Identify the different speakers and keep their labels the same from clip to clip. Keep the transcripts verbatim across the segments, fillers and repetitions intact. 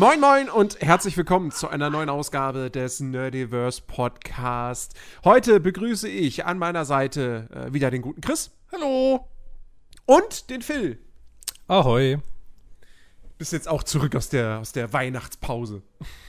Speaker 1: Moin Moin und herzlich willkommen zu einer neuen Ausgabe des Nerdiverse Podcast. Heute begrüße ich an meiner Seite äh, wieder den guten Chris.
Speaker 2: Hallo.
Speaker 1: Und den Phil.
Speaker 3: Ahoi.
Speaker 1: Bist jetzt auch zurück aus der, aus der Weihnachtspause.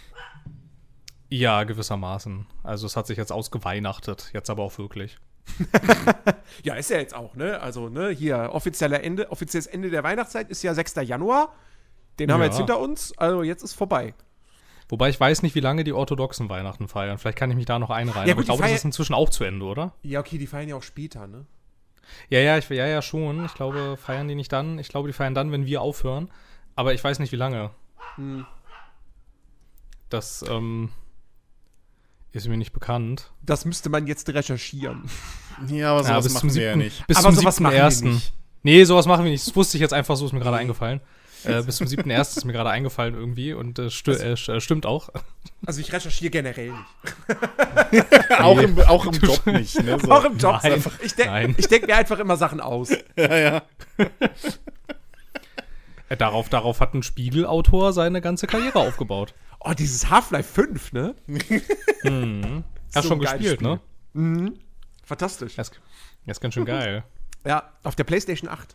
Speaker 3: Ja, gewissermaßen. Also es hat sich jetzt ausgeweihnachtet, jetzt aber auch wirklich.
Speaker 1: Ja, ist ja jetzt auch, ne? Also, ne, hier, offizieller Ende, offizielles Ende der Weihnachtszeit ist ja sechster Januar. Den haben
Speaker 3: Ja.
Speaker 1: wir jetzt hinter uns, also jetzt ist vorbei.
Speaker 3: Wobei ich weiß nicht, wie lange die Orthodoxen Weihnachten feiern. Vielleicht kann ich mich da noch einreihen.
Speaker 1: Ja,
Speaker 3: aber
Speaker 1: gut,
Speaker 3: ich glaube,
Speaker 1: die
Speaker 3: das
Speaker 1: feiern-
Speaker 3: ist inzwischen auch zu Ende, oder?
Speaker 1: Ja, okay, die feiern ja auch später, ne?
Speaker 3: Ja, ja, ich, ja, ja, schon. Ich glaube, feiern die nicht dann. Ich glaube, die feiern dann, wenn wir aufhören. Aber ich weiß nicht, wie lange.
Speaker 1: Hm.
Speaker 3: Das, ähm, ist mir nicht bekannt.
Speaker 1: Das müsste man jetzt recherchieren.
Speaker 2: Ja, aber sowas
Speaker 3: bis
Speaker 2: machen
Speaker 3: zum
Speaker 2: wir ja
Speaker 3: siebten
Speaker 2: nicht.
Speaker 3: Bis
Speaker 1: Aber
Speaker 3: zum
Speaker 1: sowas
Speaker 3: siebten
Speaker 1: machen wir
Speaker 3: ersten
Speaker 1: nicht.
Speaker 3: Nee, sowas machen wir nicht. Das wusste ich jetzt einfach so, ist mir gerade eingefallen. Äh, bis zum siebten ersten ist mir gerade eingefallen irgendwie und äh, sti äh, st- äh, stimmt auch.
Speaker 1: Also ich recherchiere generell nicht.
Speaker 2: auch, im, auch im Job nicht, ne? So.
Speaker 1: Auch im Job.
Speaker 3: Nein.
Speaker 1: Einfach, ich denke
Speaker 3: Nein.
Speaker 1: denk mir einfach immer Sachen aus.
Speaker 2: Ja, ja.
Speaker 3: Äh, darauf, darauf hat ein Spieleautor seine ganze Karriere aufgebaut.
Speaker 1: Oh, dieses Half-Life fünf, ne?
Speaker 3: Mhm. Hast
Speaker 1: So
Speaker 3: schon
Speaker 1: ein geiles
Speaker 3: gespielt,
Speaker 1: Spiel.
Speaker 3: ne?
Speaker 1: Mhm. Fantastisch.
Speaker 3: Das, das ist ganz schön geil.
Speaker 1: Ja, auf der PlayStation acht.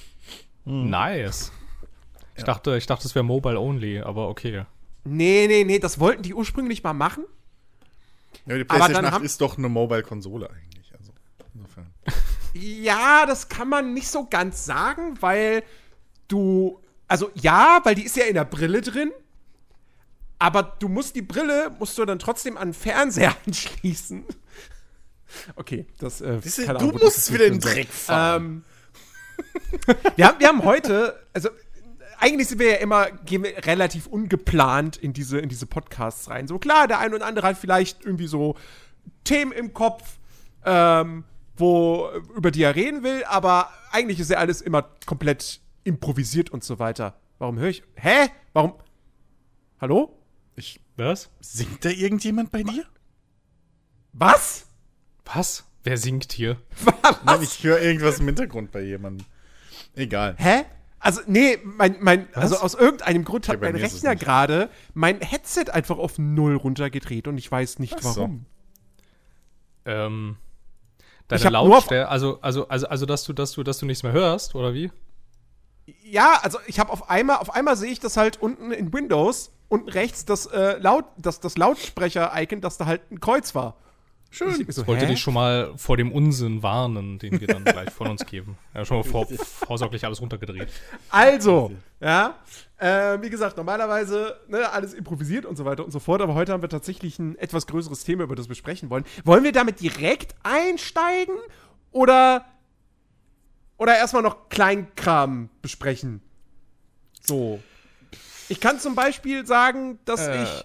Speaker 3: Nice. Ich dachte, ich dachte, es wäre Mobile Only, aber okay.
Speaker 1: Nee, nee, nee, das wollten die ursprünglich mal machen.
Speaker 2: Ja, die
Speaker 1: Aber
Speaker 2: PlayStation
Speaker 1: dann
Speaker 2: acht
Speaker 1: haben-
Speaker 2: ist doch eine Mobile-Konsole eigentlich. Also, insofern.
Speaker 1: Ja, das kann man nicht so ganz sagen, weil du, also ja, weil die ist ja in der Brille drin, aber du musst die Brille, musst du dann trotzdem an den Fernseher anschließen. Okay, das, äh,
Speaker 2: Siehste,
Speaker 1: keine
Speaker 2: du
Speaker 1: Ahnung, wo das
Speaker 2: musst
Speaker 1: jetzt
Speaker 2: wieder in den
Speaker 1: hinführen
Speaker 2: Dreck
Speaker 1: soll.
Speaker 2: fahren.
Speaker 1: Ähm, wir, haben, wir haben heute, also eigentlich sind wir ja immer, gehen wir relativ ungeplant in diese, in diese Podcasts rein. So klar, der eine oder andere hat vielleicht irgendwie so Themen im Kopf, ähm, wo, über die er reden will, aber eigentlich ist ja alles immer komplett improvisiert und so weiter. Warum höre ich, hä? Warum, hallo?
Speaker 2: Ich,
Speaker 3: Was?
Speaker 2: singt da irgendjemand bei dir?
Speaker 1: Was?
Speaker 3: Was? Wer singt hier?
Speaker 2: Nein, ich höre irgendwas im Hintergrund bei jemandem. Egal.
Speaker 1: Hä? Also, nee, mein, mein,
Speaker 3: Was?
Speaker 1: also aus irgendeinem Grund hat
Speaker 2: Okay, bei
Speaker 1: mein
Speaker 2: mir ist es
Speaker 1: Rechner
Speaker 2: nicht.
Speaker 1: gerade mein Headset einfach auf null runtergedreht und ich weiß nicht
Speaker 2: Ach so.
Speaker 1: warum.
Speaker 3: Ähm,
Speaker 1: Ich
Speaker 3: deine
Speaker 1: hab nur auf-
Speaker 3: Lautstärke, also, also, also, also, dass du, dass du, dass du nichts mehr hörst, oder wie?
Speaker 1: Ja, also ich habe auf einmal, auf einmal sehe ich das halt unten in Windows, unten rechts das, äh, Laut, das, das Lautsprecher-Icon, dass da halt ein Kreuz war.
Speaker 2: Schön.
Speaker 1: Ich so,
Speaker 3: Ich wollte
Speaker 1: hä?
Speaker 3: dich schon mal vor dem Unsinn warnen, den wir dann gleich von uns geben. Ja, schon mal vor, vorsorglich alles runtergedreht.
Speaker 1: Also, ja, äh, wie gesagt, normalerweise ne, alles improvisiert und so weiter und so fort, aber heute haben wir tatsächlich ein etwas größeres Thema, über das wir sprechen wollen. Wollen wir damit direkt einsteigen oder, oder erstmal noch Kleinkram besprechen? So. Ich kann zum Beispiel sagen, dass
Speaker 3: Äh.
Speaker 1: ich.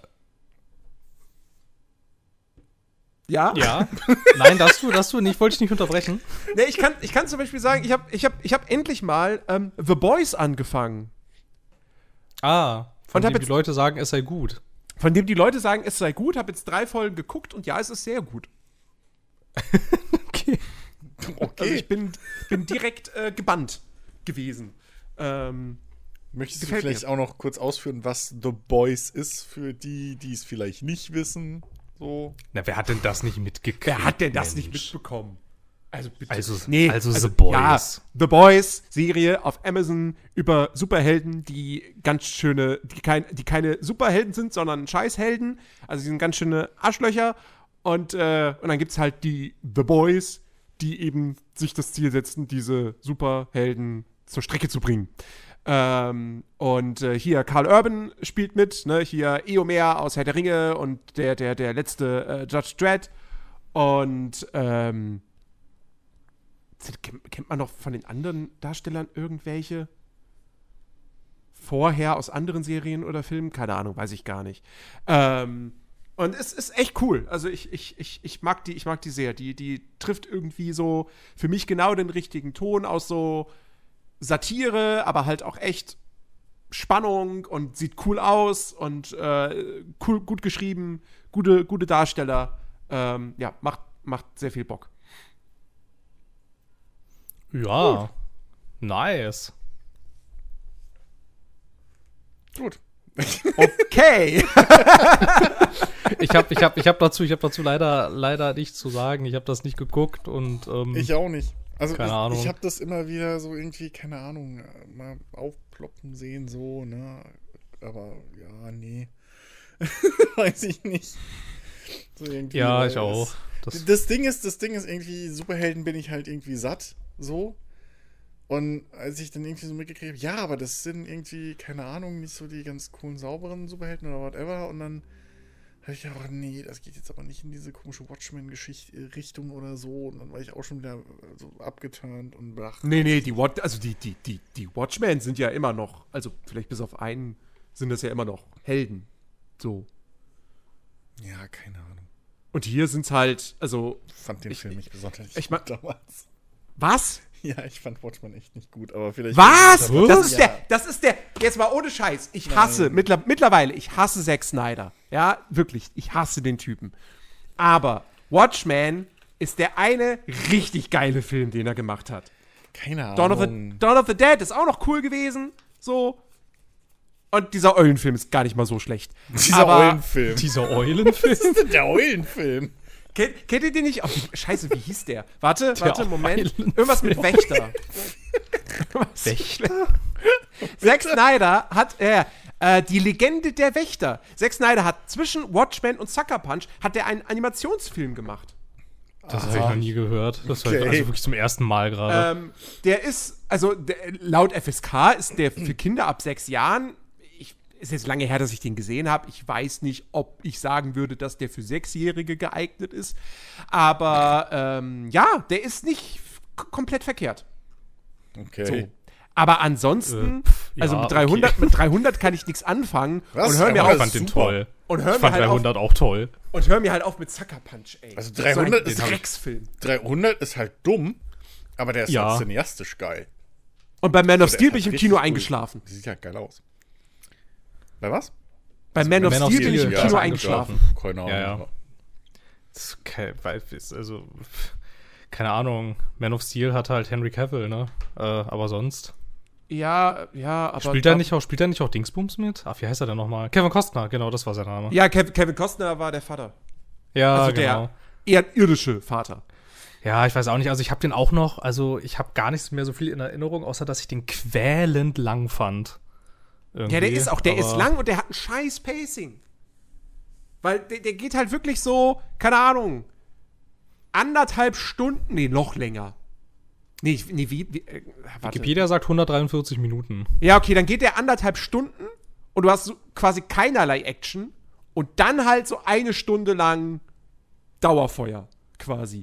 Speaker 1: Ja?
Speaker 3: Ja? Nein, darfst du, darfst du nicht, wollte ich nicht unterbrechen.
Speaker 1: Nee, ich kann, ich kann zum Beispiel sagen, ich habe ich hab, ich hab endlich mal ähm, The Boys angefangen.
Speaker 3: Ah, von
Speaker 1: Und hab
Speaker 3: dem die
Speaker 1: jetzt-
Speaker 3: Leute sagen, es sei gut.
Speaker 1: Von dem die Leute sagen, es sei gut, habe jetzt drei Folgen geguckt und ja, es ist sehr gut.
Speaker 3: Okay.
Speaker 2: Okay.
Speaker 1: Also ich bin, bin direkt äh, gebannt gewesen. Ähm,
Speaker 2: Möchtest du
Speaker 1: gefällt
Speaker 2: vielleicht
Speaker 1: mir.
Speaker 2: auch noch kurz ausführen, was The Boys ist, für die, die es vielleicht nicht wissen? So.
Speaker 3: Na, wer hat denn das nicht mitgekriegt?
Speaker 1: wer hat denn das nicht
Speaker 3: Mensch?
Speaker 1: mitbekommen? Also bitte.
Speaker 3: Also- also The
Speaker 1: Ja,
Speaker 3: Boys.
Speaker 1: The Boys, Serie auf Amazon über Superhelden, die ganz schöne, die, kein, die keine Superhelden sind, sondern Scheißhelden. Also die sind ganz schöne Arschlöcher. Und, äh, und dann gibt es halt die The Boys, die eben sich das Ziel setzen, diese Superhelden zur Strecke zu bringen. Ähm, und äh, hier Karl Urban spielt mit, ne? Hier Eomer aus Herr der Ringe und der, der, der letzte äh, Judge Dredd. Und ähm, kennt, kennt man noch von den anderen Darstellern irgendwelche? Vorher aus anderen Serien oder Filmen? Keine Ahnung, weiß ich gar nicht. Ähm, und es ist echt cool. Also ich, ich, ich, ich mag die, ich mag die sehr. Die, die trifft irgendwie so für mich genau den richtigen Ton aus so Satire, aber halt auch echt Spannung und sieht cool aus und äh, cool, gut geschrieben, gute, gute Darsteller. Ähm, ja, macht, macht sehr viel Bock.
Speaker 3: Ja. Nice.
Speaker 2: Gut.
Speaker 1: Okay.
Speaker 3: Ich habe ich hab, ich hab dazu, ich hab dazu leider, leider nichts zu sagen. Ich habe das nicht geguckt und ähm,
Speaker 2: Ich auch nicht. Also
Speaker 3: Keine
Speaker 2: ich,
Speaker 3: Ahnung.
Speaker 2: ich habe das immer wieder so irgendwie, keine Ahnung, mal aufploppen sehen, so, ne? Aber ja, nee. Weiß ich nicht. So irgendwie,
Speaker 3: ja,
Speaker 2: weil
Speaker 3: ich auch.
Speaker 2: Das,
Speaker 3: Das,
Speaker 2: das Ding ist, das Ding ist irgendwie, Superhelden bin ich halt irgendwie satt, so. Und als ich dann irgendwie so mitgekriegt habe, ja, aber das sind irgendwie, keine Ahnung, nicht so die ganz coolen, sauberen Superhelden oder whatever. Und dann habe ich gedacht, nee, das geht jetzt aber nicht in diese komische Watchmen-Richtung oder so. Und dann war ich auch schon wieder so abgeturnt und blach.
Speaker 1: Nee, nee, die, Wat also die, die, die, die Watchmen sind ja immer noch, also vielleicht bis auf einen sind das ja immer noch Helden. So.
Speaker 2: Ja, keine Ahnung.
Speaker 1: Und hier sind's halt, also.
Speaker 2: Ich fand den
Speaker 1: Ich-
Speaker 2: Film nicht besonders
Speaker 1: ich mein-
Speaker 2: gut damals.
Speaker 1: Was?
Speaker 2: Ja, ich fand Watchmen echt nicht gut, aber vielleicht.
Speaker 1: Was?
Speaker 3: Was?
Speaker 1: Das ist
Speaker 2: Ja.
Speaker 1: der, das ist der, jetzt mal ohne Scheiß. Ich hasse,
Speaker 2: Nein.
Speaker 1: mittler, mittlerweile, ich hasse Zack Snyder. Ja, wirklich, ich hasse den Typen. Aber Watchmen ist der eine richtig geile Film, den er gemacht hat.
Speaker 2: Keine Ahnung.
Speaker 1: Dawn of, the, Dawn of the Dead ist auch noch cool gewesen. So. Und dieser Eulenfilm ist gar nicht mal so schlecht.
Speaker 2: Dieser
Speaker 1: Aber-
Speaker 2: Eulenfilm.
Speaker 3: dieser Eulenfilm.
Speaker 2: Was ist denn der Eulenfilm?
Speaker 1: Kennt, kennt ihr den nicht? Oh, wie, scheiße, wie hieß der? Warte,
Speaker 3: Der
Speaker 1: warte, Moment.
Speaker 3: Eulenfilm.
Speaker 1: Irgendwas mit Wächter. Was?
Speaker 3: Wächter?
Speaker 1: Zack Snyder hat, äh, äh, die Legende der Wächter. Zack Snyder hat zwischen Watchmen und Sucker Punch hat er einen Animationsfilm gemacht.
Speaker 3: Das habe ich noch nie gehört. Das war
Speaker 2: Okay.
Speaker 3: also wirklich zum ersten Mal gerade.
Speaker 1: Ähm, der ist, also der, laut F S K ist der für Kinder ab sechs Jahren, ich, ist jetzt lange her, dass ich den gesehen habe. Ich weiß nicht, ob ich sagen würde, dass der für Sechsjährige geeignet ist. Aber ähm, ja, der ist nicht k- komplett verkehrt.
Speaker 2: Okay.
Speaker 1: So. Aber ansonsten,
Speaker 3: Äh, pff,
Speaker 1: also
Speaker 3: ja,
Speaker 1: mit dreihundert,
Speaker 3: okay.
Speaker 1: mit dreihundert kann ich nichts anfangen.
Speaker 2: Was?
Speaker 1: Und hör mir
Speaker 2: Aber
Speaker 3: ich
Speaker 1: auf,
Speaker 3: fand den
Speaker 2: super.
Speaker 3: toll.
Speaker 1: und hör
Speaker 3: Ich
Speaker 1: mir
Speaker 3: fand
Speaker 1: halt auf,
Speaker 3: dreihundert auch toll.
Speaker 1: und hör mir halt auf mit Sucker Punch, ey.
Speaker 2: Also
Speaker 1: So
Speaker 2: dreihundert
Speaker 1: ein
Speaker 2: ist halt-
Speaker 1: Drecksfilm.
Speaker 2: dreihundert ist halt dumm, aber der ist
Speaker 3: Ja.
Speaker 2: halt cineastisch geil.
Speaker 1: Und bei Man of
Speaker 2: Der
Speaker 1: Steel
Speaker 2: ist
Speaker 1: bin ich im
Speaker 2: halt
Speaker 1: Kino
Speaker 2: richtig
Speaker 1: eingeschlafen.
Speaker 2: Gut. Sieht halt geil aus. Bei was?
Speaker 1: Bei Man of
Speaker 3: Man of
Speaker 1: Steel bin ich
Speaker 3: Steel,
Speaker 1: im
Speaker 3: ja,
Speaker 1: Kino
Speaker 3: ist
Speaker 1: eingeschlafen.
Speaker 2: Keine Ahnung.
Speaker 3: Ja, ja. Das ist kein, weil, ist also, pff, keine Ahnung. Man of Steel hat halt Henry Cavill, ne? Äh, aber sonst.
Speaker 1: Ja, ja, aber.
Speaker 3: Spielt er nicht auch, spielt er nicht auch Dingsbums mit? Ach, wie heißt er denn nochmal? Kevin Costner, genau, das war sein Name.
Speaker 1: Ja, Kev Kevin Costner war der Vater.
Speaker 3: Ja,
Speaker 1: Also
Speaker 3: genau.
Speaker 1: der eher irdische Vater.
Speaker 3: Ja, ich weiß auch nicht. Also ich habe den auch noch, also ich habe gar nichts mehr so viel in Erinnerung, außer dass ich den quälend lang fand. Irgendwie,
Speaker 1: Ja, der ist auch, der
Speaker 3: aber-
Speaker 1: ist lang und der hat ein scheiß Pacing. Weil der, der geht halt wirklich so, keine Ahnung, anderthalb Stunden, nee, noch länger. Nee, ich- nee wie, wie äh, warte.
Speaker 3: Wikipedia sagt hundertdreiundvierzig Minuten.
Speaker 1: Ja, okay, dann geht der anderthalb Stunden und du hast so quasi keinerlei Action und dann halt so eine Stunde lang Dauerfeuer quasi.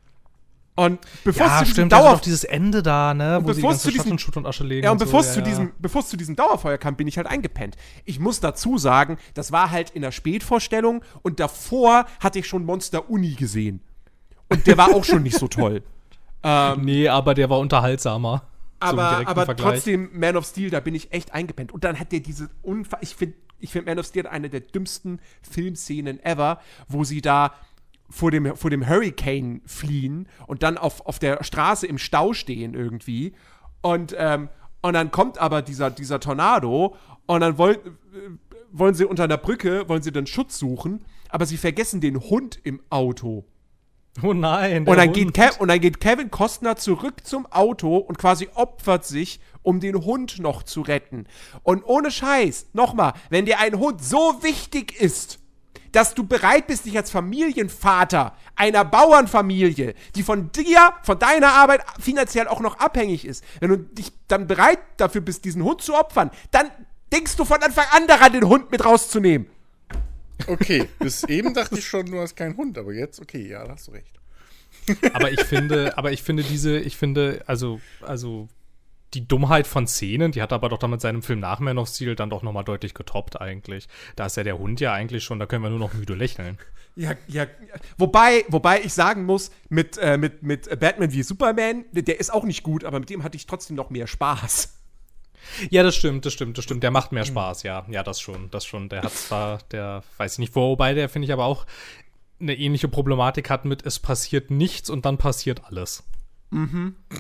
Speaker 1: Und bevor es
Speaker 3: Ja,
Speaker 1: zu diesem
Speaker 3: stimmt, also
Speaker 1: Dauer
Speaker 3: noch dieses Ende da, ne, wo sie die
Speaker 1: bevor es
Speaker 3: ganze
Speaker 1: zu
Speaker 3: Stadt
Speaker 1: diesem-
Speaker 3: in Schutt und Asche legen.
Speaker 1: Ja, und
Speaker 3: so,
Speaker 1: bevor es
Speaker 3: ja,
Speaker 1: zu
Speaker 3: ja.
Speaker 1: diesem, bevor es zu diesem Dauerfeuer kam, bin ich halt eingepennt. Ich muss dazu sagen, das war halt in der Spätvorstellung und davor hatte ich schon Monster Uni gesehen. Und der war auch schon nicht so toll. Ähm,
Speaker 3: Nee, aber der war unterhaltsamer. Zum
Speaker 1: aber
Speaker 3: direkten
Speaker 1: aber
Speaker 3: Vergleich.
Speaker 1: trotzdem, Man of Steel, da bin ich echt eingepennt. Und dann hat der diese Unfall. Ich finde, ich find Man of Steel eine der dümmsten Filmszenen ever, wo sie da vor dem, vor dem Hurricane fliehen und dann auf, auf der Straße im Stau stehen irgendwie. Und, ähm, und dann kommt aber dieser, dieser Tornado und dann wollen, äh, wollen sie unter einer Brücke, wollen sie dann Schutz suchen, aber sie vergessen den Hund im Auto.
Speaker 3: Oh nein, der
Speaker 1: Und dann,
Speaker 3: Hund.
Speaker 1: geht Kev, und dann geht Kevin Costner zurück zum Auto und quasi opfert sich, um den Hund noch zu retten. Und ohne Scheiß, nochmal, wenn dir ein Hund so wichtig ist, dass du bereit bist, dich als Familienvater einer Bauernfamilie, die von dir, von deiner Arbeit finanziell auch noch abhängig ist, wenn du dich dann bereit dafür bist, diesen Hund zu opfern, dann denkst du von Anfang an daran, den Hund mit rauszunehmen.
Speaker 2: Okay, bis eben dachte ich schon, du hast keinen Hund, aber jetzt, okay, ja, da hast du recht.
Speaker 3: Aber ich finde, aber ich finde diese, ich finde, also, also die Dummheit von Szenen, die hat aber doch dann mit seinem Film nach Man of Steel dann doch nochmal deutlich getoppt eigentlich. Da ist ja der Hund ja eigentlich schon, da können wir nur noch müde lächeln.
Speaker 1: Ja, ja, wobei, wobei ich sagen muss, mit, äh, mit, mit Batman wie Superman, der ist auch nicht gut, aber mit dem hatte ich trotzdem noch mehr Spaß.
Speaker 3: Ja, das stimmt, das stimmt, das stimmt. Der macht mehr Spaß, ja. Ja, das schon, das schon. Der hat zwar, der, weiß ich nicht, wobei der, finde ich, aber auch eine ähnliche Problematik hat mit, es passiert nichts und dann passiert alles. Mhm.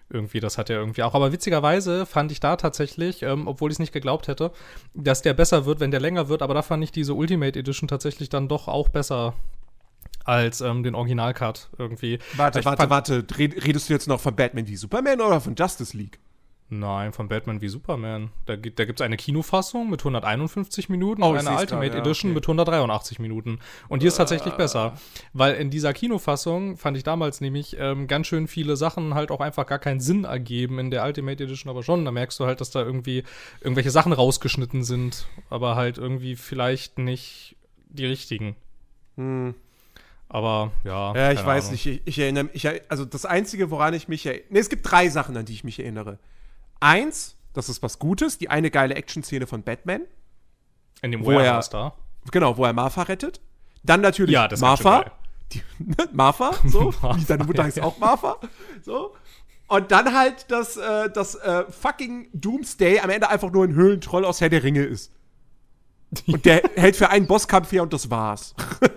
Speaker 3: Irgendwie, das hat er irgendwie auch. Aber witzigerweise fand ich da tatsächlich, ähm, obwohl ich es nicht geglaubt hätte, dass der besser wird, wenn der länger wird. Aber da fand ich diese Ultimate Edition tatsächlich dann doch auch besser als ähm, den Original-Cut irgendwie.
Speaker 1: Warte,
Speaker 3: Ich
Speaker 1: warte,
Speaker 3: fand-
Speaker 1: warte. Red- Redest du jetzt noch von Batman wie Superman oder von Justice League?
Speaker 3: Nein, von Batman wie Superman. Da, gibt- da gibt es eine Kinofassung mit hunderteinundfünfzig Minuten
Speaker 1: Oh,
Speaker 3: und
Speaker 1: ich
Speaker 3: eine
Speaker 1: seh's
Speaker 3: Ultimate
Speaker 1: grad, ja,
Speaker 3: Edition
Speaker 1: okay.
Speaker 3: mit hundertdreiundachtzig Minuten. Und die ist tatsächlich besser. Weil in dieser Kinofassung fand ich damals nämlich ähm, ganz schön viele Sachen halt auch einfach gar keinen Sinn ergeben. In der Ultimate Edition aber schon. Da merkst du halt, dass da irgendwie irgendwelche Sachen rausgeschnitten sind. Aber halt irgendwie vielleicht nicht die richtigen.
Speaker 1: Hm.
Speaker 3: Aber ja.
Speaker 1: Ja, ich
Speaker 3: keine
Speaker 1: weiß
Speaker 3: Ahnung.
Speaker 1: nicht. Ich, ich erinnere mich. Ich, er- also das Einzige, woran ich mich erinnere. Ne, es gibt drei Sachen, an die ich mich erinnere. Eins, das ist was Gutes, die eine geile Action-Szene von Batman.
Speaker 3: In dem
Speaker 1: wo er-
Speaker 3: Warehouse da.
Speaker 1: Genau, wo er Martha rettet. Dann natürlich
Speaker 3: Ja, das ist ganz schön
Speaker 1: Martha.
Speaker 3: geil.
Speaker 1: Die, Martha, so.
Speaker 3: Martha,
Speaker 1: Wie seine Mutter heißt auch Martha. So. Und dann halt, dass äh, das äh, fucking Doomsday am Ende einfach nur ein Höhlentroll aus Herr der Ringe ist. Und der hält für einen Bosskampf her und das war's.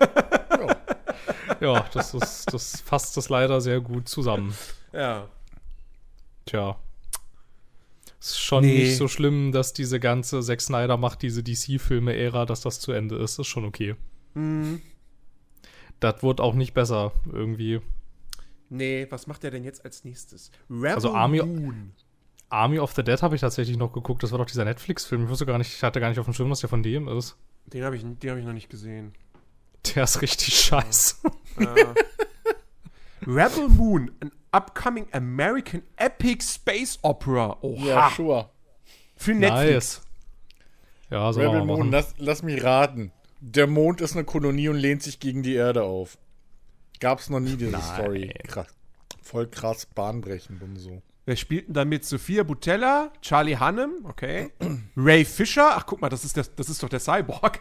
Speaker 3: Ja, das ist, das fasst das leider sehr gut zusammen.
Speaker 1: Ja.
Speaker 3: Tja. Ist schon
Speaker 1: Nee.
Speaker 3: nicht so schlimm, dass diese ganze Zack Snyder macht, diese D C-Filme-Ära, dass das zu Ende ist. Ist schon okay.
Speaker 1: Mhm.
Speaker 3: Das wird auch nicht besser, irgendwie.
Speaker 1: Nee, was macht er denn jetzt als nächstes? Rebel
Speaker 3: Also Army-
Speaker 1: Moon.
Speaker 3: Army of the Dead habe ich tatsächlich noch geguckt. Das war doch dieser Netflix-Film. Ich wusste gar nicht, ich hatte gar nicht auf dem Schirm, dass der von dem ist.
Speaker 1: Den habe ich, den hab ich noch nicht gesehen.
Speaker 3: Der ist richtig scheiße.
Speaker 1: Äh, Rebel Moon, an upcoming American Epic Space Opera. Oha.
Speaker 2: Ja, sure.
Speaker 1: Für Netflix.
Speaker 3: Nice. Ja, soll
Speaker 2: Rebel
Speaker 3: man mal
Speaker 2: Moon,
Speaker 3: machen.
Speaker 2: lass, lass mich raten. Der Mond ist eine Kolonie und lehnt sich gegen die Erde auf. Gab's noch nie diese
Speaker 3: Nein.
Speaker 2: Story. Krass. Voll krass bahnbrechend und so.
Speaker 1: Wer spielt denn da mit? Sophia Butella, Charlie Hunnam, okay. Ray Fisher, ach guck mal, das ist, der, das ist doch der Cyborg.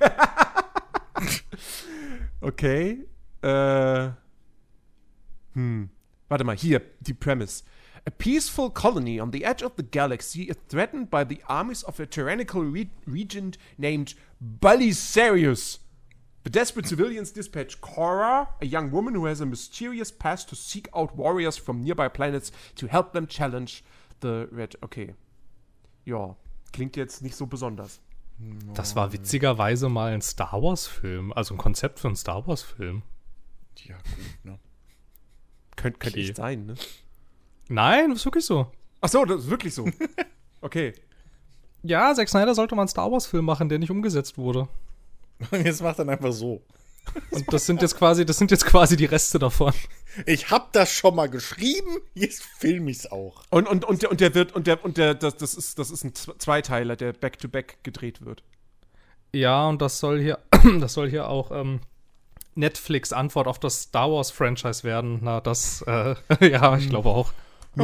Speaker 1: Okay. Äh. Hm. Warte mal, hier, die Premise. A peaceful colony on the edge of the galaxy is threatened by the armies of a tyrannical re regent named Belisarius. The desperate civilians dispatch Cora, a young woman who has a mysterious past, to seek out warriors from nearby planets to help them challenge the Red. Okay. Ja, klingt jetzt nicht so besonders.
Speaker 3: Das war witzigerweise mal ein Star Wars-Film. Also ein Konzept für einen Star Wars-Film.
Speaker 2: Ja, gut, ne?
Speaker 1: Könnte könnt
Speaker 3: Okay.
Speaker 1: echt sein, ne?
Speaker 3: Nein, das ist wirklich so.
Speaker 1: Ach so, das ist wirklich so. Okay.
Speaker 3: Ja, Zack Snyder sollte mal einen Star Wars-Film machen, der nicht umgesetzt wurde.
Speaker 2: Und jetzt macht er einfach so.
Speaker 3: Und das sind jetzt quasi, das sind jetzt quasi die Reste davon.
Speaker 2: Ich hab das schon mal geschrieben, jetzt film ich's auch.
Speaker 1: Und, und, und, der, und der wird, und der, und der, das, das ist, das ist ein Z- Zweiteiler, der back-to-back gedreht wird.
Speaker 3: Ja, und das soll hier, das soll hier auch ähm, Netflix Antwort auf das Star Wars Franchise werden. Na, das, äh, ja, ich glaube auch.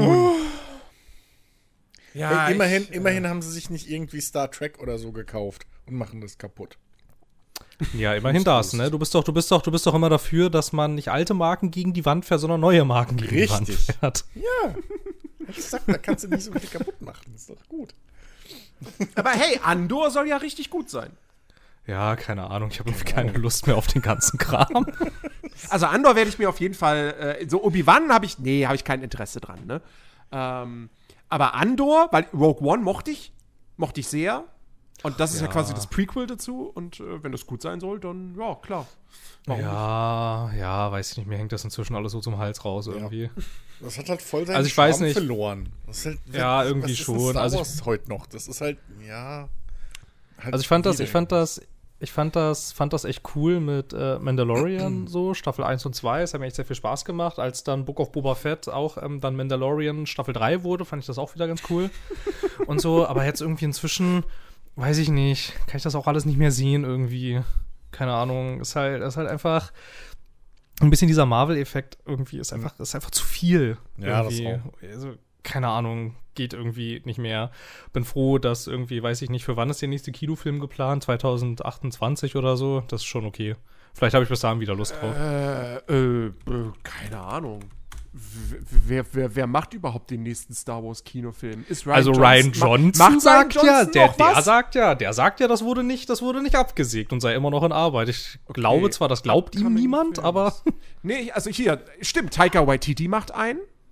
Speaker 1: Ja,
Speaker 2: Ey, immerhin,
Speaker 1: ich,
Speaker 2: immerhin haben sie sich nicht irgendwie Star Trek oder so gekauft und machen das kaputt.
Speaker 3: Ja, immerhin das, ne? Du bist doch, du bist doch, du bist doch immer dafür, dass man nicht alte Marken gegen die Wand fährt, sondern neue Marken gegen die Wand
Speaker 2: Richtig.
Speaker 3: fährt.
Speaker 2: Ja. Ich sag, da kannst du nicht so viel kaputt machen. Das ist doch gut.
Speaker 1: Aber hey, Andor soll ja richtig gut sein.
Speaker 3: Ja, keine Ahnung, ich habe irgendwie keine Lust mehr auf den ganzen Kram.
Speaker 1: Also Andor werde ich mir auf jeden Fall, äh, so Obi-Wan habe ich, nee, habe ich kein Interesse dran, ne? Ähm, aber Andor, weil Rogue One mochte ich, mochte ich sehr. Und das ist ja,
Speaker 3: Ja.
Speaker 1: quasi das Prequel dazu. Und äh, wenn das gut sein soll, dann, ja, klar. Warum
Speaker 3: Ja, ja, weiß ich nicht, mir hängt das inzwischen alles so zum Hals raus irgendwie.
Speaker 2: Das hat halt voll seinen
Speaker 3: Also ich weiß
Speaker 2: Charme
Speaker 3: nicht.
Speaker 2: verloren. Das ist halt,
Speaker 3: Ja, irgendwie
Speaker 2: was ist
Speaker 3: schon.
Speaker 2: denn Star
Speaker 3: Also ich-
Speaker 2: Wars heute noch. Das ist halt, ja. Halt
Speaker 3: Also ich fand das,
Speaker 2: wieder
Speaker 3: ich fand
Speaker 2: irgendwas.
Speaker 3: das, ich fand das, fand das echt cool mit äh, Mandalorian so, Staffel eins und zwei. Es hat mir echt sehr viel Spaß gemacht. Als dann Book of Boba Fett auch ähm, dann Mandalorian Staffel drei wurde, fand ich das auch wieder ganz cool. Und so, aber jetzt irgendwie inzwischen, weiß ich nicht, kann ich das auch alles nicht mehr sehen irgendwie. Keine Ahnung, ist halt, ist halt einfach ein bisschen dieser Marvel-Effekt irgendwie, ist einfach, ist einfach zu viel.
Speaker 2: Ja, das
Speaker 3: irgendwie. Also, keine Ahnung, geht irgendwie nicht mehr. Bin froh, dass irgendwie, weiß ich nicht, für wann ist der nächste Kinofilm geplant? zwanzig achtundzwanzig oder so? Das ist schon okay. Vielleicht habe ich bis dahin wieder Lust drauf.
Speaker 1: Äh, äh, äh, keine Ahnung. W wer, wer, wer macht überhaupt den nächsten Star Wars Kinofilm? Ist Ryan
Speaker 3: Also
Speaker 1: Johnson,
Speaker 3: Ryan
Speaker 1: ma-
Speaker 3: Johnson
Speaker 1: macht
Speaker 3: sagt
Speaker 1: Ryan
Speaker 3: ja,
Speaker 1: Johnson
Speaker 3: der,
Speaker 1: noch
Speaker 3: der
Speaker 1: was?
Speaker 3: sagt ja, der sagt ja, das wurde nicht, das wurde nicht abgesägt und sei immer noch in Arbeit. Ich glaube zwar, das glaubt ihm
Speaker 1: Upcoming
Speaker 3: niemand,
Speaker 1: Films.
Speaker 3: aber
Speaker 1: Nee, also hier, stimmt, Taika Waititi macht einen.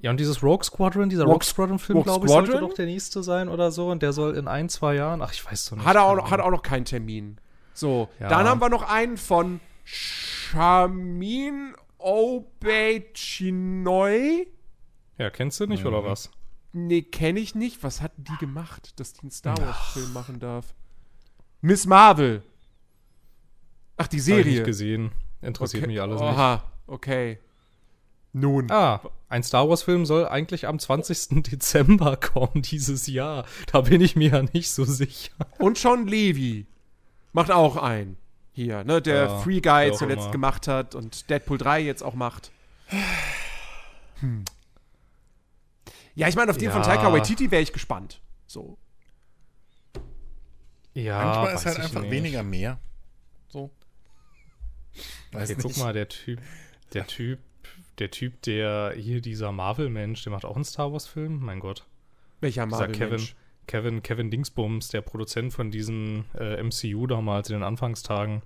Speaker 3: Ja, und dieses Rogue Squadron, dieser
Speaker 1: Rogue-
Speaker 3: Rogue Squadron-Film,
Speaker 1: Rogue
Speaker 3: glaube ich, sollte
Speaker 1: Squadron?
Speaker 3: doch der nächste sein oder so. Und der soll in ein, zwei Jahren, ach, ich weiß so nicht.
Speaker 1: Hat er auch,
Speaker 3: keine
Speaker 1: noch- hat
Speaker 3: Ahnung.
Speaker 1: auch noch keinen Termin. So,
Speaker 3: Ja.
Speaker 1: dann haben wir noch einen von Shamin Obey-Chinoy.
Speaker 3: Ja, kennst du nicht,
Speaker 2: Mhm.
Speaker 3: oder was?
Speaker 1: Nee, kenne ich nicht. Was hat die gemacht, dass die einen Star Wars-Film machen darf? Miss Marvel. Ach, die
Speaker 3: Hab ich nicht
Speaker 1: Serie.
Speaker 3: gesehen. Interessiert
Speaker 1: Okay.
Speaker 3: mich alles nicht.
Speaker 1: Aha, okay. Nun.
Speaker 3: Ah, ein Star Wars-Film soll eigentlich am zwanzigsten Dezember kommen dieses Jahr. Da bin ich mir ja nicht so sicher.
Speaker 1: Und Sean Levy macht auch einen. Hier, ne, der
Speaker 3: Ja,
Speaker 1: Free Guy
Speaker 3: wer auch
Speaker 1: zuletzt
Speaker 3: immer.
Speaker 1: gemacht hat und Deadpool drei jetzt auch macht. Hm. Ja, ich meine, auf den von
Speaker 3: Ja.
Speaker 1: Taika Waititi wäre ich gespannt. So.
Speaker 3: Ja,
Speaker 2: Manchmal ist
Speaker 3: weiß
Speaker 2: halt
Speaker 3: ich
Speaker 2: einfach
Speaker 3: nicht.
Speaker 2: weniger mehr. So. Weiß
Speaker 3: Okay, guck
Speaker 2: nicht.
Speaker 3: mal, der Typ, der Typ, der Typ, der hier dieser Marvel-Mensch, der macht auch einen Star Wars-Film? Mein Gott.
Speaker 1: Welcher
Speaker 3: Dieser
Speaker 1: Marvel
Speaker 3: Kevin, Kevin, Kevin Dingsbums, der Produzent von diesem äh, M C U damals in den Anfangstagen.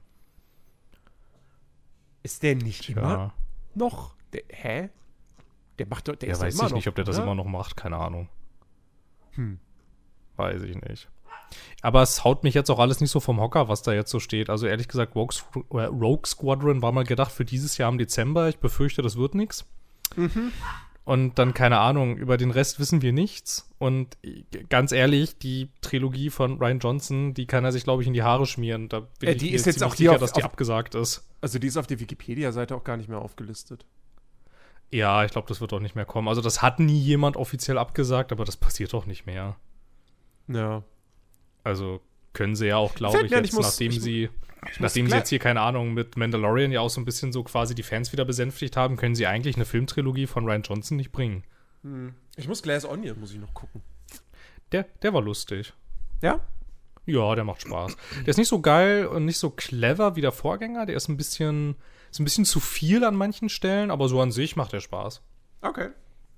Speaker 1: Ist der nicht immer
Speaker 3: Ja,
Speaker 1: noch? Der, hä? Der macht doch, der
Speaker 3: ja
Speaker 1: ist doch
Speaker 3: weiß
Speaker 1: immer
Speaker 3: ich nicht,
Speaker 1: noch,
Speaker 3: ob der das
Speaker 1: oder?
Speaker 3: immer noch macht, keine Ahnung.
Speaker 1: Hm.
Speaker 3: Weiß ich nicht. Aber es haut mich jetzt auch alles nicht so vom Hocker, was da jetzt so steht. Also ehrlich gesagt, Rogue, Squ- äh, Rogue Squadron war mal gedacht für dieses Jahr im Dezember. Ich befürchte, das wird nichts.
Speaker 1: Mhm.
Speaker 3: Und dann, keine Ahnung, über den Rest wissen wir nichts. Und äh, ganz ehrlich, die Trilogie von Rian Johnson, die kann er sich, glaube ich, in die Haare schmieren. Da bin
Speaker 1: Äh,
Speaker 3: ich
Speaker 1: die
Speaker 3: mir
Speaker 1: ist jetzt
Speaker 3: ziemlich
Speaker 1: auch hier
Speaker 3: sicher,
Speaker 1: auf-
Speaker 3: dass die
Speaker 1: auf-
Speaker 3: abgesagt ist.
Speaker 1: Also die ist auf der Wikipedia-Seite auch gar nicht mehr aufgelistet.
Speaker 3: Ja, ich glaube, das wird auch nicht mehr kommen. Also das hat nie jemand offiziell abgesagt, aber das passiert doch nicht mehr.
Speaker 1: Ja.
Speaker 3: Also können sie ja auch, glaube
Speaker 1: Fällt
Speaker 3: ich,
Speaker 1: mir,
Speaker 3: jetzt,
Speaker 1: ich muss-
Speaker 3: nachdem
Speaker 1: ich-
Speaker 3: sie,
Speaker 1: muss
Speaker 3: nachdem sie
Speaker 1: klar-
Speaker 3: jetzt hier, keine Ahnung, mit Mandalorian ja auch so ein bisschen so quasi die Fans wieder besänftigt haben, können sie eigentlich eine Filmtrilogie von Rian Johnson nicht bringen.
Speaker 1: Hm. Ich muss Glass Onion, muss ich noch gucken.
Speaker 3: Der, der war lustig.
Speaker 1: Ja?
Speaker 3: Ja, der macht Spaß. Der ist nicht so geil und nicht so clever wie der Vorgänger. Der ist ein bisschen, ist ein bisschen zu viel an manchen Stellen, aber so an sich macht der Spaß.
Speaker 1: Okay.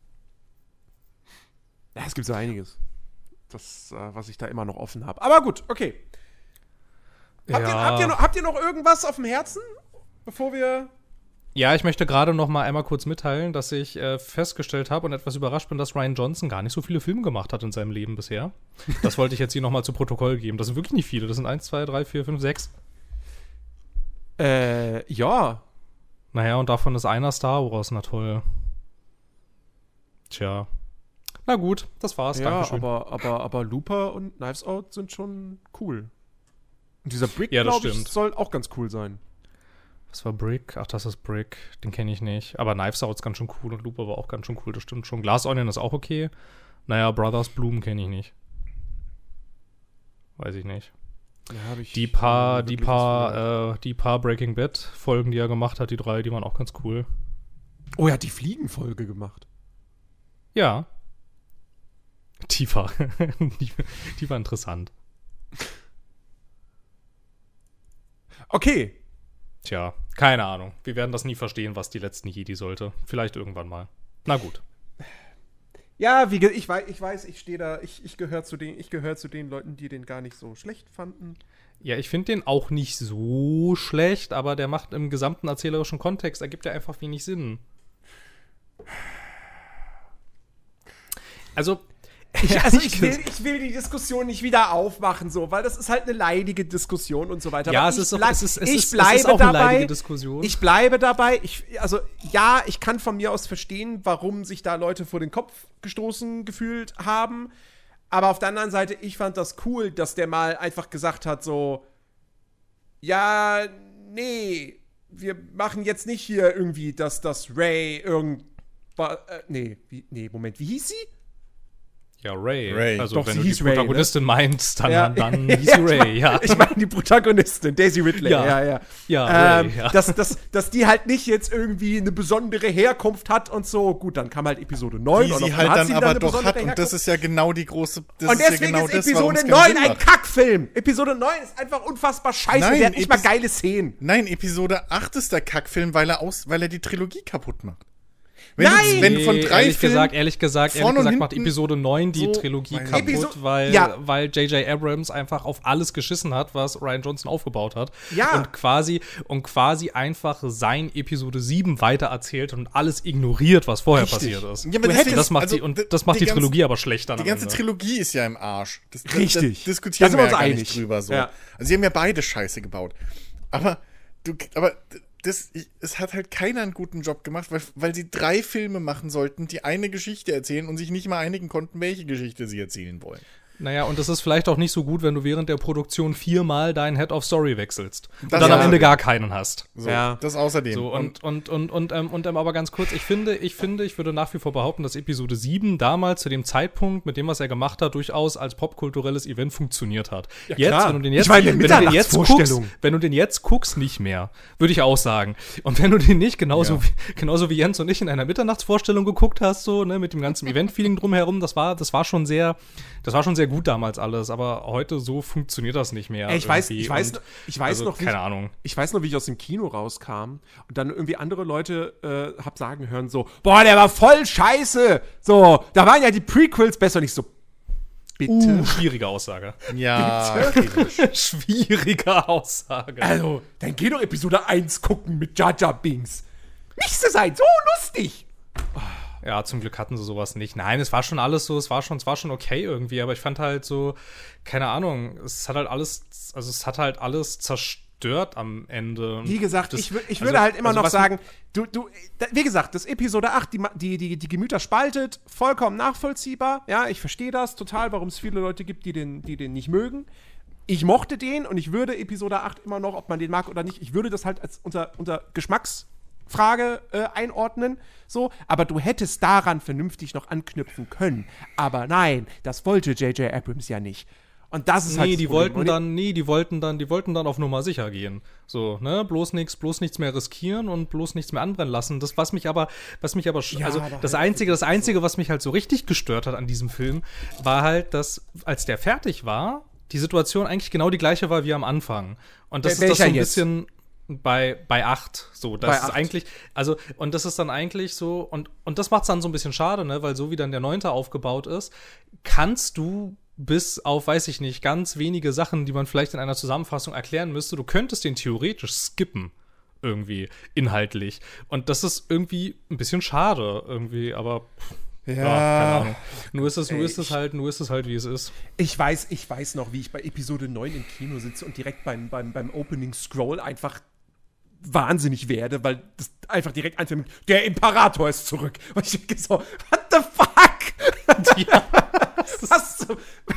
Speaker 1: Ja, es gibt so einiges. Das, äh, was ich da immer noch offen habe. Aber gut, okay. Habt, ihr, habt, ihr noch, habt ihr noch irgendwas auf dem Herzen, bevor wir...
Speaker 3: Ja, ich möchte gerade noch mal einmal kurz mitteilen, dass ich äh, festgestellt habe und etwas überrascht bin, dass Rian Johnson gar nicht so viele Filme gemacht hat in seinem Leben bisher. Das wollte ich jetzt hier noch mal zu Protokoll geben. Das sind wirklich nicht viele. Das sind eins, zwei, drei, vier, fünf, sechs.
Speaker 1: Äh, ja.
Speaker 3: Naja, und davon ist einer Star Wars. Na toll. Tja. Na gut, das war's.
Speaker 1: Ja,
Speaker 3: Dankeschön.
Speaker 1: aber, aber, aber Looper und Knives Out sind schon cool. Und dieser Brick,
Speaker 3: Ja, das
Speaker 1: glaube ich,
Speaker 3: stimmt.
Speaker 1: soll auch ganz cool sein.
Speaker 3: Das war Brick. Ach, das ist Brick. Den kenne ich nicht. Aber Knives Out ist ganz schön cool und Looper war auch ganz schön cool. Das stimmt schon. Glass Onion ist auch okay. Naja, Brothers Bloom kenne ich nicht. Weiß ich nicht.
Speaker 1: Ja, hab ich
Speaker 3: Die paar,
Speaker 1: nie
Speaker 3: die
Speaker 1: wirklich was von gehört.
Speaker 3: paar, äh, die paar Breaking Bad Folgen, die er gemacht hat, die drei, die waren auch ganz cool.
Speaker 1: Oh, er hat die Fliegenfolge gemacht.
Speaker 3: Ja. Die war, die, die war interessant.
Speaker 1: Okay.
Speaker 3: Tja, keine Ahnung. Wir werden das nie verstehen, was die letzten Jedi sollte. Vielleicht irgendwann mal. Na gut.
Speaker 1: Ja, wie ge- ich weiß, ich weiß, ich stehe da, ich, ich gehöre zu den, ich gehöre zu den Leuten, die den gar nicht so schlecht fanden.
Speaker 3: Ja, ich finde den auch nicht so schlecht, aber der macht im gesamten erzählerischen Kontext, ergibt er einfach wenig Sinn. Also,
Speaker 1: Ich, also ich will, ich will die Diskussion nicht wieder aufmachen, so, weil das ist halt eine leidige Diskussion und so weiter.
Speaker 3: ja,
Speaker 1: Aber
Speaker 3: es
Speaker 1: ich
Speaker 3: ist, auch,
Speaker 1: bleib-
Speaker 3: es ist, es
Speaker 1: ich
Speaker 3: ist,
Speaker 1: bleibe
Speaker 3: es ist auch eine
Speaker 1: dabei.
Speaker 3: leidige Diskussion.
Speaker 1: Ich bleibe dabei. Ich, also ja, ich kann von mir aus verstehen, warum sich da Leute vor den Kopf gestoßen gefühlt haben. Aber auf der anderen Seite, ich fand das cool, dass der mal einfach gesagt hat, so, ja, nee, wir machen jetzt nicht hier irgendwie, dass das Ray irgendwas, äh, nee, wie, nee, Moment, wie hieß sie?
Speaker 3: Ja, Ray.
Speaker 2: Ray.
Speaker 3: Also,
Speaker 1: Doch,
Speaker 3: wenn
Speaker 1: sie
Speaker 3: du die
Speaker 1: hieß Ray,
Speaker 3: Protagonistin meinst, dann,
Speaker 1: Ja.
Speaker 3: dann hieß
Speaker 1: Ja,
Speaker 3: sie
Speaker 1: ich
Speaker 3: Ray,
Speaker 1: mein-
Speaker 3: ja.
Speaker 1: Ich meine die Protagonistin, Daisy Ridley, ja,
Speaker 3: Ja.
Speaker 1: ja.
Speaker 3: Ja,
Speaker 1: ähm,
Speaker 3: Ray, ja.
Speaker 1: Dass, dass, dass die halt nicht jetzt irgendwie eine besondere Herkunft hat und so. Gut, dann kam halt Episode neun.
Speaker 2: Die
Speaker 1: und
Speaker 2: sie
Speaker 1: auf-
Speaker 2: halt
Speaker 1: hat
Speaker 2: dann
Speaker 1: sie wieder
Speaker 2: aber
Speaker 1: eine
Speaker 2: doch
Speaker 1: besondere
Speaker 2: hat. Und das
Speaker 1: Herkunft.
Speaker 2: ist ja genau die große. Das
Speaker 1: Und
Speaker 2: ist ja
Speaker 1: deswegen
Speaker 2: genau
Speaker 1: ist
Speaker 2: das,
Speaker 1: Episode
Speaker 2: warum's keinen
Speaker 1: neun
Speaker 2: Sinn
Speaker 1: ein
Speaker 2: macht.
Speaker 1: Kackfilm. Episode neun ist einfach unfassbar scheiße.
Speaker 2: Nein,
Speaker 1: Der hat nicht mal
Speaker 2: Epis-
Speaker 1: geile Szenen.
Speaker 2: Nein, Episode acht ist der Kackfilm, weil er aus, weil er die Trilogie kaputt macht. Wenn du-
Speaker 1: Nein!
Speaker 2: wenn du von
Speaker 3: Nee,
Speaker 2: drei
Speaker 3: ehrlich
Speaker 2: Filmen
Speaker 3: gesagt, ehrlich gesagt, ehrlich
Speaker 2: vorne und
Speaker 3: gesagt macht
Speaker 2: hinten
Speaker 3: Episode neun die
Speaker 2: so-
Speaker 3: Trilogie
Speaker 2: Weil-
Speaker 3: kaputt,
Speaker 1: Episo-
Speaker 3: weil,
Speaker 1: Ja.
Speaker 3: weil J J. Abrams einfach auf alles geschissen hat, was Rian Johnson aufgebaut hat.
Speaker 1: Ja.
Speaker 3: Und quasi, und quasi einfach sein Episode sieben weitererzählt und alles ignoriert, was vorher
Speaker 1: Richtig.
Speaker 3: passiert ist.
Speaker 2: Ja, aber
Speaker 3: Du
Speaker 2: deswegen-
Speaker 3: hättest, das macht
Speaker 2: also,
Speaker 3: die, und
Speaker 2: d-
Speaker 3: das macht
Speaker 2: die
Speaker 3: die,
Speaker 2: ganze-
Speaker 3: Trilogie aber schlechter.
Speaker 2: Die
Speaker 3: am
Speaker 2: ganze
Speaker 3: Ende.
Speaker 2: Trilogie ist ja im Arsch. Das, da-
Speaker 1: Richtig.
Speaker 2: Da diskutieren
Speaker 1: Da sind
Speaker 2: wir
Speaker 1: wir
Speaker 2: ja
Speaker 1: uns
Speaker 2: gar
Speaker 1: einig.
Speaker 2: nicht drüber. So.
Speaker 1: Ja.
Speaker 2: Also sie haben ja beide Scheiße gebaut. Aber, du, aber das, ich, es hat halt keiner einen guten Job gemacht, weil, weil sie drei Filme machen sollten, die eine Geschichte erzählen und sich nicht mal einigen konnten, welche Geschichte sie erzählen wollen.
Speaker 3: Naja, und das ist vielleicht auch nicht so gut, wenn du während der Produktion viermal deinen Head of Story wechselst. Und
Speaker 2: Das
Speaker 3: dann
Speaker 2: ja.
Speaker 3: am Ende gar keinen hast.
Speaker 2: So,
Speaker 1: Ja.
Speaker 2: das außerdem.
Speaker 3: So, und, und, und, und, ähm, und ähm, aber ganz kurz, ich finde, ich finde, ich würde nach wie vor behaupten, dass Episode sieben damals zu dem Zeitpunkt, mit dem, was er gemacht hat, durchaus als popkulturelles Event funktioniert hat.
Speaker 1: Ja,
Speaker 3: jetzt,
Speaker 1: klar.
Speaker 3: wenn du den jetzt,
Speaker 1: Ich meine,
Speaker 3: wenn du den jetzt guckst,
Speaker 1: Mitternachtsvorstellung.
Speaker 3: wenn du den jetzt guckst, nicht mehr, würde ich auch sagen. Und wenn du den nicht genauso,
Speaker 2: Ja.
Speaker 3: wie, genauso wie Jens und ich in einer Mitternachtsvorstellung geguckt hast, so, ne, mit dem ganzen Event-Feeling drumherum, das war, das war schon sehr, das war schon sehr gut damals alles, aber heute so funktioniert das nicht mehr.
Speaker 1: Ey, ich weiß,
Speaker 3: irgendwie.
Speaker 1: ich weiß,
Speaker 3: Und,
Speaker 1: ich weiß
Speaker 3: also,
Speaker 1: noch, wie
Speaker 3: keine
Speaker 1: ich,
Speaker 3: Ahnung.
Speaker 1: ich weiß noch, wie ich aus dem Kino rauskam und dann irgendwie andere Leute äh, hab sagen hören so, boah, der war voll scheiße. So, da waren ja die Prequels besser. Nicht so, bitte.
Speaker 3: Uh, schwierige Aussage.
Speaker 2: ja, kritisch.
Speaker 3: Schwierige Aussage.
Speaker 1: Also, dann geh doch Episode eins gucken mit Jar Jar Binks. Nicht so sein, so lustig.
Speaker 3: Ja, zum Glück hatten sie sowas nicht. Nein, es war schon alles so, es war schon, es war schon okay irgendwie, aber ich fand halt so, keine Ahnung, es hat halt alles, also es hat halt alles zerstört am Ende.
Speaker 1: Wie gesagt,
Speaker 3: Das-
Speaker 1: ich, wür- ich
Speaker 3: also-
Speaker 1: würde halt immer
Speaker 3: also
Speaker 1: noch
Speaker 3: was-
Speaker 1: sagen, du, du, da, wie gesagt, das Episode acht, die, ma- die, die, die Gemüter spaltet, vollkommen nachvollziehbar. Ja, ich verstehe das total, warum es viele Leute gibt, die den, die den nicht mögen. Ich mochte den und ich würde Episode acht immer noch, ob man den mag oder nicht, ich würde das halt als unter, unter Geschmacksfrage äh, einordnen. So, aber du hättest daran vernünftig noch anknüpfen können. Aber nein, das wollte J J. Abrams ja nicht. Und das ist halt
Speaker 3: Nee,
Speaker 1: das
Speaker 3: die
Speaker 1: Problem.
Speaker 3: wollten
Speaker 1: Und-
Speaker 3: dann, nee, die wollten dann, die wollten dann auf Nummer sicher gehen. So, ne, bloß nichts, bloß nichts mehr riskieren und bloß nichts mehr anbrennen lassen. Das, was mich aber, was mich aber, sch-
Speaker 1: Ja,
Speaker 3: also
Speaker 1: aber
Speaker 3: das
Speaker 1: halt
Speaker 3: einzige, das einzige, was mich halt so richtig gestört hat an diesem Film, war halt, dass, als der fertig war, die Situation eigentlich genau die gleiche war wie am Anfang. Und das
Speaker 1: Wel-
Speaker 3: ist das so ein
Speaker 1: welcher jetzt?
Speaker 3: bisschen bei, bei acht, so, das
Speaker 1: Bei
Speaker 3: ist
Speaker 1: acht.
Speaker 3: eigentlich, also, und das ist dann eigentlich so, und, und das macht's dann so ein bisschen schade, ne, weil so wie dann der neunte aufgebaut ist, kannst du bis auf, weiß ich nicht, ganz wenige Sachen, die man vielleicht in einer Zusammenfassung erklären müsste, du könntest den theoretisch skippen, irgendwie, inhaltlich. Und das ist irgendwie ein bisschen schade, irgendwie, aber pff,
Speaker 1: Ja,
Speaker 3: ja, keine Ahnung. Nur ist es, nur
Speaker 1: Ey,
Speaker 3: ist es halt, nur ist es halt, wie es ist.
Speaker 1: Ich weiß, ich weiß noch, wie ich bei Episode neun im Kino sitze und direkt beim, beim, beim Opening Scroll einfach wahnsinnig werde, weil das einfach direkt anfängt mit, der Imperator ist zurück. Und ich denke so, what the fuck?
Speaker 3: Ja.
Speaker 1: Was zum-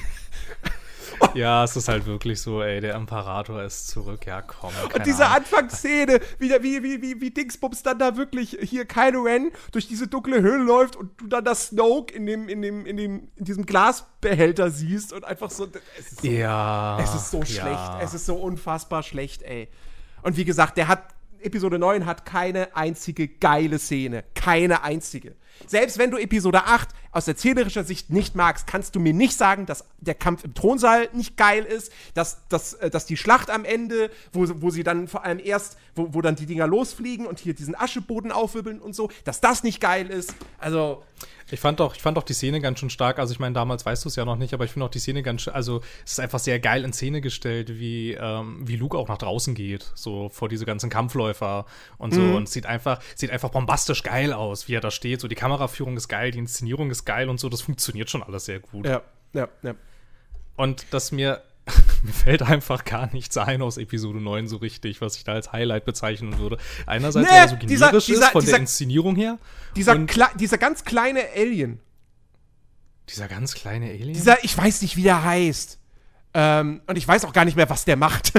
Speaker 3: Ja, es ist halt wirklich so, ey, der Imperator ist zurück, ja komm. keine
Speaker 1: Und diese
Speaker 3: Ahnung.
Speaker 1: Anfangsszene, wie, der- wie, wie, wie, wie Dingsbums dann da wirklich hier Kylo Ren durch diese dunkle Höhle läuft und du dann das Snoke in dem, in dem, in dem, in diesem Glasbehälter siehst und einfach so, es ist so,
Speaker 3: Ja.
Speaker 1: es ist so
Speaker 3: ja.
Speaker 1: schlecht, es ist so unfassbar schlecht, ey. Und wie gesagt, der hat, Episode neun hat keine einzige geile Szene, keine einzige. Selbst wenn du Episode acht aus erzählerischer Sicht nicht magst, kannst du mir nicht sagen, dass der Kampf im Thronsaal nicht geil ist, dass, dass, äh, dass die Schlacht am Ende, wo, wo sie dann vor allem erst, wo, wo dann die Dinger losfliegen und hier diesen Ascheboden aufwirbeln und so, dass das nicht geil ist. Also,
Speaker 3: Ich fand auch, ich fand auch die Szene ganz schön stark. Also ich meine, damals weißt du es ja noch nicht, aber ich finde auch die Szene ganz schön, also es ist einfach sehr geil in Szene gestellt, wie, ähm, wie Luke auch nach draußen geht, so vor diese ganzen Kampfläufer und so.
Speaker 1: Mhm.
Speaker 3: Und es sieht einfach, sieht einfach bombastisch geil aus, wie er da steht. So die Kameraführung ist geil, die Inszenierung ist geil und so. Das funktioniert schon alles sehr gut.
Speaker 1: ja, ja, ja.
Speaker 3: Und dass mir mir fällt einfach gar nichts ein aus Episode neun so richtig, was ich da als Highlight bezeichnen würde. Einerseits,
Speaker 1: Nee,
Speaker 3: weil er so generisch
Speaker 1: dieser-
Speaker 3: ist
Speaker 1: dieser-
Speaker 3: von
Speaker 1: dieser-
Speaker 3: der Inszenierung her.
Speaker 1: Dieser,
Speaker 3: und
Speaker 1: Kle- dieser ganz kleine Alien,
Speaker 3: dieser ganz kleine Alien.
Speaker 1: dieser, ich weiß nicht, wie der heißt. Ähm, und ich weiß auch gar nicht mehr, was der macht.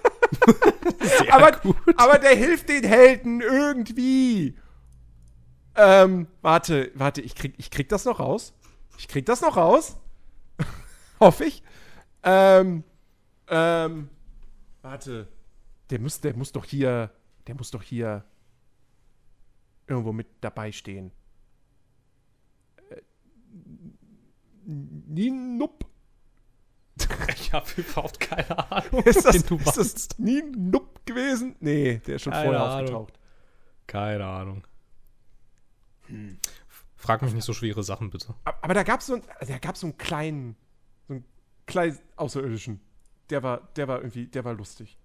Speaker 3: Sehr
Speaker 1: aber,
Speaker 3: gut.
Speaker 1: aber der hilft den Helden irgendwie. Ähm, warte, warte, ich krieg, ich krieg das noch raus. Ich krieg das noch raus. Hoffe ich. Ähm, ähm, warte. Der muss, der muss doch hier, der muss doch hier irgendwo mit dabei stehen. Äh, Ninup.
Speaker 3: Ich habe überhaupt keine Ahnung,
Speaker 1: Ist das,
Speaker 3: wen du
Speaker 1: ist
Speaker 3: meinst.
Speaker 1: das Ninup gewesen? Nee, der ist schon
Speaker 3: Keine
Speaker 1: vorher
Speaker 3: Ahnung.
Speaker 1: aufgetaucht.
Speaker 3: Keine Ahnung. Hm. Frag mich nicht so schwere Sachen, bitte.
Speaker 1: Aber da gab es so, da gab's so einen kleinen, so einen kleinen Außerirdischen. Der war, der war irgendwie, der war lustig.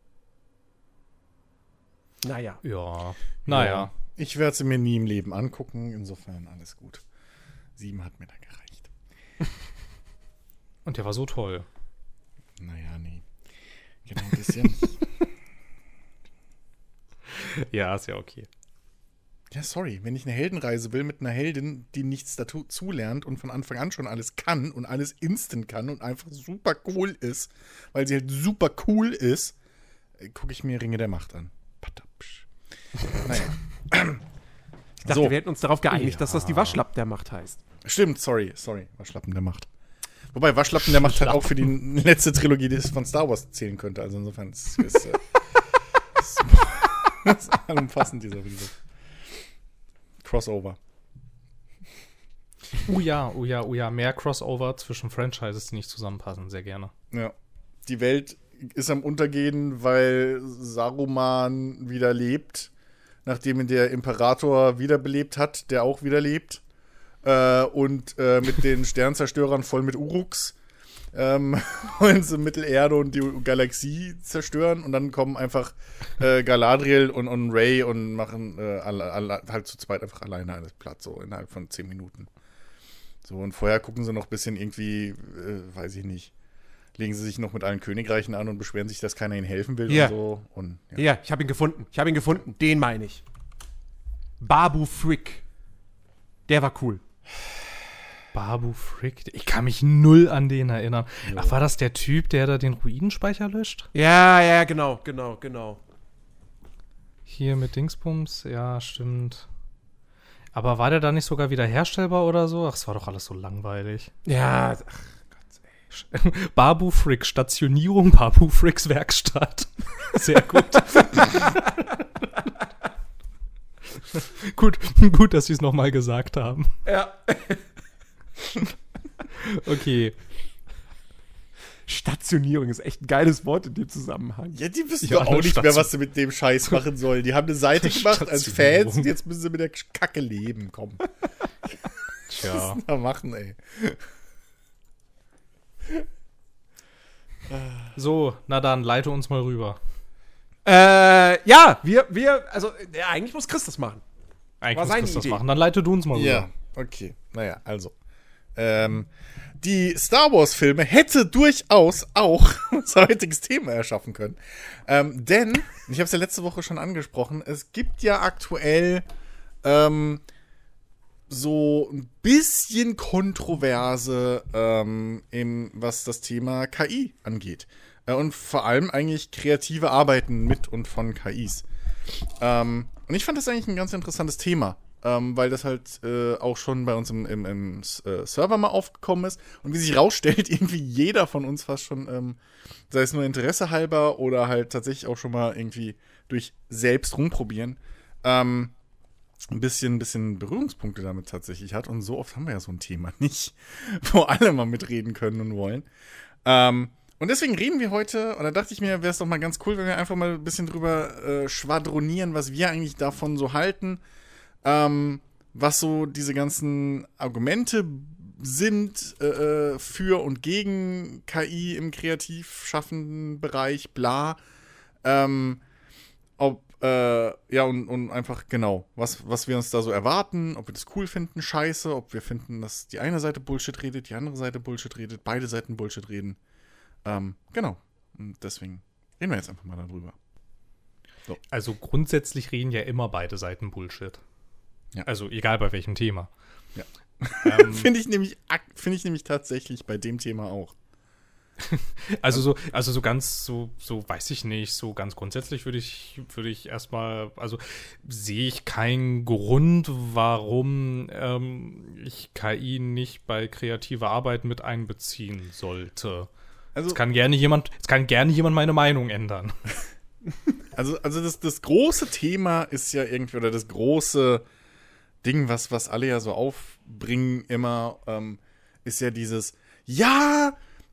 Speaker 1: Naja.
Speaker 3: Ja, naja.
Speaker 2: Ich werde sie mir nie im Leben angucken, insofern alles gut. Sieben hat mir da gereicht.
Speaker 3: Und der war so toll.
Speaker 2: Naja, nee. Genau ein bisschen.
Speaker 3: Ja, ist ja okay.
Speaker 2: Ja, sorry, wenn ich eine Heldenreise will mit einer Heldin, die nichts dazu lernt und von Anfang an schon alles kann und alles instant kann und einfach super cool ist, weil sie halt super cool ist, gucke ich mir Ringe der Macht an. Patapsch. Naja.
Speaker 1: Ich dachte,
Speaker 2: So.
Speaker 1: wir hätten uns darauf geeinigt,
Speaker 3: Ja.
Speaker 1: dass das die Waschlappen der Macht heißt.
Speaker 2: Stimmt, sorry, sorry, Waschlappen der Macht. Wobei Waschlappen der Macht halt auch für die letzte Trilogie die es von Star Wars zählen könnte. Also insofern ist es äh, ist, ist allumfassend, dieser Begriff. Crossover.
Speaker 3: Oh ja, oh ja, oh ja. Mehr Crossover zwischen Franchises, die nicht zusammenpassen. Sehr gerne.
Speaker 2: Ja. Die Welt ist am Untergehen, weil Saruman wieder lebt, nachdem ihn der Imperator wiederbelebt hat, der auch wieder lebt. Äh, und äh, mit den Sternzerstörern voll mit Uruks ähm, wollen sie Mittelerde und die Galaxie zerstören. Und dann kommen einfach äh, Galadriel und, und Rey und machen äh, alle, alle, halt zu zweit einfach alleine alles platt, so innerhalb von zehn Minuten. So, und vorher gucken sie noch ein bisschen irgendwie, äh, weiß ich nicht, legen sie sich noch mit allen Königreichen an und beschweren sich, dass keiner ihnen helfen will
Speaker 1: Ja.
Speaker 2: und so. Und, ja.
Speaker 1: Ja, ich habe ihn gefunden. Ich habe ihn gefunden. Den meine ich. Babu Frick. Der war cool.
Speaker 3: Babu Frick. Ich kann mich null an den erinnern.
Speaker 2: Jo.
Speaker 3: Ach, war das der Typ, der da den Ruinenspeicher löscht?
Speaker 1: Ja, ja, genau, genau, genau.
Speaker 3: Hier mit Dingsbums? Ja, stimmt. Aber war der da nicht sogar wieder herstellbar oder so? Ach, es war doch alles so langweilig.
Speaker 1: Ja, ach,
Speaker 3: Babu Frick, Stationierung Babu Fricks Werkstatt. Sehr gut. gut, gut, dass sie es nochmal gesagt haben.
Speaker 1: ja.
Speaker 3: Okay.
Speaker 1: Stationierung ist echt ein geiles Wort in dem Zusammenhang.
Speaker 2: Ja, die wissen
Speaker 3: Ja,
Speaker 2: doch auch nicht mehr,
Speaker 3: Station-
Speaker 2: was sie mit dem Scheiß machen sollen. Die haben eine Seite gemacht als
Speaker 3: Stationierung.
Speaker 2: Fans und jetzt müssen sie mit der Kacke leben. Komm.
Speaker 3: Tja.
Speaker 2: Da machen, ey.
Speaker 3: So, na dann, leite uns mal rüber.
Speaker 1: Äh, ja, wir, wir, also, ja, eigentlich muss Chris das machen.
Speaker 3: Eigentlich
Speaker 1: War
Speaker 3: muss
Speaker 1: seine
Speaker 3: Chris das
Speaker 1: Idee.
Speaker 3: machen. Dann leite du uns mal rüber.
Speaker 2: Ja, okay. Naja, also. Ähm, die Star Wars-Filme hätte durchaus auch unser heutiges Thema erschaffen können. Ähm, denn, ich habe es ja letzte Woche schon angesprochen, es gibt ja aktuell ähm, so ein bisschen Kontroverse, ähm, im, was das Thema K I angeht. Äh, und vor allem eigentlich kreative Arbeiten mit und von K Is. Ähm, und ich fand das eigentlich ein ganz interessantes Thema. Ähm, weil das halt äh, auch schon bei uns im, im, im äh, Server mal aufgekommen ist. Und wie sich rausstellt, irgendwie jeder von uns fast schon, ähm, sei es nur Interesse halber oder halt tatsächlich auch schon mal irgendwie durch selbst rumprobieren, ähm, ein bisschen, ein bisschen Berührungspunkte damit tatsächlich hat. Und so oft haben wir ja so ein Thema nicht, wo alle mal mitreden können und wollen. Ähm, und deswegen reden wir heute, oder dachte ich mir, wäre es doch mal ganz cool, wenn wir einfach mal ein bisschen drüber äh, schwadronieren, was wir eigentlich davon so halten. Ähm, was so diese ganzen Argumente sind äh, für und gegen K I im kreativ schaffenden Bereich, bla. Ähm, ob, äh, ja, und, und einfach genau, was, was wir uns da so erwarten, ob wir das cool finden, scheiße, ob wir finden, dass die eine Seite Bullshit redet, die andere Seite Bullshit redet, beide Seiten Bullshit reden. Ähm, genau. Und deswegen reden wir jetzt einfach mal darüber.
Speaker 3: Also grundsätzlich reden ja immer beide Seiten Bullshit.
Speaker 2: Ja.
Speaker 3: Also egal bei welchem Thema.
Speaker 2: Ja.
Speaker 3: Ähm,
Speaker 2: Finde ich, nämlich, find ich nämlich tatsächlich bei dem Thema auch.
Speaker 3: also so, also so ganz, so, so weiß ich nicht, so ganz grundsätzlich würde ich, würde ich erstmal, also sehe ich keinen Grund, warum ähm, ich K I nicht bei kreativer Arbeit mit einbeziehen sollte.
Speaker 2: Also,
Speaker 3: Es kann gerne jemand, es kann gerne jemand meine Meinung ändern.
Speaker 2: also, also das, das große Thema ist ja irgendwie, oder das große Ding, was, was alle ja so aufbringen immer, ähm, ist ja dieses, ja,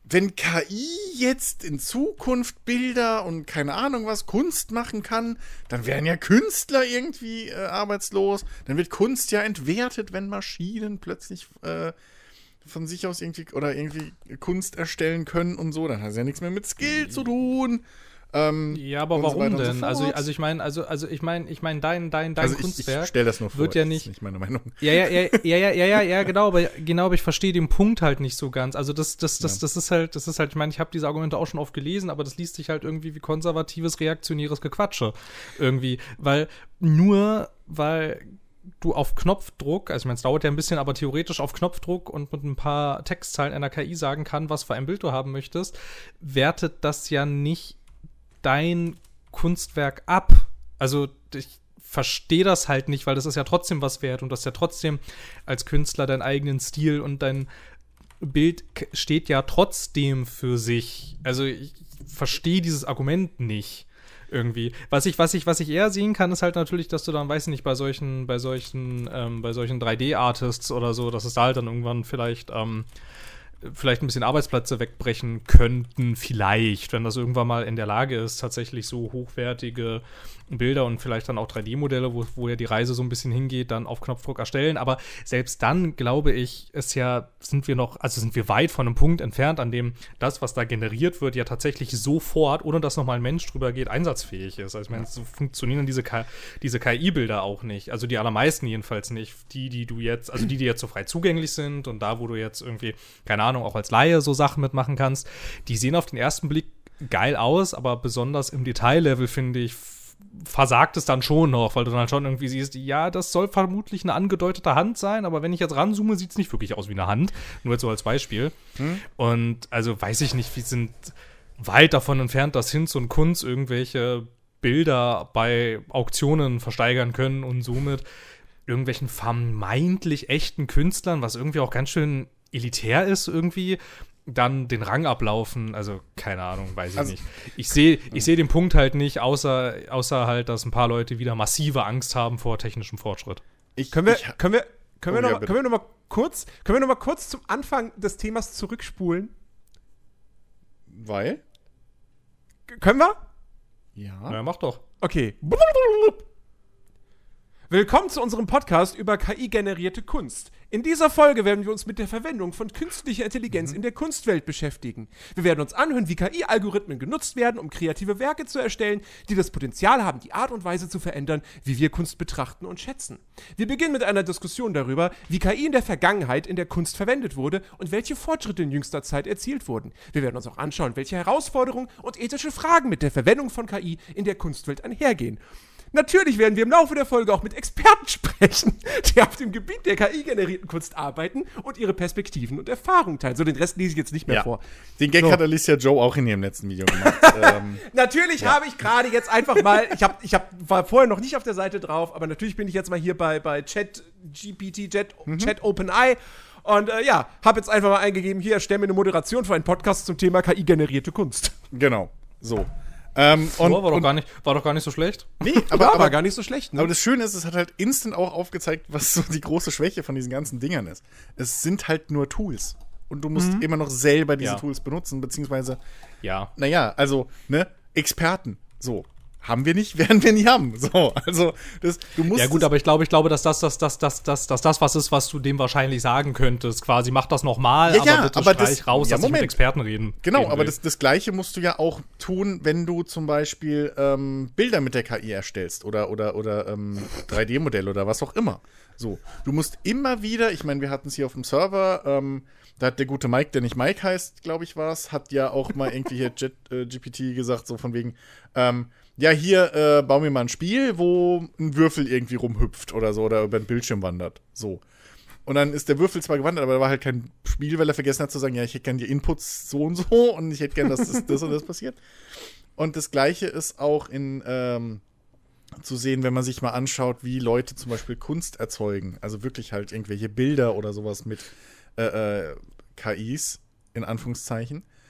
Speaker 2: wenn K I jetzt in Zukunft Bilder und keine Ahnung was, Kunst machen kann, dann wären ja Künstler irgendwie äh, arbeitslos. Dann wird Kunst ja entwertet, wenn Maschinen plötzlich äh, von sich aus irgendwie oder irgendwie Kunst erstellen können und so. Dann hat es ja nichts mehr mit Skill zu tun. Ähm,
Speaker 3: ja, aber warum so denn? So also, also ich meine, also, also ich meine, ich meine, dein, dein, dein
Speaker 2: also ich,
Speaker 3: Kunstwerk
Speaker 2: ich stell das nur vor,
Speaker 3: wird ja nicht,
Speaker 2: das ist nicht meine Meinung.
Speaker 3: Ja, ja, ja, ja, ja, ja, ja, ja, genau, aber genau, aber ich verstehe den Punkt halt nicht so ganz. Also das, das, das, ja. das ist halt, das ist halt, ich meine, ich habe diese Argumente auch schon oft gelesen, aber das liest sich halt irgendwie wie konservatives, reaktionäres Gequatsche irgendwie, weil nur, weil du auf Knopfdruck, also ich meine, es dauert ja ein bisschen, aber theoretisch auf Knopfdruck und mit ein paar Textzeilen einer K I sagen kann, was für ein Bild du haben möchtest, wertet das ja nicht dein Kunstwerk ab. Also ich verstehe das halt nicht, weil das ist ja trotzdem was wert und das ist ja trotzdem als Künstler deinen eigenen Stil und dein Bild steht ja trotzdem für sich. Also ich verstehe dieses Argument nicht irgendwie. Was ich, was ich, was ich eher sehen kann, ist halt natürlich, dass du dann, weiß ich nicht, bei solchen, bei solchen, ähm, bei solchen drei D-Artists oder so, dass es da halt dann irgendwann vielleicht ähm, vielleicht ein bisschen Arbeitsplätze wegbrechen könnten, vielleicht, wenn das irgendwann mal in der Lage ist, tatsächlich so hochwertige Bilder und vielleicht dann auch drei D-Modelle, wo, wo ja die Reise so ein bisschen hingeht, dann auf Knopfdruck erstellen. Aber selbst dann, glaube ich, ist ja, sind wir noch, also sind wir weit von einem Punkt entfernt, an dem das, was da generiert wird, ja tatsächlich sofort, ohne dass nochmal ein Mensch drüber geht, einsatzfähig ist. Also ich meine, so funktionieren diese, K- diese K I-Bilder auch nicht. Also die allermeisten jedenfalls nicht. Die, die du jetzt, also die, die jetzt so frei zugänglich sind und da, wo du jetzt irgendwie, keine Ahnung, auch als Laie so Sachen mitmachen kannst, die sehen auf den ersten Blick geil aus, aber besonders im Detaillevel, finde ich, versagt es dann schon noch, weil du dann schon irgendwie siehst, ja, das soll vermutlich eine angedeutete Hand sein, aber wenn ich jetzt ranzoome, sieht es nicht wirklich aus wie eine Hand. Nur jetzt so als Beispiel. Hm? Und also weiß ich nicht, wir sind weit davon entfernt, dass Hinz und Kunz irgendwelche Bilder bei Auktionen versteigern können und somit irgendwelchen vermeintlich echten Künstlern, was irgendwie auch ganz schön elitär ist irgendwie, dann den Rang ablaufen, also keine Ahnung, weiß ich also, nicht. Ich sehe ich seh den Punkt halt nicht, außer, außer halt, dass ein paar Leute wieder massive Angst haben vor technischem Fortschritt.
Speaker 1: Ich, können wir, ich, können wir, können oh, wir noch, ja, können wir noch mal kurz, können wir noch mal kurz zum Anfang des Themas zurückspulen?
Speaker 2: Weil?
Speaker 1: Können wir?
Speaker 2: Ja.
Speaker 3: Na ja, mach doch.
Speaker 1: Okay. Willkommen zu unserem Podcast über K I-generierte Kunst. In dieser Folge werden wir uns mit der Verwendung von künstlicher Intelligenz mhm. in der Kunstwelt beschäftigen. Wir werden uns anhören, wie K I-Algorithmen genutzt werden, um kreative Werke zu erstellen, die das Potenzial haben, die Art und Weise zu verändern, wie wir Kunst betrachten und schätzen. Wir beginnen mit einer Diskussion darüber, wie K I in der Vergangenheit in der Kunst verwendet wurde und welche Fortschritte in jüngster Zeit erzielt wurden. Wir werden uns auch anschauen, welche Herausforderungen und ethische Fragen mit der Verwendung von K I in der Kunstwelt einhergehen. Natürlich werden wir im Laufe der Folge auch mit Experten sprechen, die auf dem Gebiet der K I-generierten Kunst arbeiten und ihre Perspektiven und Erfahrungen teilen. So, den Rest lese ich jetzt nicht mehr
Speaker 2: ja.
Speaker 1: vor.
Speaker 2: Den Gag
Speaker 1: so.
Speaker 2: hat Alicia Joe auch in ihrem letzten Video gemacht. ähm,
Speaker 1: natürlich ja. habe ich gerade jetzt einfach mal, ich, hab, ich hab, war vorher noch nicht auf der Seite drauf, aber natürlich bin ich jetzt mal hier bei, bei Chat G P T, Chat, mhm. Chat OpenAI und äh, ja, habe jetzt einfach mal eingegeben, hier, erstell mir eine Moderation für einen Podcast zum Thema K I-generierte Kunst.
Speaker 2: Genau, so. Ähm, und,
Speaker 3: oh, war, doch
Speaker 2: und,
Speaker 3: gar nicht, war doch gar nicht so schlecht.
Speaker 2: Nee, aber,
Speaker 1: ja,
Speaker 2: aber
Speaker 1: war gar nicht so schlecht. Ne?
Speaker 2: Aber das Schöne ist, es hat halt instant auch aufgezeigt, was so die große Schwäche von diesen ganzen Dingern ist. Es sind halt nur Tools. Und du musst mhm. immer noch selber diese
Speaker 3: ja.
Speaker 2: Tools benutzen, beziehungsweise,
Speaker 3: ja.
Speaker 2: naja, also, ne, Experten, so. Haben wir nicht, werden wir nie haben. So, also das, du musst.
Speaker 3: Ja gut, aber ich glaube, ich glaube, dass das, dass das, dass das, dass das was ist, was du dem wahrscheinlich sagen könntest. Quasi, mach das nochmal,
Speaker 2: ja, ja,
Speaker 3: aber bitte
Speaker 2: aber
Speaker 3: streich
Speaker 2: das,
Speaker 3: raus,
Speaker 2: ja,
Speaker 3: dass
Speaker 2: Moment.
Speaker 3: ich mit Experten reden.
Speaker 2: Genau, aber das, das Gleiche musst du ja auch tun, wenn du zum Beispiel ähm, Bilder mit der K I erstellst oder oder oder ähm, drei D-Modelle oder was auch immer. So, du musst immer wieder. Ich meine, wir hatten es hier auf dem Server. Ähm, Da hat der gute Mike, der nicht Mike heißt, glaube ich, war es, hat ja auch mal irgendwie hier Jet, äh, G P T gesagt, so von wegen, ähm, ja, hier, äh, bau mir mal ein Spiel, wo ein Würfel irgendwie rumhüpft oder so oder über den Bildschirm wandert. So. Und dann ist der Würfel zwar gewandert, aber da war halt kein Spiel, weil er vergessen hat zu sagen, ja, ich hätte gern die Inputs so und so und ich hätte gern, dass das, das und das passiert. Und das Gleiche ist auch in, ähm, zu sehen, wenn man sich mal anschaut, wie Leute zum Beispiel Kunst erzeugen. Also wirklich halt irgendwelche Bilder oder sowas mit äh, äh, K Is, in Anführungszeichen.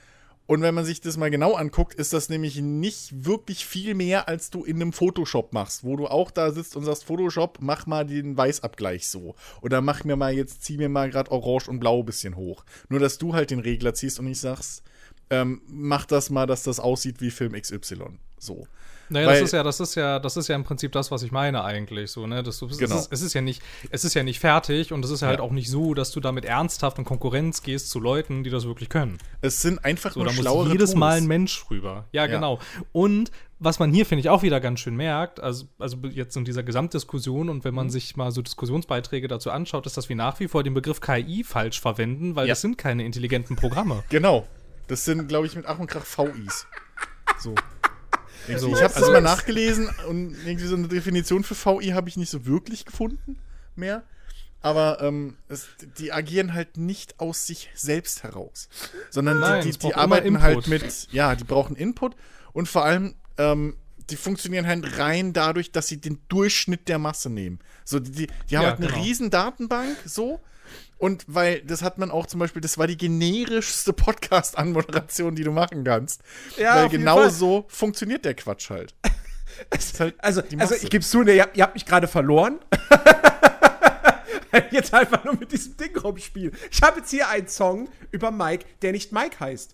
Speaker 2: Und wenn man sich das mal genau anguckt, ist das nämlich nicht wirklich viel mehr, als du in einem Photoshop machst, wo du auch da sitzt und sagst, Photoshop, mach mal den Weißabgleich so. Oder mach mir mal jetzt, zieh mir mal gerade Orange und Blau ein bisschen hoch. Nur, dass du halt den Regler ziehst und nicht sagst, ähm, mach das mal, dass das aussieht wie Film X Y. So.
Speaker 3: Naja,
Speaker 2: Weil,
Speaker 3: das ist ja, das ist ja, das ist ja im Prinzip das, was ich meine eigentlich, so, ne, dass du, es,
Speaker 2: Genau.
Speaker 3: ist, es ist ja nicht, es ist ja nicht fertig und es ist ja halt
Speaker 2: Ja.
Speaker 3: auch nicht so, dass du damit ernsthaft in Konkurrenz gehst zu Leuten, die das wirklich können.
Speaker 2: Es sind einfach
Speaker 3: So,
Speaker 2: nur
Speaker 3: da muss
Speaker 2: schlauere
Speaker 3: jedes
Speaker 2: Tools.
Speaker 3: Mal ein Mensch rüber. Ja,
Speaker 2: Ja.
Speaker 3: genau. Und was man hier, finde ich, auch wieder ganz schön merkt, also, also jetzt in dieser Gesamtdiskussion und wenn man
Speaker 2: Mhm.
Speaker 3: sich mal so Diskussionsbeiträge dazu anschaut, ist, dass wir nach wie vor den Begriff K I falsch verwenden, weil
Speaker 2: Ja.
Speaker 3: das sind keine intelligenten Programme.
Speaker 2: Genau. Das sind, glaube ich, mit Ach und Krach V Is. So.
Speaker 3: Also,
Speaker 2: ich habe das
Speaker 3: also-
Speaker 2: mal nachgelesen und irgendwie so eine Definition für V I habe ich nicht so wirklich gefunden mehr. Aber ähm, es, die agieren halt nicht aus sich selbst heraus. Sondern
Speaker 3: Nein,
Speaker 2: die,
Speaker 3: es
Speaker 2: die, die
Speaker 3: braucht immer
Speaker 2: arbeiten halt
Speaker 3: Input.
Speaker 2: mit, ja, die brauchen Input und vor allem, ähm, die funktionieren halt rein dadurch, dass sie den Durchschnitt der Masse nehmen. So, die, die, die haben
Speaker 3: Ja,
Speaker 2: halt eine
Speaker 3: genau.
Speaker 2: riesen Datenbank, so. Und weil, das hat man auch zum Beispiel, das war die generischste Podcast-Anmoderation, die du machen kannst.
Speaker 1: Ja,
Speaker 2: weil
Speaker 1: auf jeden
Speaker 2: genau
Speaker 1: Fall.
Speaker 2: so funktioniert der Quatsch halt. Das ist halt
Speaker 1: Also,
Speaker 2: die
Speaker 1: also
Speaker 2: Masse.
Speaker 1: ich gebe zu, ne, ihr, habt- ihr habt mich gerade verloren. Weil ich jetzt einfach nur mit diesem Ding rumspiele. Ich habe jetzt hier einen Song über Mike, der nicht Mike heißt.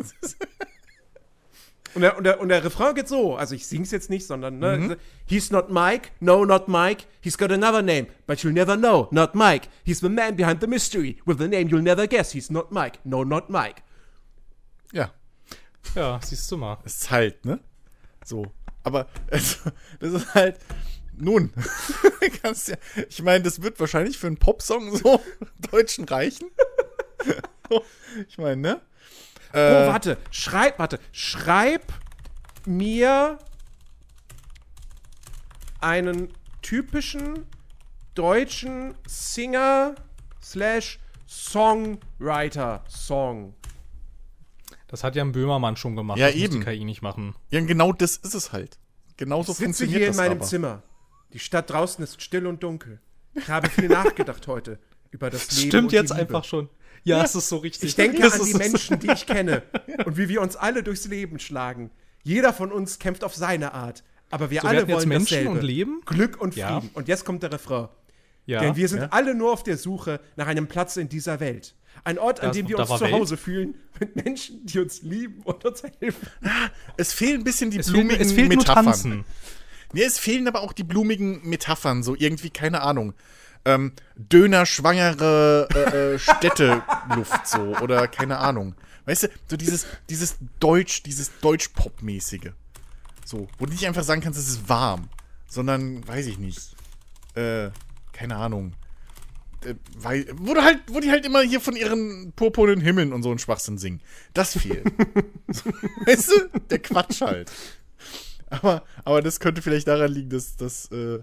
Speaker 1: Und der, und, der, und der Refrain geht so, also ich sing's jetzt nicht, sondern, ne,
Speaker 2: Mhm.
Speaker 1: He's not Mike, no, not Mike, he's got another name, but you'll never know, not Mike. He's the man behind the mystery, with the name you'll never guess, he's not Mike, no, not Mike.
Speaker 2: Ja,
Speaker 3: Ja, siehst du mal.
Speaker 2: ist halt, ne? So. Aber also, das ist halt. Nun, kannst ja. Ich meine, das wird wahrscheinlich für einen Popsong so Deutschen reichen. So, ich meine, ne?
Speaker 1: Oh,
Speaker 2: Äh,
Speaker 1: warte, schreib, warte, schreib mir einen typischen deutschen Singer slash Songwriter Song.
Speaker 3: Das hat Jan Böhmermann schon gemacht.
Speaker 2: Ja,
Speaker 3: das muss
Speaker 2: eben.
Speaker 3: die K I nicht machen.
Speaker 2: Ja, genau das ist es halt. Genauso
Speaker 1: Ich sitze
Speaker 2: funktioniert
Speaker 1: hier in
Speaker 2: das
Speaker 1: meinem
Speaker 2: aber.
Speaker 1: Zimmer. Die Stadt draußen ist still und dunkel. Ich habe viel nachgedacht heute über das Leben
Speaker 3: Stimmt
Speaker 1: und
Speaker 3: jetzt
Speaker 1: die Liebe.
Speaker 3: einfach schon. Ja, es ist so richtig.
Speaker 1: Ich denke
Speaker 3: Das
Speaker 1: an die
Speaker 3: ist-
Speaker 1: Menschen, die ich kenne und wie wir uns alle durchs Leben schlagen. Jeder von uns kämpft auf seine Art, aber wir
Speaker 3: So, wir
Speaker 1: alle
Speaker 3: hatten jetzt
Speaker 1: wollen
Speaker 3: Menschen
Speaker 1: dasselbe.
Speaker 3: und Leben?
Speaker 1: Glück und
Speaker 3: Ja.
Speaker 1: Frieden. Und jetzt kommt der Refrain.
Speaker 3: Ja.
Speaker 1: Denn wir sind
Speaker 2: ja.
Speaker 1: alle nur auf der Suche nach einem Platz in dieser Welt. Ein Ort, an
Speaker 3: Das-
Speaker 1: dem wir
Speaker 3: da
Speaker 1: uns
Speaker 3: war
Speaker 1: zu
Speaker 3: Welt?
Speaker 1: Hause fühlen, mit Menschen, die uns lieben und uns helfen.
Speaker 2: Es fehlen ein bisschen die
Speaker 3: es, fehlt,
Speaker 2: blumigen
Speaker 3: es fehlt nur
Speaker 2: Metaphern.
Speaker 3: Tanzen.
Speaker 2: Nee, es fehlen aber auch die blumigen Metaphern, so irgendwie, keine Ahnung. Ähm, Döner schwangere äh, äh, Städteluft so oder keine Ahnung. Weißt du, so dieses, dieses Deutsch, dieses Deutsch-Pop-mäßige. So, wo du nicht einfach sagen kannst, es ist warm, sondern, weiß ich nicht, äh, keine Ahnung. Äh, weil, wo, du halt, wo die halt immer hier von ihren purpurnen Himmeln und so einen Schwachsinn singen. Das fehlt. So, weißt du, der Quatsch halt. Aber, aber das könnte vielleicht daran liegen, dass das äh,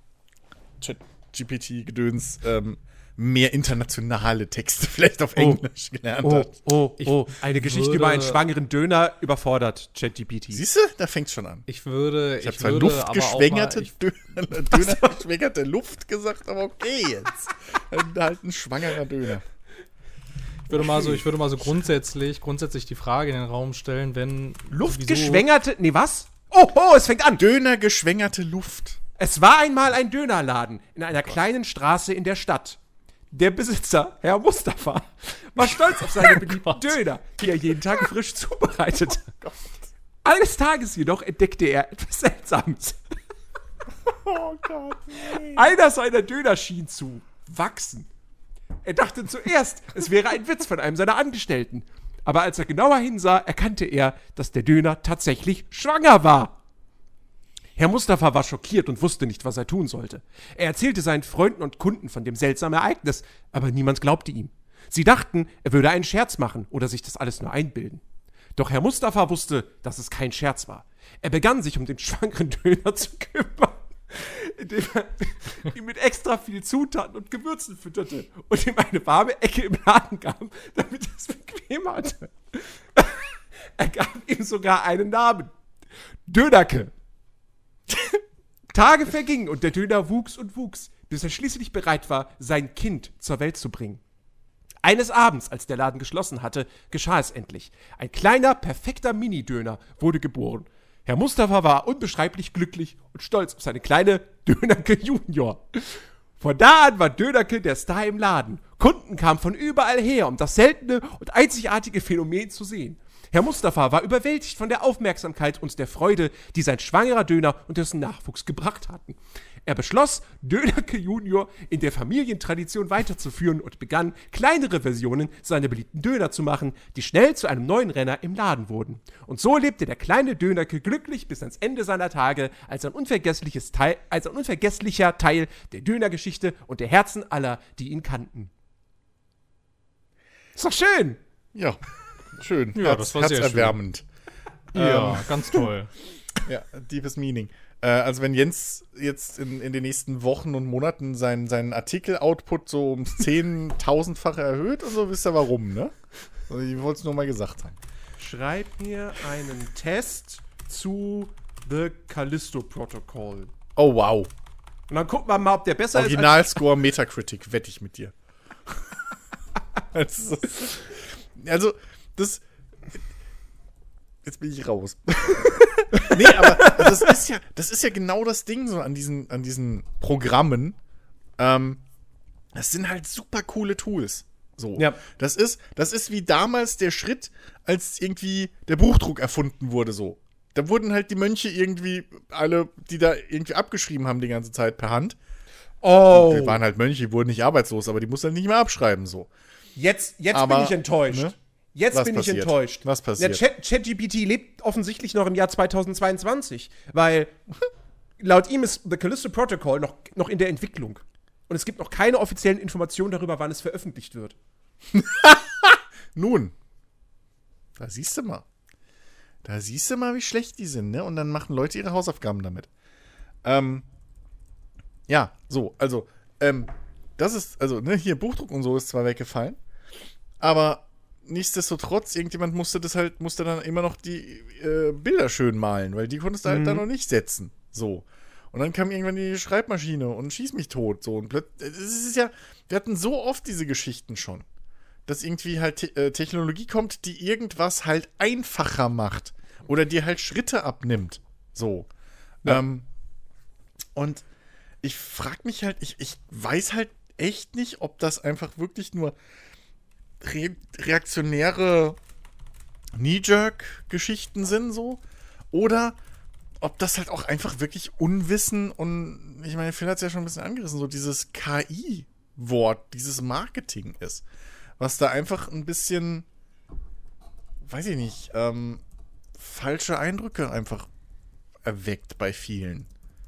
Speaker 2: Chat-G P T-Gedöns ähm, mehr internationale Texte vielleicht auf Englisch gelernt
Speaker 1: Oh,
Speaker 2: hat.
Speaker 1: oh, oh. Eine Geschichte
Speaker 3: würde-
Speaker 1: über einen schwangeren Döner überfordert ChatGPT.
Speaker 2: Siehst du? Da fängt's schon an.
Speaker 3: Ich würde,
Speaker 2: Ich
Speaker 3: ich,
Speaker 2: habe zwar
Speaker 3: würde aber auch
Speaker 2: luftgeschwängerte
Speaker 3: mal, ich,
Speaker 2: Döner, Döner geschwängerte Luft gesagt, aber okay jetzt. Dann halt ein schwangerer Döner.
Speaker 3: ich würde mal so, ich würde mal so grundsätzlich, grundsätzlich die Frage in den Raum stellen, wenn
Speaker 1: Luftgeschwängerte. Nee, was? Oh, oh, es fängt an.
Speaker 2: Döner geschwängerte Luft.
Speaker 1: Es war einmal ein Dönerladen in einer kleinen Straße in der Stadt. Der Besitzer, Herr Mustafa, war stolz auf seine beliebten Döner, die er jeden Tag frisch zubereitete. Eines Tages jedoch entdeckte er etwas Seltsames.
Speaker 2: Oh Gott, nee.
Speaker 1: Einer seiner Döner schien zu wachsen. Er dachte zuerst, es wäre ein Witz von einem seiner Angestellten. Aber als er genauer hinsah, erkannte er, dass der Döner tatsächlich schwanger war. Herr Mustafa war schockiert und wusste nicht, was er tun sollte. Er erzählte seinen Freunden und Kunden von dem seltsamen Ereignis, aber niemand glaubte ihm. Sie dachten, er würde einen Scherz machen oder sich das alles nur einbilden. Doch Herr Mustafa wusste, dass es kein Scherz war. Er begann sich um den schwangeren Döner zu kümmern, indem er ihn mit extra viel Zutaten und Gewürzen fütterte und ihm eine warme Ecke im Laden gab, damit er es bequem hatte. Er gab ihm sogar einen Namen. Dönerke. Tage vergingen und der Döner wuchs und wuchs, bis er schließlich bereit war, sein Kind zur Welt zu bringen. Eines Abends, als der Laden geschlossen hatte, geschah es endlich. Ein kleiner, perfekter Mini-Döner wurde geboren. Herr Mustafa war unbeschreiblich glücklich und stolz auf seine kleine Dönerke Junior. Von da an war Dönerke der Star im Laden. Kunden kamen von überall her, um das seltene und einzigartige Phänomen zu sehen. Herr Mustafa war überwältigt von der Aufmerksamkeit und der Freude, die sein schwangerer Döner und dessen Nachwuchs gebracht hatten. Er beschloss, Dönerke Junior in der Familientradition weiterzuführen und begann, kleinere Versionen seiner beliebten Döner zu machen, die schnell zu einem neuen Renner im Laden wurden. Und so lebte der kleine Dönerke glücklich bis ans Ende seiner Tage als ein unvergessliches Teil, als ein unvergesslicher Teil der Dönergeschichte und der Herzen aller, die ihn kannten. Ist doch schön!
Speaker 2: Ja, schön.
Speaker 3: Ja, das war sehr
Speaker 2: herzerwärmend.
Speaker 3: Ja,
Speaker 2: Ähm,
Speaker 3: ganz toll.
Speaker 2: Ja, deepes Meaning. Äh, also wenn Jens jetzt in, in den nächsten Wochen und Monaten seinen, seinen Artikel-Output so um zehntausendfache erhöht und so, wisst ihr warum, ne? Also ich wollte es nur mal gesagt haben.
Speaker 1: Schreib mir einen Test zu The Callisto Protocol.
Speaker 2: Oh, wow.
Speaker 1: Und dann gucken wir mal, ob der besser ist.
Speaker 2: Originalscore Metacritic, wette ich mit dir. also, also, das... Jetzt bin ich raus. Nee, aber das ist ja, das ist ja genau das Ding so an diesen, an diesen Programmen. Ähm, das sind halt super coole Tools. So.
Speaker 1: Ja.
Speaker 2: Das ist, das ist wie damals der Schritt, als irgendwie der Buchdruck erfunden wurde, so. Da wurden halt die Mönche irgendwie, alle, die da irgendwie abgeschrieben haben die ganze Zeit per Hand.
Speaker 1: Oh.
Speaker 2: Die waren halt Mönche, die wurden nicht arbeitslos, aber die mussten halt nicht mehr abschreiben, so.
Speaker 1: Jetzt, jetzt
Speaker 2: Aber,
Speaker 1: bin ich enttäuscht.
Speaker 2: ne?
Speaker 1: Jetzt
Speaker 2: Was
Speaker 1: bin
Speaker 2: passiert?
Speaker 1: ich enttäuscht.
Speaker 2: Was passiert?
Speaker 1: Der Chat- ChatGPT lebt offensichtlich noch im Jahr zweitausendzweiundzwanzig, weil laut ihm ist The Callisto Protocol noch, noch in der Entwicklung. Und es gibt noch keine offiziellen Informationen darüber, wann es veröffentlicht wird.
Speaker 2: Nun, da siehst du mal. Da siehst du mal, wie schlecht die sind, ne? Und dann machen Leute ihre Hausaufgaben damit. Ähm, ja, so, also, ähm, das ist, also, ne, hier Buchdruck und so ist zwar weggefallen, aber nichtsdestotrotz, irgendjemand musste das halt, musste dann immer noch die äh, Bilder schön malen, weil die konntest du halt
Speaker 1: Mhm.
Speaker 2: dann noch nicht setzen. So. Und dann kam irgendwann die Schreibmaschine und schieß mich tot. So. Und plötzlich, es ist ja, wir hatten so oft diese Geschichten schon, dass irgendwie halt te äh, Technologie kommt, die irgendwas halt einfacher macht. Oder dir halt Schritte abnimmt. So.
Speaker 1: Ja.
Speaker 2: Ähm, und ich frag mich halt, ich, ich weiß halt echt nicht, ob das einfach wirklich nur re reaktionäre Knee-Jerk-Geschichten sind, so. Oder ob das halt auch einfach wirklich Unwissen und, ich meine, Phil hat es ja schon ein bisschen angerissen, so dieses K I-Wort, dieses Marketing ist. Was da einfach ein bisschen, weiß ich nicht, ähm, falsche Eindrücke einfach erweckt bei vielen.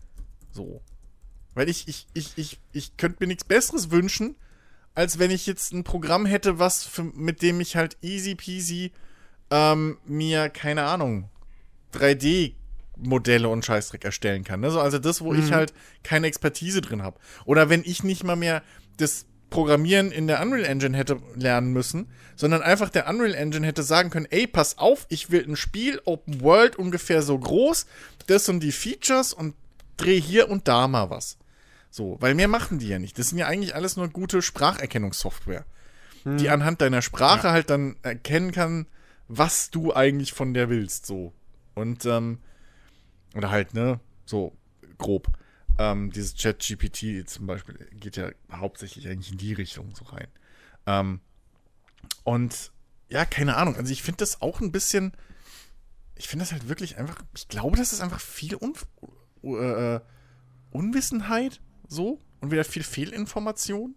Speaker 2: So. Weil ich, ich, ich, ich, ich könnte mir nichts Besseres wünschen, als wenn ich jetzt ein Programm hätte, was für, mit dem ich halt easy peasy ähm, mir, keine Ahnung, drei D-Modelle und Scheißdreck erstellen kann. Ne? So, also das, wo
Speaker 1: Mhm.
Speaker 2: ich halt keine Expertise drin habe. Oder wenn ich nicht mal mehr das Programmieren in der Unreal Engine hätte lernen müssen, sondern einfach der Unreal Engine hätte sagen können, ey, pass auf, ich will ein Spiel, Open World, ungefähr so groß, das sind die Features und dreh hier und da mal was. So, weil mehr machen die ja nicht. Das sind ja eigentlich alles nur gute Spracherkennungssoftware, hm. die anhand deiner Sprache ja. halt dann erkennen kann, was du eigentlich von der willst, so. Und, ähm, oder halt, ne, so grob. Ähm, dieses ChatGPT zum Beispiel geht ja hauptsächlich eigentlich in die Richtung so rein. Ähm, und, ja, keine Ahnung. Also ich finde das auch ein bisschen, ich finde das halt wirklich einfach, ich glaube, das ist einfach viel Unf äh, Unwissenheit, so, und wieder viel Fehlinformation.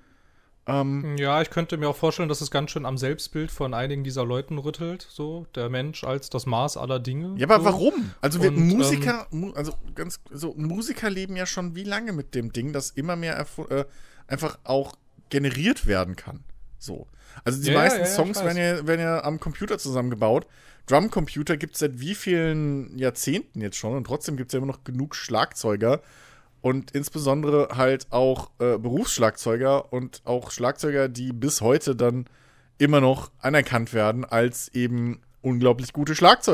Speaker 2: Ähm,
Speaker 3: ja, ich könnte mir auch vorstellen, dass es ganz schön am Selbstbild von einigen dieser Leuten rüttelt, so, der Mensch als das Maß aller Dinge.
Speaker 2: Ja, aber
Speaker 3: so.
Speaker 2: warum? Also wir
Speaker 3: Und,
Speaker 2: Musiker, ähm, mu also ganz, so Musiker leben ja schon wie lange mit dem Ding, dass immer mehr äh, einfach auch generiert werden kann. So. Also die
Speaker 3: ja,
Speaker 2: meisten
Speaker 3: ja, ja,
Speaker 2: Songs werden ja, werden ja am Computer zusammengebaut. Drumcomputer gibt es seit wie vielen Jahrzehnten jetzt schon und trotzdem gibt es ja immer noch genug Schlagzeuger und insbesondere halt auch äh, Berufsschlagzeuger und auch Schlagzeuger, die bis heute dann immer noch anerkannt werden als eben unglaublich gute Schlagzeuger.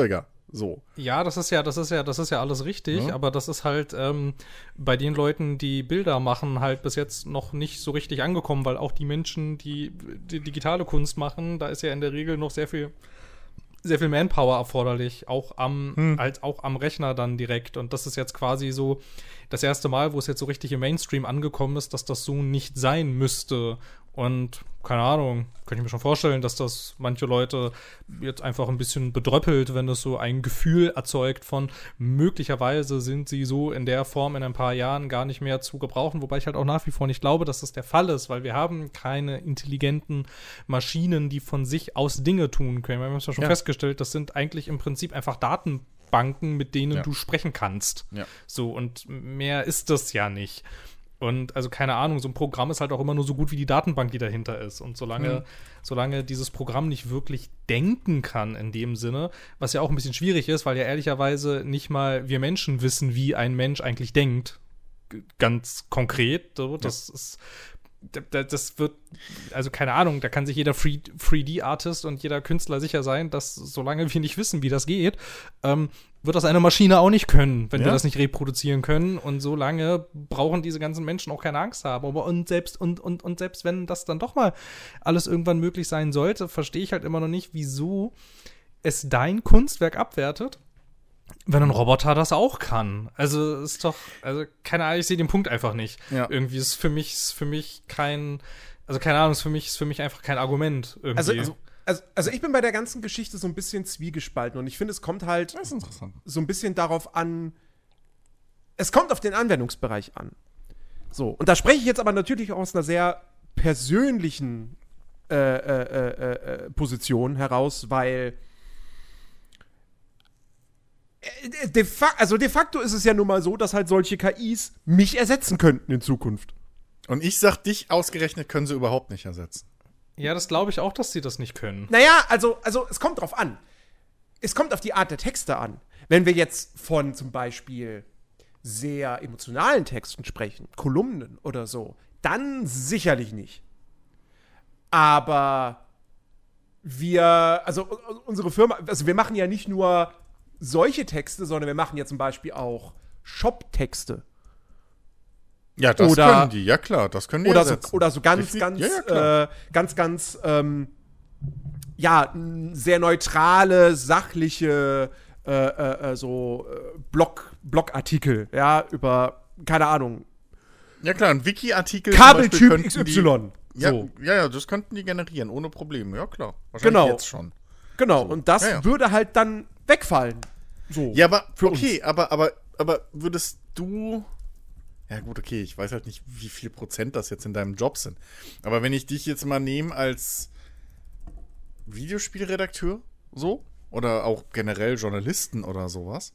Speaker 2: So.
Speaker 3: Ja, das ist ja, das ist ja, das ist ja alles richtig,
Speaker 2: Ja.
Speaker 3: aber das ist halt ähm, bei den Leuten, die Bilder machen, halt bis jetzt noch nicht so richtig angekommen, weil auch die Menschen, die, die digitale Kunst machen, da ist ja in der Regel noch sehr viel, sehr viel Manpower erforderlich, auch am,
Speaker 2: Hm.
Speaker 3: halt auch am Rechner dann direkt. Und das ist jetzt quasi so das erste Mal, wo es jetzt so richtig im Mainstream angekommen ist, dass das so nicht sein müsste. Und keine Ahnung, könnte ich mir schon vorstellen, dass das manche Leute jetzt einfach ein bisschen bedröppelt, wenn es so ein Gefühl erzeugt von möglicherweise sind sie so in der Form in ein paar Jahren gar nicht mehr zu gebrauchen, wobei ich halt auch nach wie vor nicht glaube, dass das der Fall ist, weil wir haben keine intelligenten Maschinen, die von sich aus Dinge tun können. Wir haben es ja schon
Speaker 2: Ja.
Speaker 3: festgestellt, das sind eigentlich im Prinzip einfach Datenbanken, mit denen
Speaker 2: Ja.
Speaker 3: du sprechen kannst.
Speaker 2: Ja.
Speaker 3: So, und mehr ist das ja nicht. Und also keine Ahnung, so ein Programm ist halt auch immer nur so gut wie die Datenbank, die dahinter ist. Und solange,
Speaker 2: Mhm.
Speaker 3: solange dieses Programm nicht wirklich denken kann in dem Sinne, was ja auch ein bisschen schwierig ist, weil ja ehrlicherweise nicht mal wir Menschen wissen, wie ein Mensch eigentlich denkt. G- Ganz konkret. So, das ist d- d- das wird, also keine Ahnung, da kann sich jeder drei D-Artist und jeder Künstler sicher sein, dass solange wir nicht wissen, wie das geht, ähm, wird das eine Maschine auch nicht können, wenn
Speaker 2: Ja.
Speaker 3: wir das nicht reproduzieren können. Und solange brauchen diese ganzen Menschen auch keine Angst haben. Aber und selbst, und, und, und selbst wenn das dann doch mal alles irgendwann möglich sein sollte, verstehe ich halt immer noch nicht, wieso es dein Kunstwerk abwertet, wenn ein Roboter das auch kann. Also ist doch, also keine Ahnung, ich sehe den Punkt einfach nicht.
Speaker 2: Ja.
Speaker 3: Irgendwie ist für mich, ist für mich kein, also keine Ahnung, ist für mich, ist für mich einfach kein Argument irgendwie.
Speaker 1: Also, also, also, also ich bin bei der ganzen Geschichte so ein bisschen zwiegespalten und ich finde, es kommt halt
Speaker 2: Das ist interessant.
Speaker 1: so ein bisschen darauf an, es kommt auf den Anwendungsbereich an. So, und da spreche ich jetzt aber natürlich auch aus einer sehr persönlichen äh, äh, äh, äh, Position heraus, weil äh, de, fa- also de facto ist es ja nun mal so, dass halt solche K Is mich ersetzen könnten in Zukunft.
Speaker 2: Und ich sag, dich ausgerechnet können sie überhaupt nicht ersetzen.
Speaker 3: ja, das glaube ich auch, dass sie das nicht können.
Speaker 1: Naja, also, also es kommt drauf an. Es kommt auf die Art der Texte an. Wenn wir jetzt von zum Beispiel sehr emotionalen Texten sprechen, Kolumnen oder so, dann sicherlich nicht. Aber wir, also unsere Firma, also wir machen ja nicht nur solche Texte, sondern wir machen ja zum Beispiel auch Shop-Texte.
Speaker 2: Ja, das
Speaker 1: Oder-
Speaker 2: können die, ja klar, das können die
Speaker 1: Oder so,
Speaker 2: ersetzen.
Speaker 1: oder so ganz,
Speaker 2: Definitiv.
Speaker 1: ganz,
Speaker 2: Ja, ja, klar.
Speaker 1: äh, ganz, ganz, ähm, ja, n- sehr neutrale, sachliche, äh, äh, äh, so äh, Blog, Blogartikel, ja, über, keine Ahnung,
Speaker 2: Ja klar, ein Wiki-Artikel zum Beispiel
Speaker 1: Kabeltyp
Speaker 2: könnten
Speaker 1: X
Speaker 2: die-
Speaker 1: Y.
Speaker 2: Ja,
Speaker 1: So,
Speaker 2: ja, ja, das könnten die generieren, ohne Probleme. Ja, klar. Wahrscheinlich
Speaker 1: Genau.
Speaker 2: jetzt schon.
Speaker 1: genau. Und das
Speaker 2: Ja, ja.
Speaker 1: würde halt dann wegfallen. So.
Speaker 2: Ja, aber,
Speaker 1: Für
Speaker 2: okay, aber, aber, aber würdest du. Ja, gut, okay, ich weiß halt nicht, wie viel Prozent das jetzt in deinem Job sind. Aber wenn ich dich jetzt mal nehme als Videospielredakteur, so, oder auch generell Journalisten oder sowas,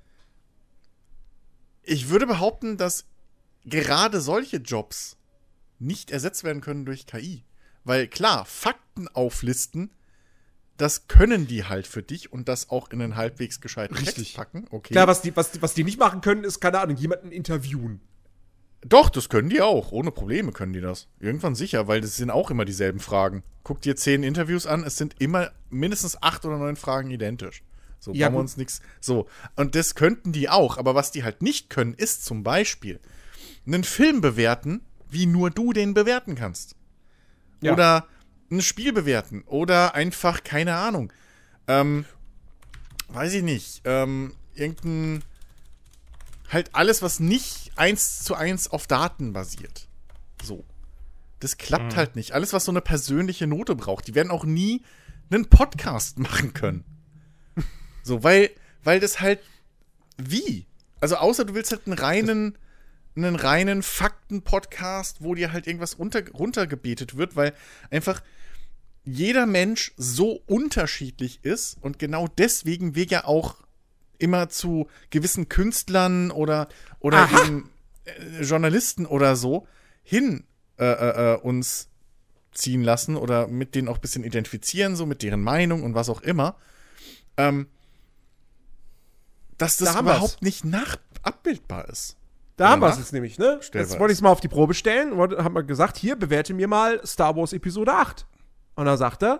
Speaker 2: ich würde behaupten, dass gerade solche Jobs nicht ersetzt werden können durch K I. Weil klar, Fakten auflisten, das können die halt für dich und das auch in einen halbwegs gescheiten
Speaker 1: Richtig.
Speaker 2: Text packen. Okay.
Speaker 1: Klar, was die, was, die, was die nicht machen können, ist, keine Ahnung, jemanden interviewen.
Speaker 2: Doch, das können die auch. Ohne Probleme können die das. Irgendwann sicher, weil das sind auch immer dieselben Fragen. Guck dir zehn Interviews an, es sind immer mindestens acht oder neun Fragen identisch. So,
Speaker 1: Ja,
Speaker 2: brauchen wir
Speaker 1: gut.
Speaker 2: uns nichts. So, und das könnten die auch. Aber was die halt nicht können, ist zum Beispiel einen Film bewerten, wie nur du den bewerten kannst.
Speaker 1: Ja.
Speaker 2: Oder ein Spiel bewerten. Oder einfach, keine Ahnung. Ähm, weiß ich nicht. Ähm, irgendein. Halt alles, was nicht eins zu eins auf Daten basiert. So. Das klappt
Speaker 3: Mhm.
Speaker 2: halt nicht. Alles, was so eine persönliche Note braucht, die werden auch nie einen Podcast machen können. So, weil, weil das halt. Wie? Also, außer du willst halt einen reinen, einen reinen Fakten-Podcast, wo dir halt irgendwas runter, runtergebetet wird, weil einfach jeder Mensch so unterschiedlich ist und genau deswegen wir ja auch immer zu gewissen Künstlern oder, oder
Speaker 1: Aha.
Speaker 2: eben äh, Journalisten oder so hin äh, äh, äh, uns ziehen lassen oder mit denen auch ein bisschen identifizieren, so mit deren Meinung und was auch immer, ähm, dass das
Speaker 1: Da haben wir's.
Speaker 2: überhaupt nicht nachabbildbar ist.
Speaker 1: Da haben wir es
Speaker 2: Danach
Speaker 1: jetzt nämlich, ne?
Speaker 2: stellbar
Speaker 1: Jetzt wollte ich
Speaker 2: ist.
Speaker 1: es mal auf die Probe stellen. Wollte- Haben wir gesagt, hier, bewerte mir mal Star Wars Episode acht. Und da sagt er,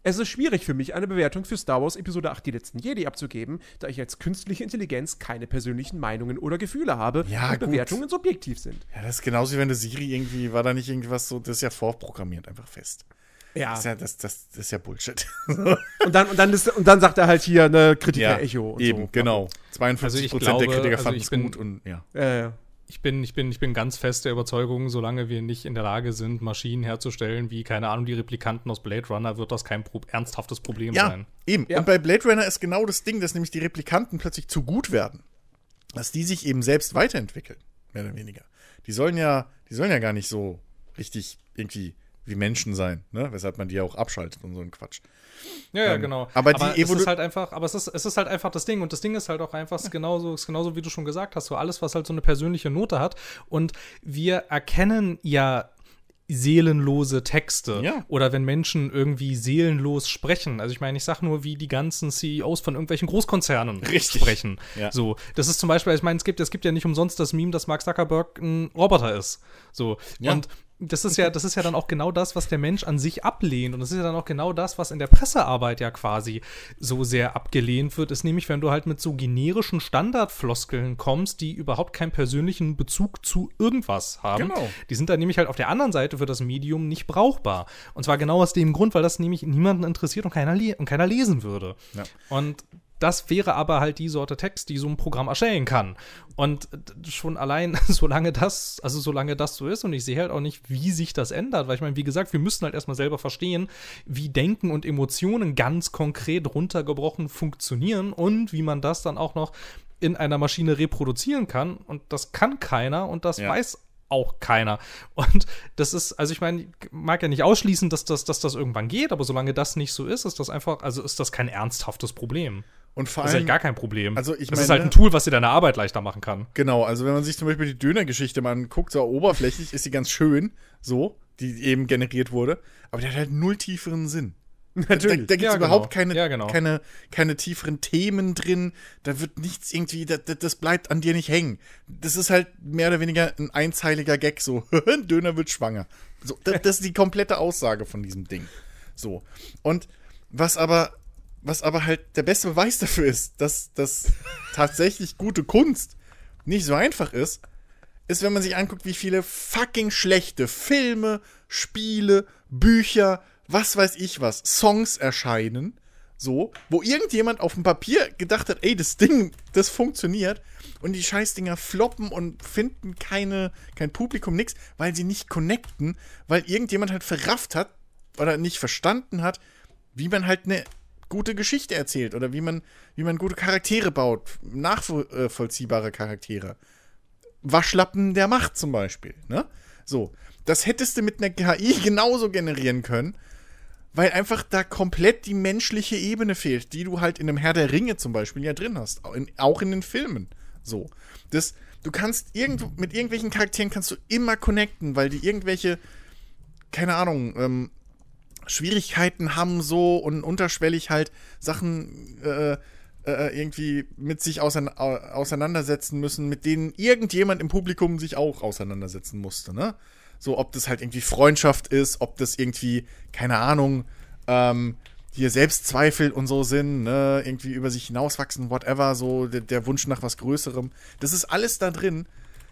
Speaker 1: Es ist schwierig für mich, eine Bewertung für Star Wars Episode acht, die letzten Jedi, abzugeben, da ich als künstliche Intelligenz keine persönlichen Meinungen oder Gefühle habe
Speaker 2: Ja,
Speaker 1: und
Speaker 2: gut.
Speaker 1: Bewertungen subjektiv sind.
Speaker 2: Ja, das ist genauso wie wenn du Siri irgendwie, war da nicht irgendwas so, das ist ja vorprogrammiert, einfach fest.
Speaker 1: Ja.
Speaker 2: Das ist ja, das, das, das ist ja Bullshit.
Speaker 1: Und dann, und, dann ist, und dann sagt er halt hier eine Kritiker-Echo. und
Speaker 2: eben,
Speaker 1: so.
Speaker 2: genau. zweiundfünfzig Prozent
Speaker 3: Also ich
Speaker 2: der
Speaker 3: glaube,
Speaker 2: Kritiker
Speaker 3: also
Speaker 2: fanden
Speaker 3: ich
Speaker 2: es
Speaker 3: bin-
Speaker 2: gut und ja.
Speaker 1: Ja, ja.
Speaker 3: Ich bin, ich, bin, ich bin ganz fest der Überzeugung, solange wir nicht in der Lage sind, Maschinen herzustellen, wie, keine Ahnung, die Replikanten aus Blade Runner, wird das kein Pro- ernsthaftes Problem
Speaker 2: Ja,
Speaker 3: sein.
Speaker 2: eben.
Speaker 1: Ja.
Speaker 2: Und bei Blade Runner ist genau das Ding, dass nämlich die Replikanten plötzlich zu gut werden. Dass die sich eben selbst weiterentwickeln, mehr oder weniger. Die sollen ja, die sollen ja gar nicht so richtig irgendwie wie Menschen sein, ne? Weshalb man die ja auch abschaltet und so ein Quatsch.
Speaker 3: Ja, ja,
Speaker 2: Ähm,
Speaker 3: genau.
Speaker 2: aber die
Speaker 3: es
Speaker 2: Evolu-
Speaker 3: ist halt einfach, aber es ist, es ist halt einfach das Ding. Und das Ding ist halt auch einfach ist genauso, ist genauso, wie du schon gesagt hast, so alles, was halt so eine persönliche Note hat. Und wir erkennen ja seelenlose Texte
Speaker 2: Ja.
Speaker 3: oder wenn Menschen irgendwie seelenlos sprechen. Also ich meine, ich sag nur, wie die ganzen C E Os von irgendwelchen Großkonzernen
Speaker 2: Richtig.
Speaker 3: sprechen.
Speaker 2: Ja.
Speaker 3: So, das ist zum Beispiel, ich meine, es gibt, es gibt ja nicht umsonst das Meme, dass Mark Zuckerberg ein Roboter ist. So,
Speaker 2: Ja.
Speaker 3: und das ist ja, das ist ja dann auch genau das, was der Mensch an sich ablehnt. Und das ist ja dann auch genau das, was in der Pressearbeit ja quasi so sehr abgelehnt wird, ist nämlich, wenn du halt mit so generischen Standardfloskeln kommst, die überhaupt keinen persönlichen Bezug zu irgendwas haben.
Speaker 2: Genau.
Speaker 3: Die sind dann nämlich halt auf der anderen Seite für das Medium nicht brauchbar. Und zwar genau aus dem Grund, weil das nämlich niemanden interessiert und keiner, le- und keiner lesen würde.
Speaker 2: Ja.
Speaker 3: Und das wäre aber halt die Sorte Text, die so ein Programm erstellen kann. Und schon allein, solange das, also solange das so ist, und ich sehe halt auch nicht, wie sich das ändert, weil ich meine, wie gesagt, wir müssen halt erstmal selber verstehen, wie Denken und Emotionen ganz konkret runtergebrochen funktionieren und wie man das dann auch noch in einer Maschine reproduzieren kann. Und das kann keiner und das
Speaker 2: Ja.
Speaker 3: weiß auch keiner. Und das ist, also ich meine, mag ja nicht ausschließen, dass das, dass das irgendwann geht, aber solange das nicht so ist, ist das einfach, also ist das kein ernsthaftes Problem.
Speaker 2: Und vor
Speaker 3: Das ist
Speaker 2: allem,
Speaker 3: halt gar kein Problem.
Speaker 2: also ich
Speaker 3: das ist
Speaker 2: meine-
Speaker 3: halt ein Tool, was dir deine Arbeit leichter machen kann.
Speaker 2: genau, also wenn man sich zum Beispiel die Dönergeschichte mal anguckt, so oberflächlich ist sie ganz schön, so, die eben generiert wurde, aber die hat halt null tieferen Sinn.
Speaker 1: Natürlich.
Speaker 2: Da, da gibt es
Speaker 3: Ja,
Speaker 2: überhaupt
Speaker 3: genau.
Speaker 2: keine,
Speaker 3: Ja, genau.
Speaker 2: keine, keine tieferen Themen drin. Da wird nichts irgendwie, das, das bleibt an dir nicht hängen. Das ist halt mehr oder weniger ein einzeiliger Gag, so, ein Döner wird schwanger. So, das, das ist die komplette Aussage von diesem Ding. So. Und was aber, was aber halt der beste Beweis dafür ist, dass das tatsächlich gute Kunst nicht so einfach ist, ist, wenn man sich anguckt, wie viele fucking schlechte Filme, Spiele, Bücher, was weiß ich was, Songs erscheinen, so, wo irgendjemand auf dem Papier gedacht hat, ey, das Ding, das funktioniert, und die Scheißdinger floppen und finden keine, kein Publikum, nix, weil sie nicht connecten, weil irgendjemand halt verrafft hat oder nicht verstanden hat, wie man halt eine gute Geschichte erzählt oder wie man, wie man gute Charaktere baut, nachvollziehbare Charaktere. Waschlappen der Macht zum Beispiel, ne? So, das hättest du mit einer K I genauso generieren können, weil einfach da komplett die menschliche Ebene fehlt, die du halt in einem Herr der Ringe zum Beispiel ja drin hast, auch in, auch in den Filmen. So, das, du kannst irgendwo, mit irgendwelchen Charakteren kannst du immer connecten, weil die irgendwelche, keine Ahnung, ähm, Schwierigkeiten haben so und unterschwellig halt Sachen äh, äh, irgendwie mit sich ausein- au- auseinandersetzen müssen, mit denen irgendjemand im Publikum sich auch auseinandersetzen musste, ne? So, ob das halt irgendwie Freundschaft ist, ob das irgendwie, keine Ahnung, ähm, hier Selbstzweifel und so sind, ne? Irgendwie über sich hinauswachsen, whatever, so der, der Wunsch nach was Größerem. Das ist alles da drin.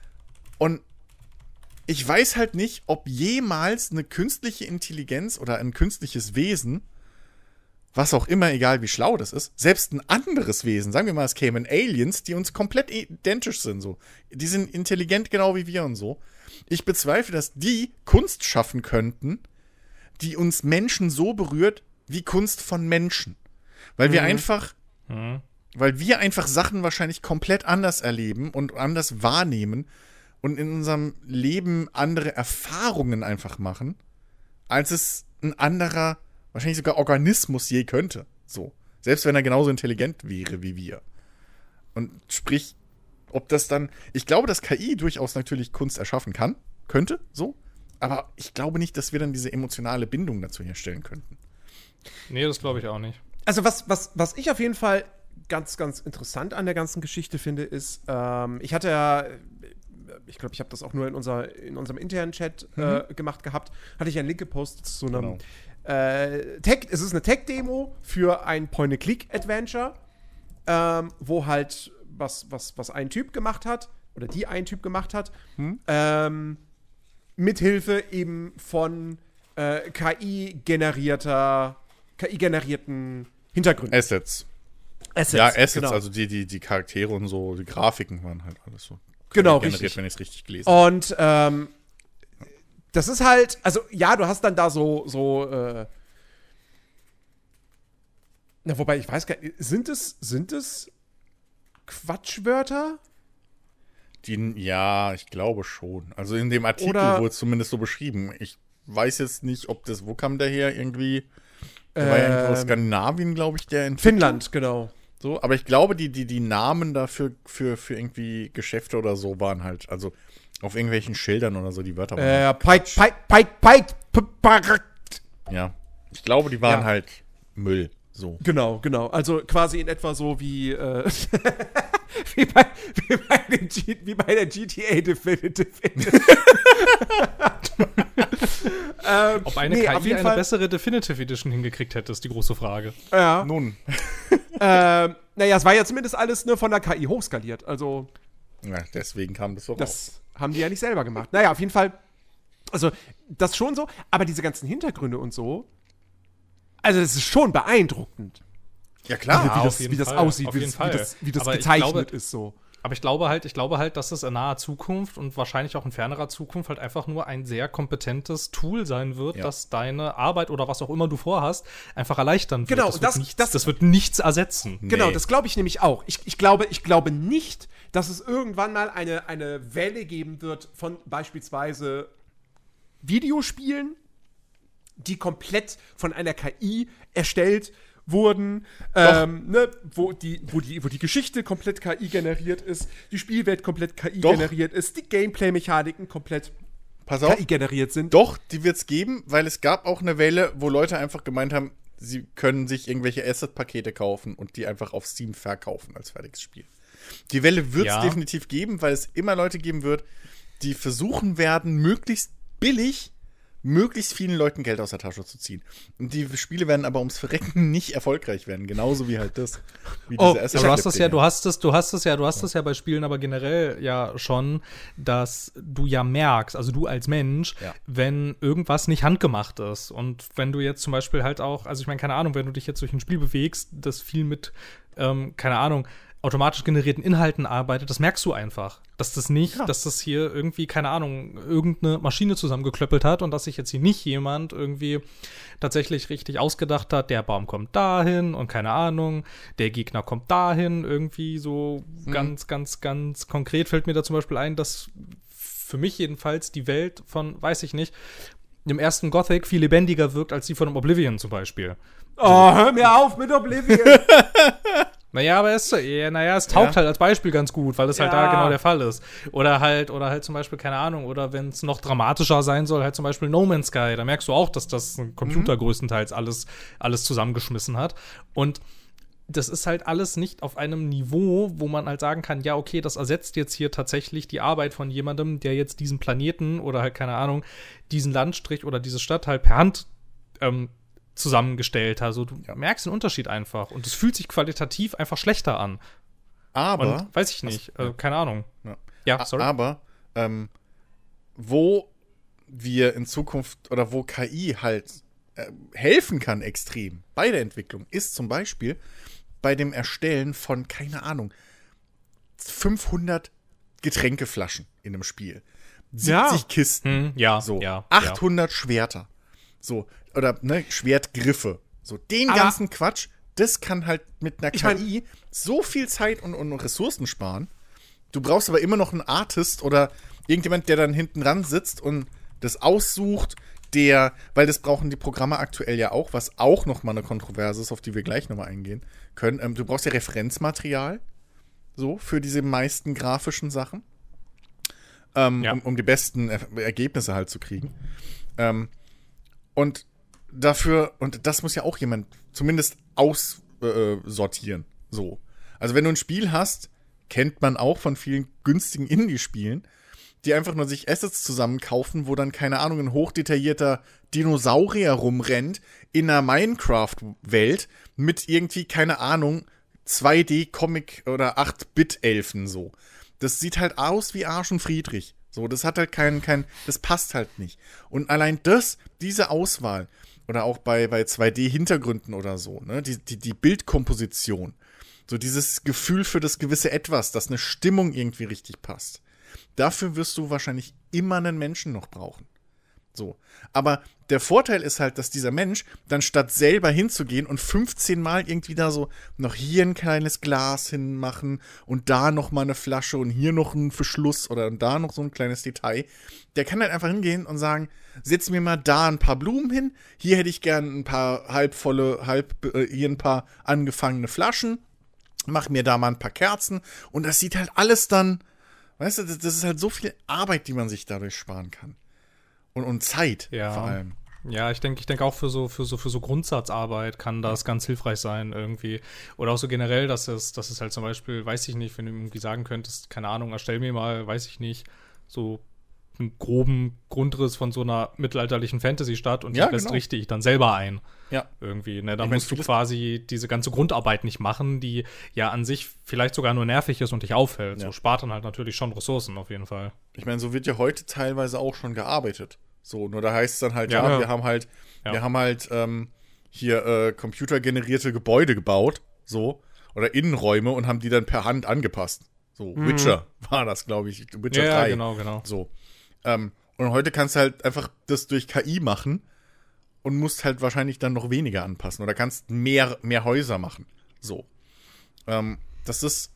Speaker 2: Und ich weiß halt nicht, ob jemals eine künstliche Intelligenz oder ein künstliches Wesen, was auch immer, egal wie schlau das ist, selbst ein anderes Wesen, sagen wir mal, es kämen Aliens, die uns komplett identisch sind, so. Die sind intelligent genau wie wir und so. Ich bezweifle, dass die Kunst schaffen könnten, die uns Menschen so berührt, wie Kunst von Menschen. Weil wir
Speaker 1: Mhm.
Speaker 2: einfach,
Speaker 3: Mhm.
Speaker 2: weil wir einfach Sachen wahrscheinlich komplett anders erleben und anders wahrnehmen und in unserem Leben andere Erfahrungen einfach machen, als es ein anderer, wahrscheinlich sogar Organismus je könnte. So. Selbst wenn er genauso intelligent wäre wie wir. Und sprich, ob das dann, ich glaube, dass K I durchaus natürlich Kunst erschaffen kann, könnte, so, aber ich glaube nicht, dass wir dann diese emotionale Bindung dazu herstellen könnten.
Speaker 3: Nee, das glaube ich auch nicht.
Speaker 1: Also was, was, was ich auf jeden Fall ganz, ganz interessant an der ganzen Geschichte finde, ist, ähm, ich hatte ja, ich glaube, ich habe das auch nur in, unser, in unserem internen Chat äh, gemacht gehabt, hatte ich einen Link gepostet zu so einem
Speaker 2: Genau.
Speaker 1: äh, Tech, es ist eine Tech-Demo für ein Point-and-Click-Adventure, ähm, wo halt was, was, was ein Typ gemacht hat, oder die ein Typ gemacht hat, hm? ähm, mithilfe eben von äh, K I-generierter, K I-generierten Hintergründen.
Speaker 2: Assets.
Speaker 1: Assets.
Speaker 2: Ja, Assets,
Speaker 1: genau.
Speaker 2: also die, die, die Charaktere und so, die Grafiken waren halt alles so.
Speaker 1: Genau,
Speaker 2: generiert,
Speaker 1: richtig.
Speaker 2: Wenn ich es richtig gelesen habe.
Speaker 1: Und ähm, das ist halt, also ja, du hast dann da so, so, äh, na, wobei ich weiß gar nicht, sind es, sind es Quatschwörter?
Speaker 2: Die, ja, ich glaube schon. Also in dem Artikel
Speaker 1: Oder-
Speaker 2: wurde es zumindest so beschrieben. Ich weiß jetzt nicht, ob das, wo kam der her irgendwie? Der
Speaker 1: Ähm,
Speaker 2: war ja irgendwo aus Skandinavien, glaube ich, der Entwickler.
Speaker 1: Finnland, genau.
Speaker 2: So, aber ich glaube, die, die, die Namen dafür für, für irgendwie Geschäfte oder so waren halt, also auf irgendwelchen Schildern oder so, die Wörter waren
Speaker 1: Äh,
Speaker 2: halt
Speaker 1: Pike,
Speaker 2: Quatsch.
Speaker 1: Pike, Pike, Pike, P- Pike.
Speaker 2: Ja. Ich glaube, die waren
Speaker 1: Ja.
Speaker 2: halt Müll. So.
Speaker 1: Genau, genau. Also quasi in etwa so wie, äh, wie, bei, wie, bei den G, wie bei der G T A Definitive Edition. ähm,
Speaker 3: Ob eine
Speaker 1: nee,
Speaker 3: K
Speaker 1: auf
Speaker 3: I
Speaker 1: jeden
Speaker 3: eine
Speaker 1: Fall,
Speaker 3: bessere Definitive Edition hingekriegt hätte, ist die große Frage.
Speaker 1: Ja.
Speaker 2: Nun.
Speaker 1: ähm, naja, es war ja zumindest alles nur von der K I hochskaliert. Also,
Speaker 2: Ja, deswegen kam das so raus.
Speaker 1: das haben die ja nicht selber gemacht. Naja, auf jeden Fall, also, das schon so, aber diese ganzen Hintergründe und so, also, es ist schon beeindruckend.
Speaker 2: Ja, klar.
Speaker 1: wie,
Speaker 3: auf
Speaker 1: das,
Speaker 3: jeden
Speaker 1: wie das
Speaker 3: Fall,
Speaker 1: aussieht,
Speaker 3: auf
Speaker 1: wie
Speaker 3: jeden
Speaker 1: das, wie
Speaker 3: Fall.
Speaker 1: das, wie das
Speaker 3: Aber ich
Speaker 1: gezeichnet
Speaker 3: glaube-
Speaker 1: ist, so.
Speaker 3: Aber ich glaube halt, ich glaube halt, dass es in naher Zukunft und wahrscheinlich auch in fernerer Zukunft halt einfach nur ein sehr kompetentes Tool sein wird,
Speaker 2: Ja.
Speaker 3: das deine Arbeit oder was auch immer du vorhast, einfach erleichtern wird.
Speaker 1: Genau,
Speaker 3: das, wird
Speaker 1: das-
Speaker 3: nichts,
Speaker 1: das-
Speaker 3: das wird nichts ersetzen.
Speaker 1: Genau,
Speaker 2: Nee.
Speaker 1: das glaube ich nämlich auch. Ich, ich, glaube, ich glaube nicht, dass es irgendwann mal eine, eine Welle geben wird von beispielsweise Videospielen, die komplett von einer K I erstellt wurden, ähm, ne, wo, die, wo, die, wo die Geschichte komplett K I generiert ist, die Spielwelt komplett K I
Speaker 2: Doch.
Speaker 1: generiert ist, die Gameplay-Mechaniken komplett
Speaker 2: Pass auf.
Speaker 1: K I generiert sind.
Speaker 2: Doch, die wird's geben, weil es gab auch eine Welle, wo Leute einfach gemeint haben, sie können sich irgendwelche Asset-Pakete kaufen und die einfach auf Steam verkaufen als fertiges Spiel. Die Welle wird's
Speaker 3: Ja.
Speaker 2: definitiv geben, weil es immer Leute geben wird, die versuchen werden, möglichst billig möglichst vielen Leuten Geld aus der Tasche zu ziehen. Und die Spiele werden aber ums Verrecken nicht erfolgreich werden. Genauso wie halt das. Wie
Speaker 1: Oh,
Speaker 2: diese
Speaker 3: Aber du hast das ja,
Speaker 2: Asset-Dinger.
Speaker 3: du hast es, du hast es ja, du hast es ja bei Spielen aber generell ja schon, dass du ja merkst, also du als Mensch,
Speaker 2: Ja.
Speaker 3: wenn irgendwas nicht handgemacht ist. Und wenn du jetzt zum Beispiel halt auch, also ich meine, keine Ahnung, wenn du dich jetzt durch ein Spiel bewegst, das viel mit, ähm, keine Ahnung, automatisch generierten Inhalten arbeitet, das merkst du einfach. Dass das nicht,
Speaker 2: Ja.
Speaker 3: dass das hier irgendwie, keine Ahnung, irgendeine Maschine zusammengeklöppelt hat und dass sich jetzt hier nicht jemand irgendwie tatsächlich richtig ausgedacht hat, der Baum kommt dahin und keine Ahnung, der Gegner kommt dahin, irgendwie so
Speaker 2: Mhm.
Speaker 3: ganz, ganz, ganz konkret fällt mir da zum Beispiel ein, dass für mich jedenfalls die Welt von, weiß ich nicht, dem ersten Gothic viel lebendiger wirkt als die von dem Oblivion zum Beispiel.
Speaker 1: Oh, hör mir auf mit Oblivion.
Speaker 3: Naja, aber es, ja, naja, es taugt
Speaker 2: Ja.
Speaker 3: halt als Beispiel ganz gut, weil es halt
Speaker 1: Ja.
Speaker 3: da genau der Fall ist. Oder halt, oder halt zum Beispiel, keine Ahnung, oder wenn es noch dramatischer sein soll, halt zum Beispiel No Man's Sky, da merkst du auch, dass das ein Computer größtenteils alles, alles zusammengeschmissen hat. Und das ist halt alles nicht auf einem Niveau, wo man halt sagen kann, ja, okay, das ersetzt jetzt hier tatsächlich die Arbeit von jemandem, der jetzt diesen Planeten oder halt, keine Ahnung, diesen Landstrich oder diese Stadt halt per Hand ähm, zusammengestellt. Also du
Speaker 2: Ja.
Speaker 3: merkst den Unterschied einfach. Und es fühlt sich qualitativ einfach schlechter an.
Speaker 2: Aber.
Speaker 3: Und weiß ich nicht, also, keine Ahnung.
Speaker 2: Ja.
Speaker 3: Ja,
Speaker 2: A-
Speaker 3: sorry.
Speaker 2: Aber, ähm, wo wir in Zukunft oder wo K I halt äh, helfen kann extrem bei der Entwicklung, ist zum Beispiel bei dem Erstellen von, keine Ahnung, fünfhundert Getränkeflaschen in einem Spiel. siebzig
Speaker 1: Ja.
Speaker 2: Kisten.
Speaker 3: Hm, ja,
Speaker 2: So,
Speaker 3: ja.
Speaker 2: achthundert Schwerter. So, oder, ne, Schwertgriffe. So, den
Speaker 1: Aber-
Speaker 2: ganzen Quatsch, das kann halt mit einer
Speaker 1: Ich
Speaker 2: K
Speaker 1: mein-
Speaker 2: I so viel Zeit und, und Ressourcen sparen. Du brauchst aber immer noch einen Artist oder irgendjemand, der dann hinten ran sitzt und das aussucht, der, weil das brauchen die Programme aktuell ja auch, was auch noch mal eine Kontroverse ist, auf die wir gleich noch mal eingehen können. Ähm, du brauchst ja Referenzmaterial, so, für diese meisten grafischen Sachen, ähm,
Speaker 3: Ja.
Speaker 2: um, um die besten er Ergebnisse halt zu kriegen. Ähm, und dafür, und das muss ja auch jemand zumindest aussortieren, äh, sortieren, so. Also wenn du ein Spiel hast, kennt man auch von vielen günstigen Indie-Spielen, die einfach nur sich Assets zusammenkaufen, wo dann, keine Ahnung, ein hochdetaillierter Dinosaurier rumrennt in einer Minecraft-Welt mit irgendwie, keine Ahnung, zwei D-Comic- oder acht Bit-Elfen so. Das sieht halt aus wie Arsch und Friedrich. So, das hat halt keinen, kein, das passt halt nicht. Und allein das, diese Auswahl, oder auch bei, bei zwei D-Hintergründen oder so, ne, die, die, die Bildkomposition, so dieses Gefühl für das gewisse Etwas, dass eine Stimmung irgendwie richtig passt. Dafür wirst du wahrscheinlich immer einen Menschen noch brauchen. So. Aber der Vorteil ist halt, dass dieser Mensch dann statt selber hinzugehen und fünfzehn Mal irgendwie da so noch hier ein kleines Glas hinmachen und da noch mal eine Flasche und hier noch ein Verschluss oder da noch so ein kleines Detail, der kann halt einfach hingehen und sagen, setz mir mal da ein paar Blumen hin, hier hätte ich gern ein paar halbvolle, halb, äh, hier ein paar angefangene Flaschen, mach mir da mal ein paar Kerzen und das sieht halt alles dann, weißt du, das, das ist halt so viel Arbeit, die man sich dadurch sparen kann. Und, und Zeit
Speaker 3: ja.
Speaker 2: vor allem.
Speaker 3: Ja, ich denke, ich denke auch für so, für so, für so Grundsatzarbeit kann das ganz hilfreich sein irgendwie. Oder auch so generell, dass es, dass es halt zum Beispiel, weiß ich nicht, wenn du irgendwie sagen könntest, keine Ahnung, erstell mir mal, weiß ich nicht, so einen groben Grundriss von so einer mittelalterlichen Fantasy-Stadt und
Speaker 2: Ja,
Speaker 3: den Rest
Speaker 2: genau.
Speaker 3: richte ich dann selber ein.
Speaker 2: Ja.
Speaker 3: Irgendwie, ne? Da
Speaker 2: Ich mein,
Speaker 3: musst du
Speaker 2: vieles-
Speaker 3: quasi diese ganze Grundarbeit nicht machen, die ja an sich vielleicht sogar nur nervig ist und dich auffällt.
Speaker 2: Ja.
Speaker 3: So spart dann halt natürlich schon Ressourcen auf jeden Fall.
Speaker 2: Ich meine, so wird ja heute teilweise auch schon gearbeitet. So, nur da heißt es dann halt,
Speaker 3: Ja,
Speaker 2: ja,
Speaker 3: ja.
Speaker 2: wir haben halt,
Speaker 3: Ja.
Speaker 2: wir haben halt ähm, hier äh, computergenerierte Gebäude gebaut, so, oder Innenräume und haben die dann per Hand angepasst. So,
Speaker 1: Mhm.
Speaker 2: Witcher war das, glaube ich, Witcher
Speaker 3: Ja,
Speaker 2: drei.
Speaker 3: genau, genau.
Speaker 2: So. Ähm, und heute kannst du halt einfach das durch K I machen und musst halt wahrscheinlich dann noch weniger anpassen oder kannst mehr, mehr Häuser machen. So. Ähm, das ist,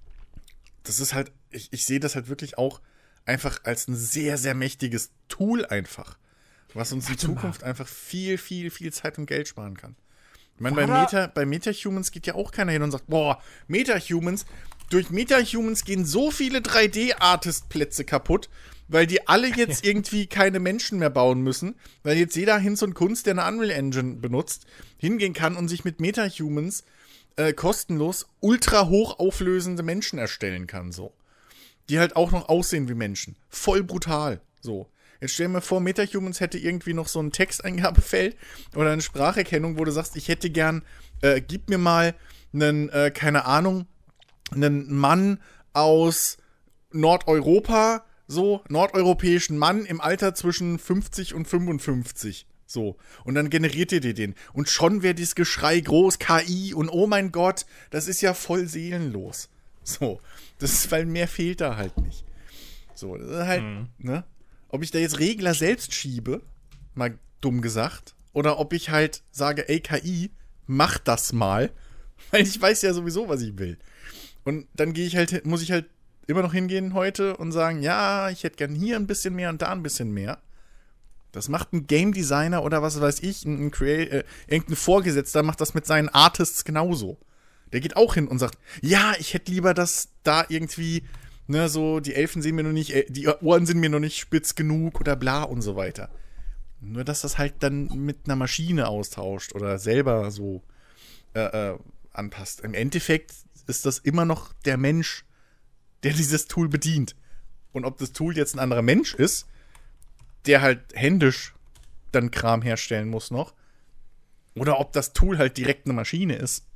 Speaker 2: das ist halt, ich, ich sehe das halt wirklich auch einfach als ein sehr, sehr mächtiges Tool einfach, was uns in
Speaker 1: Warte mal.
Speaker 2: Zukunft einfach viel, viel, viel Zeit und Geld sparen kann. Ich meine,
Speaker 1: War
Speaker 2: bei,
Speaker 1: da-
Speaker 2: Meta, bei Metahumans geht ja auch keiner hin und sagt, boah, Metahumans, durch Metahumans gehen so viele drei D-Artist-Plätze kaputt, weil die alle jetzt irgendwie keine Menschen mehr bauen müssen, weil jetzt jeder Hinz und Kunst, der eine Unreal Engine benutzt, hingehen kann und sich mit Metahumans äh, kostenlos ultra hoch auflösende Menschen erstellen kann, so. Die halt auch noch aussehen wie Menschen. Voll brutal, so. Jetzt stell mir vor, Metahumans hätte irgendwie noch so ein Texteingabefeld oder eine Spracherkennung, wo du sagst, ich hätte gern, äh, gib mir mal einen, äh, keine Ahnung, einen Mann aus Nordeuropa, so, nordeuropäischen Mann im Alter zwischen fünfzig und fünfundfünfzig. So. Und dann generiert ihr dir den. Und schon wäre dieses Geschrei groß, K I und oh mein Gott, das ist ja voll seelenlos. So. Das ist, weil mehr fehlt da halt nicht. So, das ist halt,
Speaker 3: Mhm.
Speaker 2: ne? Ob ich da jetzt Regler selbst schiebe, mal dumm gesagt, oder ob ich halt sage, ey, K I, mach das mal, weil ich weiß ja sowieso, was ich will. Und dann gehe ich halt, muss ich halt immer noch hingehen heute und sagen, ja, ich hätte gern hier ein bisschen mehr und da ein bisschen mehr. Das macht ein Game Designer oder was weiß ich, ein, ein Crea- äh, irgendein Vorgesetzter macht das mit seinen Artists genauso. Der geht auch hin und sagt, ja, ich hätte lieber, dass da irgendwie, ne, so, die Elfen sehen mir noch nicht, äh, die Ohren sind mir noch nicht spitz genug oder bla und so weiter. Nur, dass das halt dann mit einer Maschine austauscht oder selber so äh, äh, anpasst. Im Endeffekt ist das immer noch der Mensch, der dieses Tool bedient. Und ob das Tool jetzt ein anderer Mensch ist, der halt händisch dann Kram herstellen muss noch, oder ob das Tool halt direkt eine Maschine ist.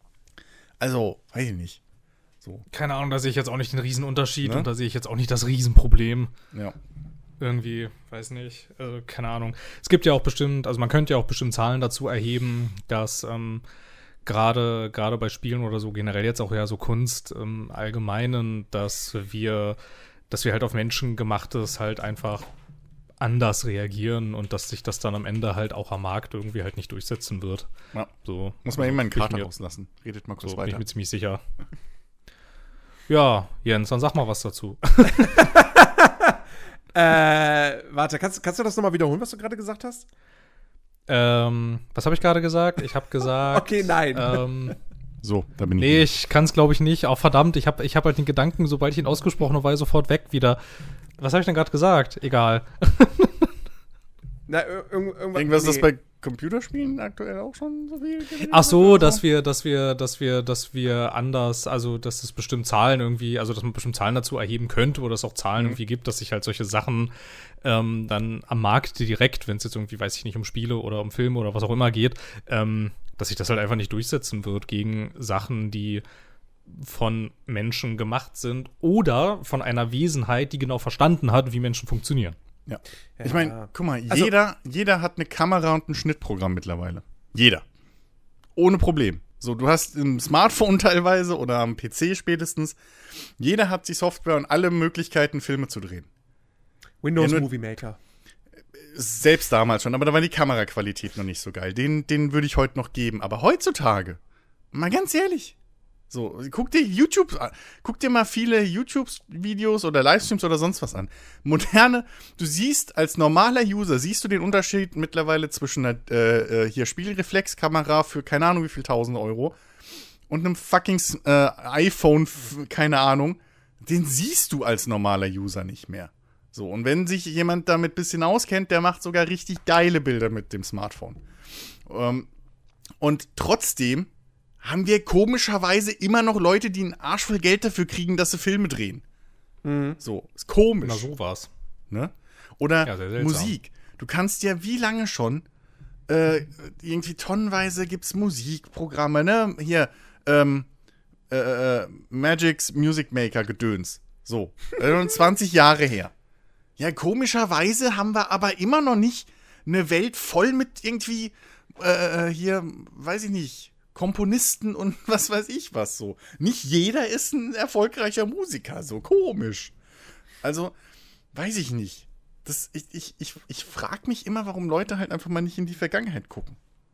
Speaker 2: Also, weiß ich nicht. So,
Speaker 3: Keine Ahnung, da sehe ich jetzt auch nicht den Riesenunterschied
Speaker 2: Ne?
Speaker 3: und da sehe ich jetzt auch nicht das Riesenproblem.
Speaker 2: ja.
Speaker 3: Irgendwie, weiß nicht, äh, keine Ahnung. Es gibt ja auch bestimmt, also man könnte ja auch bestimmt Zahlen dazu erheben, dass ähm, gerade gerade bei Spielen oder so generell jetzt auch ja so Kunst im Allgemeinen, dass wir, dass wir halt auf Menschengemachtes halt einfach anders reagieren und dass sich das dann am Ende halt auch am Markt irgendwie halt nicht durchsetzen wird.
Speaker 2: Ja.
Speaker 3: So,
Speaker 2: Muss man eben mal einen
Speaker 3: bin ich
Speaker 2: Kater
Speaker 3: mir-
Speaker 2: rauslassen. Redet mal kurz
Speaker 3: So bin ich
Speaker 2: weiter.
Speaker 3: mir ziemlich sicher. Ja, Jens, dann sag mal was dazu.
Speaker 1: Äh, warte, kannst, kannst du das nochmal wiederholen, was du gerade gesagt hast?
Speaker 3: ähm, was habe ich gerade gesagt? Ich habe gesagt.
Speaker 1: Okay, nein.
Speaker 3: Ähm,
Speaker 2: So, da bin
Speaker 3: nee, ich kann es glaube ich nicht. Auch verdammt, ich habe ich hab halt den Gedanken, sobald ich ihn ausgesprochen habe, war er sofort weg wieder. Was habe ich denn gerade gesagt? Egal.
Speaker 1: Na, ir- irg irgendwas.
Speaker 2: Irgendwas,
Speaker 1: nee.
Speaker 2: das bei Computerspielen aktuell auch schon so viel Gewinne
Speaker 3: Ach so,
Speaker 2: wird,
Speaker 3: dass wir, dass wir, dass wir, dass wir anders, also dass es bestimmt Zahlen irgendwie, also dass man bestimmt Zahlen dazu erheben könnte oder es auch Zahlen
Speaker 2: Mhm.
Speaker 3: irgendwie gibt, dass sich halt solche Sachen ähm, dann am Markt direkt, wenn es jetzt irgendwie, weiß ich nicht, um Spiele oder um Filme oder was auch immer geht, ähm, dass sich das halt einfach nicht durchsetzen wird gegen Sachen, die von Menschen gemacht sind oder von einer Wesenheit, die genau verstanden hat, wie Menschen funktionieren.
Speaker 2: Ja.
Speaker 1: Ja.
Speaker 2: Ich meine, guck mal,
Speaker 1: Also-
Speaker 2: jeder, jeder hat eine Kamera und ein Schnittprogramm mittlerweile. Jeder. Ohne Problem. So, du hast im Smartphone teilweise oder am P C spätestens. Jeder hat die Software und alle Möglichkeiten, Filme zu drehen.
Speaker 1: Windows
Speaker 2: Ja, nur-
Speaker 1: Movie Maker.
Speaker 2: Selbst damals schon, aber da war die Kameraqualität noch nicht so geil. Den, den würde ich heute noch geben. Aber heutzutage, mal ganz ehrlich, so, guck dir YouTube an. Guck dir mal viele YouTube-Videos oder Livestreams oder sonst was an. Moderne, du siehst als normaler User, siehst du den Unterschied mittlerweile zwischen einer äh, hier Spiegelreflexkamera für keine Ahnung wie viel tausend Euro und einem fucking äh, iPhone, f- keine Ahnung. Den siehst du als normaler User nicht mehr. So, und wenn sich jemand damit ein bisschen auskennt, der macht sogar richtig geile Bilder mit dem Smartphone. Ähm, und trotzdem haben wir komischerweise immer noch Leute, die einen Arsch voll Geld dafür kriegen, dass sie Filme drehen.
Speaker 1: Mhm.
Speaker 2: So, ist komisch.
Speaker 3: Na, so war's.
Speaker 2: Ne? Oder
Speaker 3: Ja, sehr seltsam.
Speaker 2: Musik. Du kannst ja wie lange schon äh, irgendwie tonnenweise gibt's Musikprogramme, ne? Hier, ähm, äh, äh, Magic's Music Maker Gedöns. So, äh, zwanzig Jahre her. Ja, komischerweise haben wir aber immer noch nicht eine Welt voll mit irgendwie äh, hier, weiß ich nicht, Komponisten und was weiß ich was so. Nicht jeder ist ein erfolgreicher Musiker, so komisch. Also, weiß ich nicht. Das, ich ich, ich, ich frage mich immer, warum Leute halt einfach mal nicht in die Vergangenheit gucken.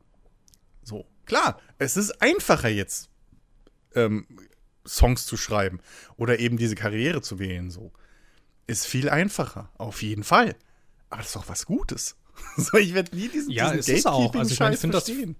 Speaker 2: So, klar, es ist einfacher jetzt, ähm, Songs zu schreiben oder eben diese Karriere zu wählen, so. Ist viel einfacher, auf jeden Fall. Aber das ist doch was Gutes. So, ich werde nie diesen,
Speaker 3: Ja,
Speaker 2: diesen
Speaker 3: es ist auch. Also ich meine, ich
Speaker 2: Gatekeeping-Scheiß
Speaker 3: finde das-
Speaker 2: verstehen.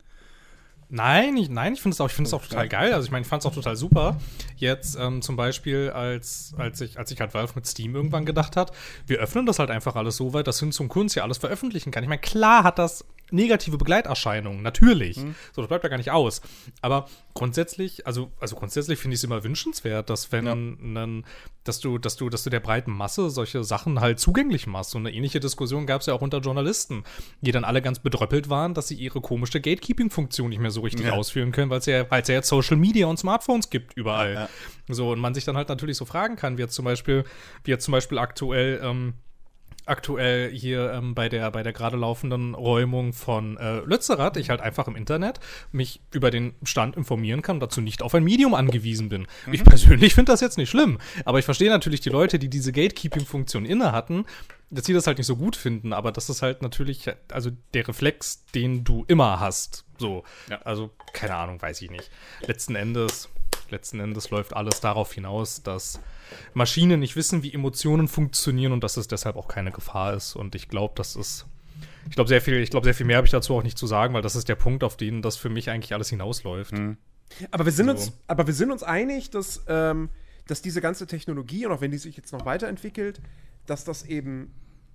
Speaker 3: Nein, ich, nein, ich finde es auch, ich finde es auch total geil. Also ich meine, ich fand es auch total super. Jetzt ähm, zum Beispiel, als, als ich, als ich halt Valve mit Steam irgendwann gedacht hat, wir öffnen das halt einfach alles so weit, dass Hin zum Kunst ja alles veröffentlichen kann. Ich meine, klar hat das negative Begleiterscheinungen, natürlich.
Speaker 2: Mhm.
Speaker 3: So, das bleibt ja gar nicht aus. Aber grundsätzlich, also, also grundsätzlich finde ich es immer wünschenswert, dass wenn
Speaker 2: Ja.
Speaker 3: dann, dass du, dass du, dass du der breiten Masse solche Sachen halt zugänglich machst. So eine ähnliche Diskussion gab es ja auch unter Journalisten, die dann alle ganz bedröppelt waren, dass sie ihre komische Gatekeeping-Funktion nicht mehr so richtig
Speaker 2: Ja.
Speaker 3: ausführen können, weil es ja, weil es ja jetzt Social Media und Smartphones gibt überall.
Speaker 2: Ja,
Speaker 3: So, und man sich dann halt natürlich so fragen kann, wie jetzt zum Beispiel, wie jetzt zum Beispiel aktuell, ähm, aktuell hier ähm, bei der bei der gerade laufenden Räumung von äh, Lützerath, ich halt einfach im Internet mich über den Stand informieren kann und dazu nicht auf ein Medium angewiesen bin.
Speaker 2: Mhm.
Speaker 3: Ich persönlich finde das jetzt nicht schlimm, aber ich verstehe natürlich die Leute, die diese Gatekeeping-Funktion inne hatten, dass sie das halt nicht so gut finden, aber das ist halt natürlich, also der Reflex, den du immer hast. So,
Speaker 2: Ja.
Speaker 3: also keine Ahnung, weiß ich nicht. Letzten Endes Letzten Endes läuft alles darauf hinaus, dass Maschinen nicht wissen, wie Emotionen funktionieren und dass es deshalb auch keine Gefahr ist. Und ich glaube, das ist, ich glaube sehr viel, ich glaube sehr viel mehr habe ich dazu auch nicht zu sagen, weil das ist der Punkt, auf den das für mich eigentlich alles hinausläuft.
Speaker 2: Mhm.
Speaker 1: Aber wir sind
Speaker 3: So.
Speaker 1: uns, aber wir sind uns einig, dass, ähm, dass diese ganze Technologie, und auch wenn die sich jetzt noch weiterentwickelt, dass das eben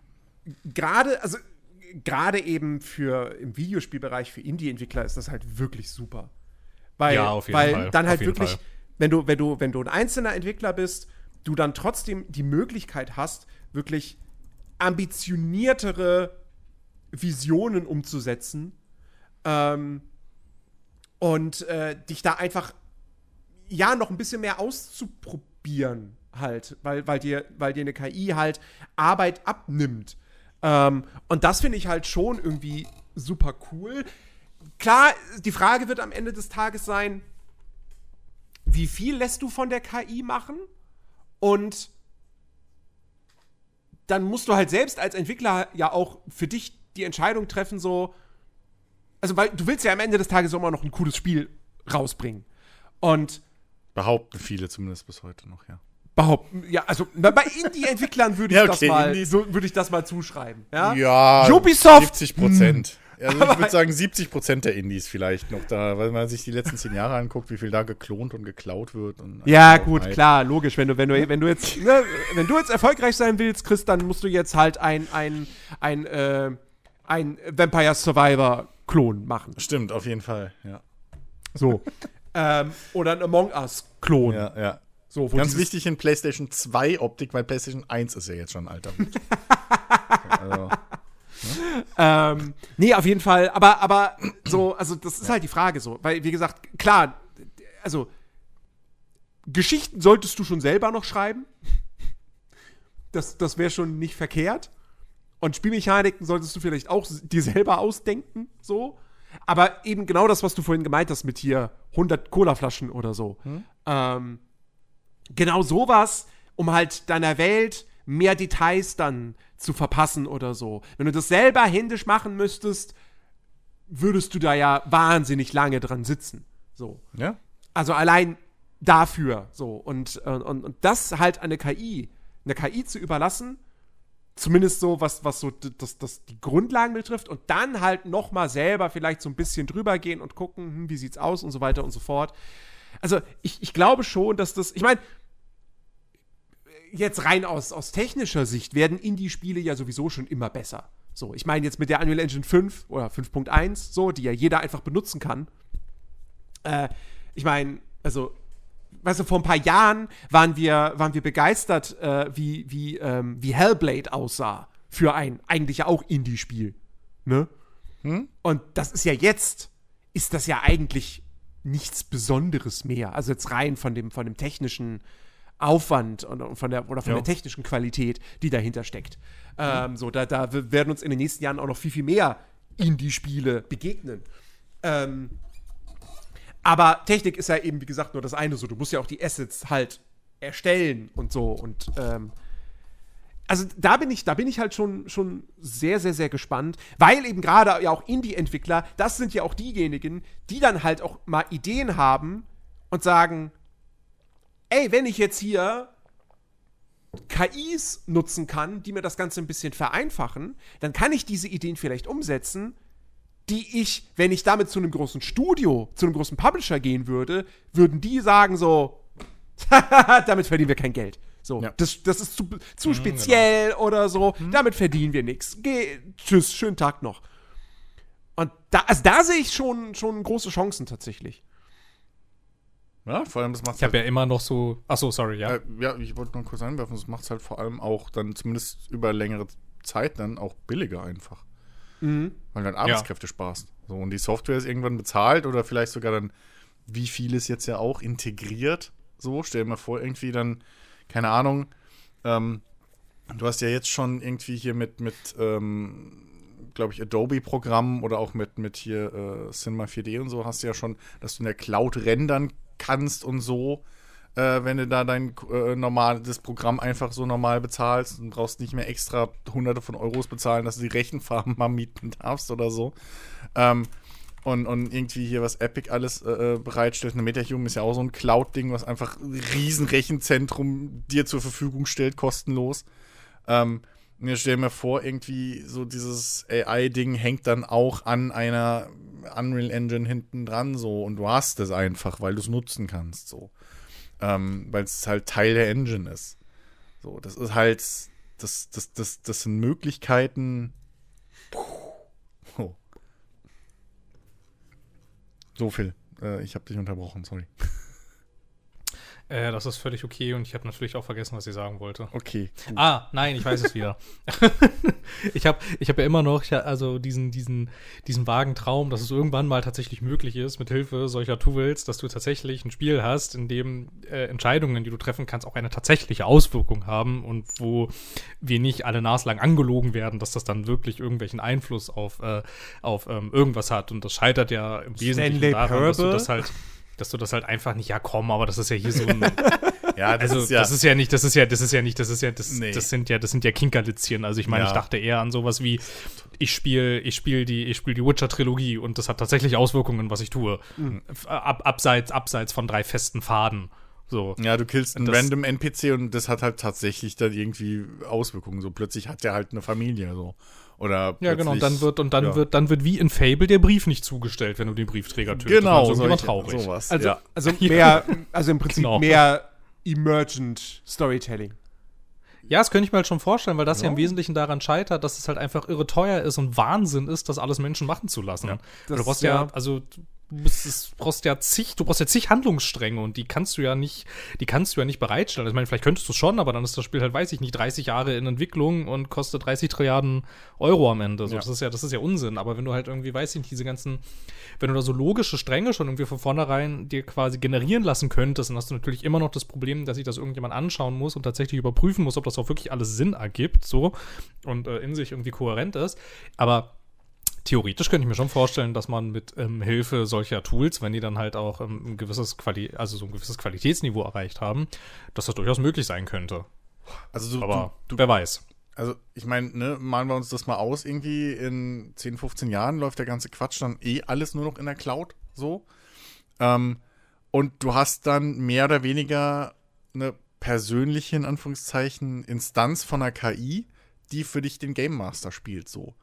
Speaker 1: gerade, also gerade eben für im Videospielbereich für Indie-Entwickler ist das halt wirklich super. Weil,
Speaker 3: Ja, auf jeden
Speaker 1: weil
Speaker 3: Fall,
Speaker 1: dann
Speaker 3: auf
Speaker 1: halt
Speaker 3: jeden
Speaker 1: wirklich,
Speaker 3: Fall.
Speaker 1: wenn du, wenn du, wenn du ein einzelner Entwickler bist, du dann trotzdem die Möglichkeit hast, wirklich ambitioniertere Visionen umzusetzen, ähm, und äh, dich da einfach ja noch ein bisschen mehr auszuprobieren halt, weil, weil, dir, weil dir eine K I halt Arbeit abnimmt. Ähm, und das finde ich halt schon irgendwie super cool. Klar, die Frage wird am Ende des Tages sein, wie viel lässt du von der K I machen? Und dann musst du halt selbst als Entwickler ja auch für dich die Entscheidung treffen, so, also weil du willst ja am Ende des Tages auch immer noch ein cooles Spiel rausbringen. Und
Speaker 2: Behaupten viele zumindest bis heute noch, ja.
Speaker 1: behaupten, ja, also bei Indie-Entwicklern würde ich,
Speaker 2: Ja,
Speaker 1: das
Speaker 2: okay,
Speaker 1: mal-
Speaker 2: Indies.
Speaker 1: so, würde ich das mal zuschreiben. Ja?
Speaker 2: Ja,
Speaker 1: Ubisoft,
Speaker 2: siebzig Prozent. Also ich
Speaker 1: Aber-
Speaker 2: würde sagen siebzig Prozent der Indies vielleicht noch da, weil man sich die letzten zehn Jahre anguckt, wie viel da geklont und geklaut wird. Und
Speaker 1: Ja,
Speaker 2: auch
Speaker 1: gut,
Speaker 2: halt.
Speaker 1: klar, logisch. Wenn du, wenn du, wenn du jetzt, ne, wenn du jetzt erfolgreich sein willst, Chris, dann musst du jetzt halt ein, ein, ein, äh, ein Vampire Survivor Us-Klon machen.
Speaker 2: Stimmt, auf jeden Fall, ja.
Speaker 1: So. ähm, oder ein Among Us-Klon.
Speaker 2: Ja, ja.
Speaker 1: So, wo
Speaker 2: Ganz
Speaker 1: dieses-
Speaker 2: wichtig in PlayStation zwei Optik, weil PlayStation eins ist ja jetzt schon ein alter Hut. also,
Speaker 1: Ähm, nee, auf jeden Fall, aber, aber so, also das ist halt die Frage so, weil, wie gesagt, klar, also Geschichten solltest du schon selber noch schreiben. Das, das wäre schon nicht verkehrt. Und Spielmechaniken solltest du vielleicht auch dir selber ausdenken, so. Aber eben genau das, was du vorhin gemeint hast mit hier hundert Colaflaschen oder so.
Speaker 2: Hm?
Speaker 1: Ähm, genau sowas, um halt deiner Welt mehr Details dann zu verpassen oder so. Wenn du das selber händisch machen müsstest, würdest du da ja wahnsinnig lange dran sitzen. So.
Speaker 2: ja?
Speaker 1: Also allein dafür. So. Und, und, und das halt eine K I, eine K I zu überlassen, zumindest so, was, was so das, das die Grundlagen betrifft, und dann halt noch mal selber vielleicht so ein bisschen drüber gehen und gucken, hm, wie sieht's aus und so weiter und so fort. Also ich, ich glaube schon, dass das, ich meine, jetzt rein aus, aus technischer Sicht werden Indie-Spiele ja sowieso schon immer besser. So, ich meine jetzt mit der Unreal Engine fünf oder fünf Punkt eins, so, die ja jeder einfach benutzen kann. Äh, ich meine, also, weißt du, vor ein paar Jahren waren wir, waren wir begeistert, äh, wie, wie, ähm, wie Hellblade aussah für ein eigentlich ja auch Indie-Spiel. Ne?
Speaker 2: Hm?
Speaker 1: Und das ist ja jetzt, ist das ja eigentlich nichts Besonderes mehr. Also jetzt rein von dem, von dem technischen Aufwand und, und von der, oder von
Speaker 2: Ja.
Speaker 1: der technischen Qualität, die dahinter steckt. Ähm, so, da, da w- werden uns in den nächsten Jahren auch noch viel, viel mehr Indie-Spiele begegnen. Ähm, aber Technik ist ja eben, wie gesagt, nur das eine so. Du musst ja auch die Assets halt erstellen und so. Und ähm, also da bin ich, da bin ich halt schon, schon sehr, sehr, sehr gespannt, weil eben gerade ja auch Indie-Entwickler, das sind ja auch diejenigen, die dann halt auch mal Ideen haben und sagen, ey, wenn ich jetzt hier K Is nutzen kann, die mir das Ganze ein bisschen vereinfachen, dann kann ich diese Ideen vielleicht umsetzen, die ich, wenn ich damit zu einem großen Studio, zu einem großen Publisher gehen würde, würden die sagen so, damit verdienen wir kein Geld. So,
Speaker 2: Ja.
Speaker 1: das, das ist zu, zu speziell oder so, damit verdienen wir nichts. Geh, tschüss, schönen Tag noch. Und da, also da sehe ich schon, schon große Chancen tatsächlich.
Speaker 2: Ja, vor allem, das macht
Speaker 3: Ich habe ja immer noch so. Achso, sorry, ja.
Speaker 2: Äh, ja, ich wollte noch kurz einwerfen, das macht es halt vor allem auch dann zumindest über längere Zeit dann auch billiger einfach.
Speaker 1: Mhm.
Speaker 2: Weil du dann Arbeitskräfte sparst. So, und die Software ist irgendwann bezahlt oder vielleicht sogar dann, wie vieles jetzt ja auch integriert. So, stell dir mal vor, irgendwie dann, keine Ahnung, ähm, du hast ja jetzt schon irgendwie hier mit, mit ähm, glaube ich, Adobe-Programmen oder auch mit, mit hier äh, Cinema vier D und so, hast du ja schon, dass du in der Cloud rendern kannst und so, äh, wenn du da dein äh, normal, das Programm einfach so normal bezahlst und brauchst nicht mehr extra hunderte von Euros bezahlen, dass du die Rechenfarben mal mieten darfst oder so. Ähm, und, und irgendwie hier, was Epic alles äh, bereitstellt. Eine MetaHuman ist ja auch so ein Cloud-Ding, was einfach ein riesen Rechenzentrum dir zur Verfügung stellt, kostenlos. Ähm, mir stell mir vor, irgendwie so dieses A I-Ding hängt dann auch an einer Unreal Engine hinten dran so und du hast es einfach, weil du es nutzen kannst so. Ähm, weil es halt Teil der Engine ist. So, das ist halt, das, das, das, das sind Möglichkeiten. Oh. So viel. Äh, ich habe dich unterbrochen, sorry.
Speaker 3: Äh, das ist völlig okay und ich habe natürlich auch vergessen, was ich sagen wollte.
Speaker 2: Okay. Gut.
Speaker 3: Ah, nein, ich weiß es wieder. ich habe ich hab ja immer noch ja, also diesen, diesen, diesen vagen Traum, dass es irgendwann mal tatsächlich möglich ist, mit Hilfe solcher Tools, dass du tatsächlich ein Spiel hast, in dem äh, Entscheidungen, die du treffen kannst, auch eine tatsächliche Auswirkung haben und wo wir nicht alle naslang angelogen werden, dass das dann wirklich irgendwelchen Einfluss auf, äh, auf ähm, irgendwas hat. Und das scheitert ja im Wesentlichen
Speaker 1: Stanley
Speaker 3: daran, dass du
Speaker 1: Parable?
Speaker 3: das halt dass du das halt einfach nicht, ja komm, aber das ist ja hier so ein
Speaker 2: Ja, das
Speaker 3: also
Speaker 2: ist ja.
Speaker 3: das ist ja nicht, das ist ja, das ist ja nicht, das ist ja, das,
Speaker 2: Nee.
Speaker 3: das sind ja, das sind ja Kinkerlitzchen. Also ich meine,
Speaker 2: Ja.
Speaker 3: ich dachte eher an sowas wie, ich spiele, ich spiele die, ich spiele die Witcher-Trilogie und das hat tatsächlich Auswirkungen, was ich tue. F- Ab, abseits, abseits von drei festen Faden. So.
Speaker 2: Ja, du killst einen
Speaker 3: Das-
Speaker 2: random N P C und das hat halt tatsächlich dann irgendwie Auswirkungen. So plötzlich hat der halt eine Familie so. Oder
Speaker 3: Ja, genau, und
Speaker 2: plötzlich-
Speaker 3: dann wird, und dann
Speaker 2: ja.
Speaker 3: wird, dann wird wie in Fable der Brief nicht zugestellt, wenn du den Briefträger tötest.
Speaker 2: Genau,
Speaker 3: Dann ist irgendjemand
Speaker 2: solche-
Speaker 3: traurig.
Speaker 2: sowas.
Speaker 1: Also,
Speaker 2: ja.
Speaker 1: also mehr, also im Prinzip
Speaker 3: Genau.
Speaker 1: mehr Emergent Storytelling.
Speaker 3: Ja, das könnte ich mir halt schon vorstellen, weil das ja,
Speaker 2: Ja.
Speaker 3: im Wesentlichen daran scheitert, dass es halt einfach irre teuer ist und Wahnsinn ist, das alles Menschen machen zu lassen.
Speaker 2: Ja,
Speaker 3: Weil du
Speaker 1: das-
Speaker 3: brauchst ja,
Speaker 1: ja.
Speaker 3: also du musst, es- brauchst ja zig, du brauchst ja zig Handlungsstränge und die kannst du ja nicht, die kannst du ja nicht bereitstellen. Ich meine, vielleicht könntest du schon, aber dann ist das Spiel halt, weiß ich nicht, dreißig Jahre in Entwicklung und kostet dreißig Trilliarden Euro am Ende. So,
Speaker 2: Ja.
Speaker 3: das ist ja, das ist ja Unsinn. Aber wenn du halt irgendwie, weiß ich nicht, diese ganzen, wenn du da so logische Stränge schon irgendwie von vornherein dir quasi generieren lassen könntest, dann hast du natürlich immer noch das Problem, dass sich das irgendjemand anschauen muss und tatsächlich überprüfen muss, ob das auch wirklich alles Sinn ergibt, so, und äh, in sich irgendwie kohärent ist. Aber theoretisch könnte ich mir schon vorstellen, dass man mit ähm, Hilfe solcher Tools, wenn die dann halt auch ähm, ein gewisses Quali also so ein gewisses Qualitätsniveau erreicht haben, dass das durchaus möglich sein könnte.
Speaker 2: Also du,
Speaker 3: Aber
Speaker 2: du, du
Speaker 3: wer weiß.
Speaker 2: Also, ich meine, ne, malen wir uns das mal aus, irgendwie in zehn, fünfzehn Jahren läuft der ganze Quatsch dann eh alles nur noch in der Cloud, so. Ähm, und du hast dann mehr oder weniger eine persönliche, in Anführungszeichen, Instanz von einer K I, die für dich den Game Master spielt, so.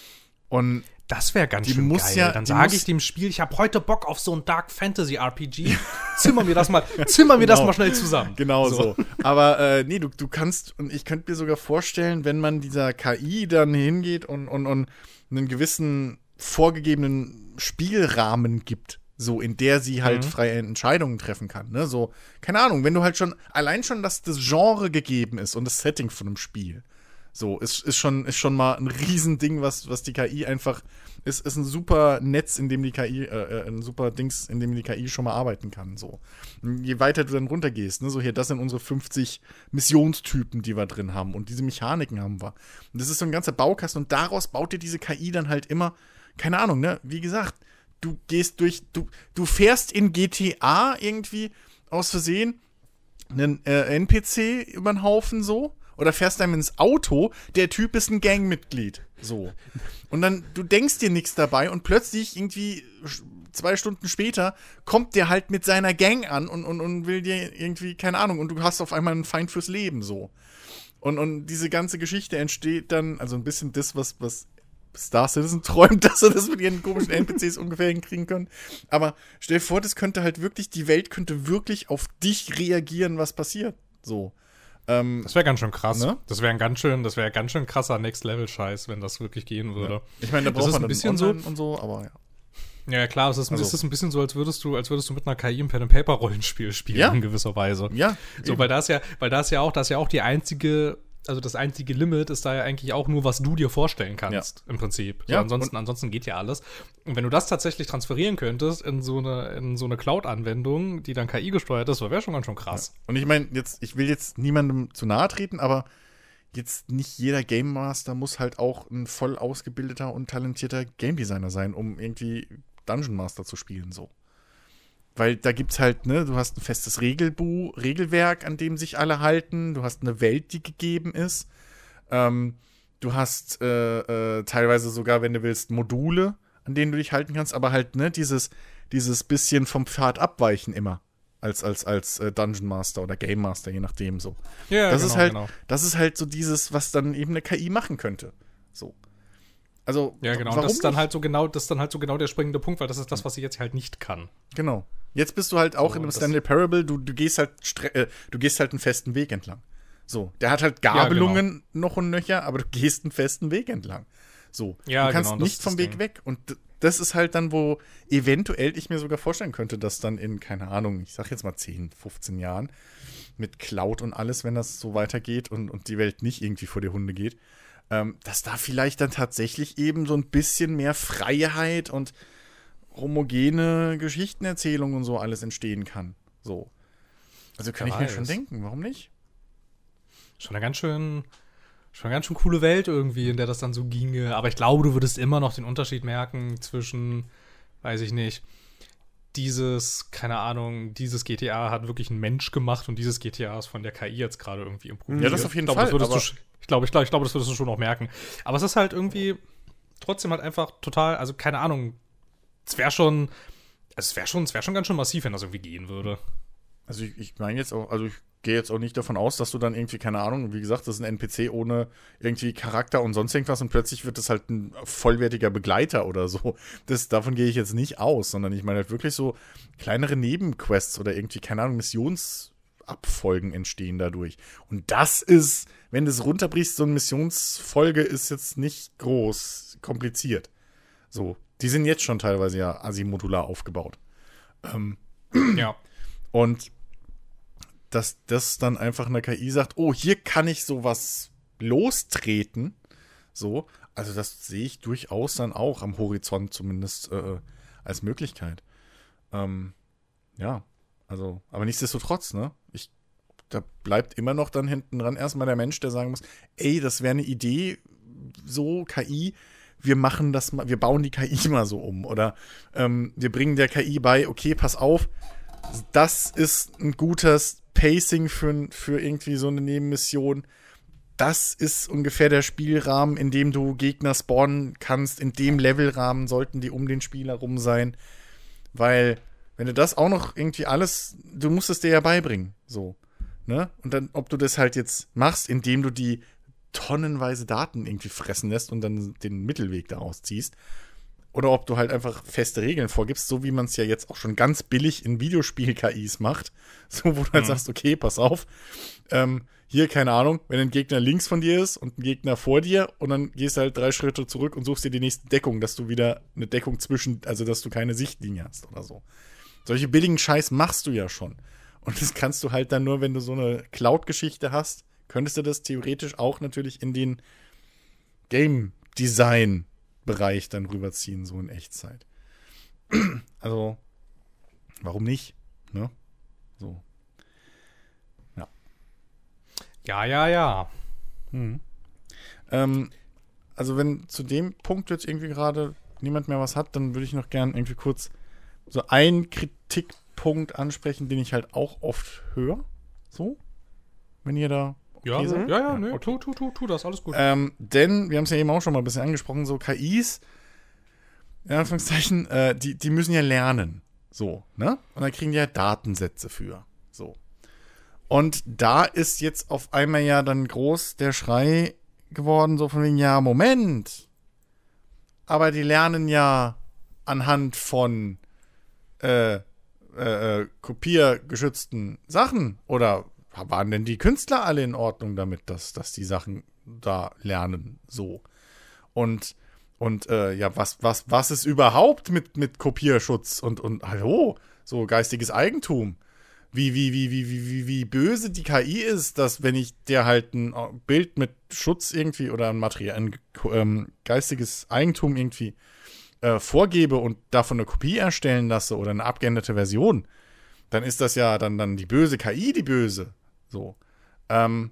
Speaker 2: Und
Speaker 3: Das wäre ganz
Speaker 2: Die
Speaker 3: schön
Speaker 2: muss
Speaker 3: geil.
Speaker 2: ja-
Speaker 3: Dann
Speaker 2: die
Speaker 3: sage
Speaker 2: muss-
Speaker 3: ich dem Spiel, ich habe heute Bock auf so ein Dark Fantasy R P G. Zimmer mir das mal, zimmer mir das
Speaker 2: Genau.
Speaker 3: mal schnell zusammen.
Speaker 2: Genau so. Aber äh, nee, du, du kannst, und ich könnte mir sogar vorstellen, wenn man dieser K I dann hingeht und, und, und einen gewissen vorgegebenen Spielrahmen gibt, so in der sie halt
Speaker 3: Mhm.
Speaker 2: freie Entscheidungen treffen kann. Ne? So, keine Ahnung, wenn du halt schon, allein schon, dass das Genre gegeben ist und das Setting von einem Spiel. So, ist, ist, schon, ist schon mal ein Riesending, was, was die K I einfach, ist, ist ein super Netz, in dem die K I, äh, ein super Dings, in dem die K I schon mal arbeiten kann. So. Und je weiter du dann runtergehst, ne, so hier, das sind unsere fünfzig Missionstypen, die wir drin haben und diese Mechaniken haben wir. Und das ist so ein ganzer Baukasten und daraus baut dir diese K I dann halt immer, keine Ahnung, ne, wie gesagt, du gehst durch, du, du fährst in G T A irgendwie aus Versehen einen äh, N P C über den Haufen so oder fährst einem ins Auto, der Typ ist ein Gangmitglied. So. Und dann, du denkst dir nichts dabei und plötzlich irgendwie sch- zwei Stunden später kommt der halt mit seiner Gang an und, und, und will dir irgendwie, keine Ahnung, und du hast auf einmal einen Feind fürs Leben so. Und, und diese ganze Geschichte entsteht dann, also ein bisschen das, was, was Star Citizen träumt, dass sie das mit ihren komischen N P Cs ungefähr hinkriegen können. Aber stell dir vor, das könnte halt wirklich, die Welt könnte wirklich auf dich reagieren, was passiert. So. Ähm,
Speaker 3: Das wäre ganz schön krass.
Speaker 2: Ne?
Speaker 3: Das wäre ein ganz schön, das wäre ganz schön krasser Next-Level-Scheiß, wenn das wirklich gehen würde.
Speaker 2: ich meine, da
Speaker 3: Das
Speaker 2: braucht
Speaker 3: ist
Speaker 2: man
Speaker 3: ein
Speaker 2: dann
Speaker 3: bisschen so-
Speaker 2: online und so, aber ja.
Speaker 3: Ja, ja, klar, es ist,
Speaker 2: Also-
Speaker 3: es ist ein bisschen so, als würdest du, als würdest du mit einer K I ein Pen-and-Paper-Rollenspiel spielen,
Speaker 2: Ja.
Speaker 3: in gewisser Weise.
Speaker 2: Ja,
Speaker 3: So,
Speaker 2: eben.
Speaker 3: weil das ja, weil das ja auch, das ist ja auch die einzige, also das einzige Limit ist da ja eigentlich auch nur, was du dir vorstellen kannst, im Prinzip. So,
Speaker 2: Ja,
Speaker 3: ansonsten, ansonsten geht ja alles. Und wenn du das tatsächlich transferieren könntest in so eine, in so eine Cloud-Anwendung, die dann K I gesteuert ist, wäre schon ganz schön krass.
Speaker 2: Und ich meine, jetzt, ich will jetzt niemandem zu nahe treten, aber jetzt nicht jeder Game Master muss halt auch ein voll ausgebildeter und talentierter Game Designer sein, um irgendwie Dungeon Master zu spielen, so. Weil da gibt's halt, ne, du hast ein festes Regelbuch, Regelwerk, an dem sich alle halten, du hast eine Welt, die gegeben ist, ähm, du hast äh, äh, teilweise sogar, wenn du willst, Module, an denen du dich halten kannst, aber halt, ne, dieses, dieses bisschen vom Pfad abweichen immer. Als, als, als äh, Dungeon Master oder Game Master, je nachdem so.
Speaker 3: Ja,
Speaker 2: das ist halt, das ist halt so dieses, was dann eben eine K I machen könnte. So. Also,
Speaker 3: Ja, genau.
Speaker 2: warum
Speaker 3: Das ist dann
Speaker 2: nicht?
Speaker 3: halt so genau, das ist dann halt so genau der springende Punkt, weil das ist das, was sie jetzt halt nicht kann.
Speaker 2: Genau. Jetzt bist du halt auch
Speaker 3: So,
Speaker 2: in einem
Speaker 3: das-
Speaker 2: Stanley Parable, du, du gehst halt stre- äh, du gehst halt einen festen Weg entlang. So, der hat halt
Speaker 3: Ja,
Speaker 2: Gabelungen noch und nöcher, aber du gehst einen festen Weg entlang. So,
Speaker 3: Ja,
Speaker 2: du kannst
Speaker 3: genau, das
Speaker 2: nicht
Speaker 3: ist
Speaker 2: vom
Speaker 3: das
Speaker 2: Weg
Speaker 3: Ding.
Speaker 2: weg. Und d- das ist halt dann, wo eventuell ich mir sogar vorstellen könnte, dass dann in, keine Ahnung, ich sag jetzt mal zehn, fünfzehn Jahren mit Cloud und alles, wenn das so weitergeht und, und die Welt nicht irgendwie vor die Hunde geht, ähm, dass da vielleicht dann tatsächlich eben so ein bisschen mehr Freiheit und homogene Geschichtenerzählung und so alles entstehen kann. So. Also kann
Speaker 3: Wer
Speaker 2: ich mir
Speaker 3: weiß.
Speaker 2: schon denken, warum nicht?
Speaker 3: Schon eine ganz schön, schon eine ganz schön coole Welt irgendwie, in der das dann so ginge. Aber ich glaube, du würdest immer noch den Unterschied merken zwischen, weiß ich nicht, dieses, keine Ahnung, dieses G T A hat wirklich ein Mensch gemacht und dieses G T A ist von der K I jetzt gerade irgendwie improvisiert.
Speaker 2: Ja, das auf jeden
Speaker 3: ich glaub,
Speaker 2: Fall,
Speaker 3: Das würdest
Speaker 2: aber-
Speaker 3: du, sch- ich glaube, ich, glaub, ich glaube, das würdest du schon noch merken. Aber es ist halt irgendwie trotzdem halt einfach total, also keine Ahnung, es wäre schon, es wäre schon, es wäre schon ganz schön massiv, wenn das irgendwie gehen würde.
Speaker 2: Also ich, ich meine jetzt auch, also ich gehe jetzt auch nicht davon aus, dass du dann irgendwie, keine Ahnung, wie gesagt, das ist ein N P C ohne irgendwie Charakter und sonst irgendwas und plötzlich wird das halt ein vollwertiger Begleiter oder so. Das, davon gehe ich jetzt nicht aus, sondern ich meine halt wirklich so kleinere Nebenquests oder irgendwie, keine Ahnung, Missionsabfolgen entstehen dadurch. Und das ist, wenn du es runterbrichst, so eine Missionsfolge ist jetzt nicht groß kompliziert. So, die sind jetzt schon teilweise ja asimodular aufgebaut. Ähm,
Speaker 3: Ja.
Speaker 2: Und dass das dann einfach eine K I sagt, oh, hier kann ich sowas lostreten. So, also das sehe ich durchaus dann auch am Horizont zumindest äh, als Möglichkeit. Ähm, ja, also, aber nichtsdestotrotz, ne? Ich, da bleibt immer noch dann hinten dran erstmal der Mensch, der sagen muss, ey, das wäre eine Idee, so K I, wir machen das mal, wir bauen die K I mal so um. Oder ähm, wir bringen der K I bei, okay, pass auf, das ist ein gutes Pacing für, für irgendwie so eine Nebenmission. Das ist ungefähr der Spielrahmen, in dem du Gegner spawnen kannst. In dem Levelrahmen sollten die um den Spieler rum sein. Weil, wenn du das auch noch irgendwie alles, du musst es dir ja beibringen. So. Ne? Und dann, ob du das halt jetzt machst, indem du die tonnenweise Daten irgendwie fressen lässt und dann den Mittelweg daraus ziehst. Oder ob du halt einfach feste Regeln vorgibst, so wie man es ja jetzt auch schon ganz billig in Videospiel-K Is macht. So, wo du halt mhm. sagst, okay, pass auf, ähm, hier, keine Ahnung, wenn ein Gegner links von dir ist und ein Gegner vor dir und dann gehst du halt drei Schritte zurück und suchst dir die nächste Deckung, dass du wieder eine Deckung zwischen, also dass du keine Sichtlinie hast oder so. Solche billigen Scheiß machst du ja schon. Und das kannst du halt dann nur, wenn du so eine Cloud-Geschichte hast, könntest du das theoretisch auch natürlich in den Game-Design Bereich dann rüberziehen, so in Echtzeit. Also, warum nicht? Ne? So. Ja.
Speaker 3: Ja, ja, ja.
Speaker 2: Mhm. Ähm, also, wenn zu dem Punkt jetzt irgendwie gerade niemand mehr was hat, dann würde ich noch gern irgendwie kurz so einen Kritikpunkt ansprechen, den ich halt auch oft höre. So. Wenn ihr da
Speaker 3: Ja,
Speaker 2: okay,
Speaker 3: ja, ja, ja, nee,
Speaker 2: okay.
Speaker 3: tu, tu, tu, tu das, alles gut.
Speaker 2: Ähm, denn, wir haben es ja eben auch schon mal ein bisschen angesprochen, so K Is, in Anführungszeichen, äh, die, die müssen ja lernen. So, ne? Und dann kriegen die ja Datensätze für. So. Und da ist jetzt auf einmal ja dann groß der Schrei geworden, so von wegen, ja, Moment. Aber die lernen ja anhand von äh, äh, kopiergeschützten Sachen oder waren denn die Künstler alle in Ordnung damit, dass, dass die Sachen da lernen, so? Und, und äh, ja, was, was, was ist überhaupt mit, mit Kopierschutz und, und hallo, so geistiges Eigentum? Wie, wie, wie, wie, wie, wie, wie böse die K I ist, dass wenn ich der halt ein Bild mit Schutz irgendwie oder ein Material, ein ähm, geistiges Eigentum irgendwie äh, vorgebe und davon eine Kopie erstellen lasse oder eine abgeänderte Version, dann ist das ja dann, dann die böse K I, die böse. So. Ähm,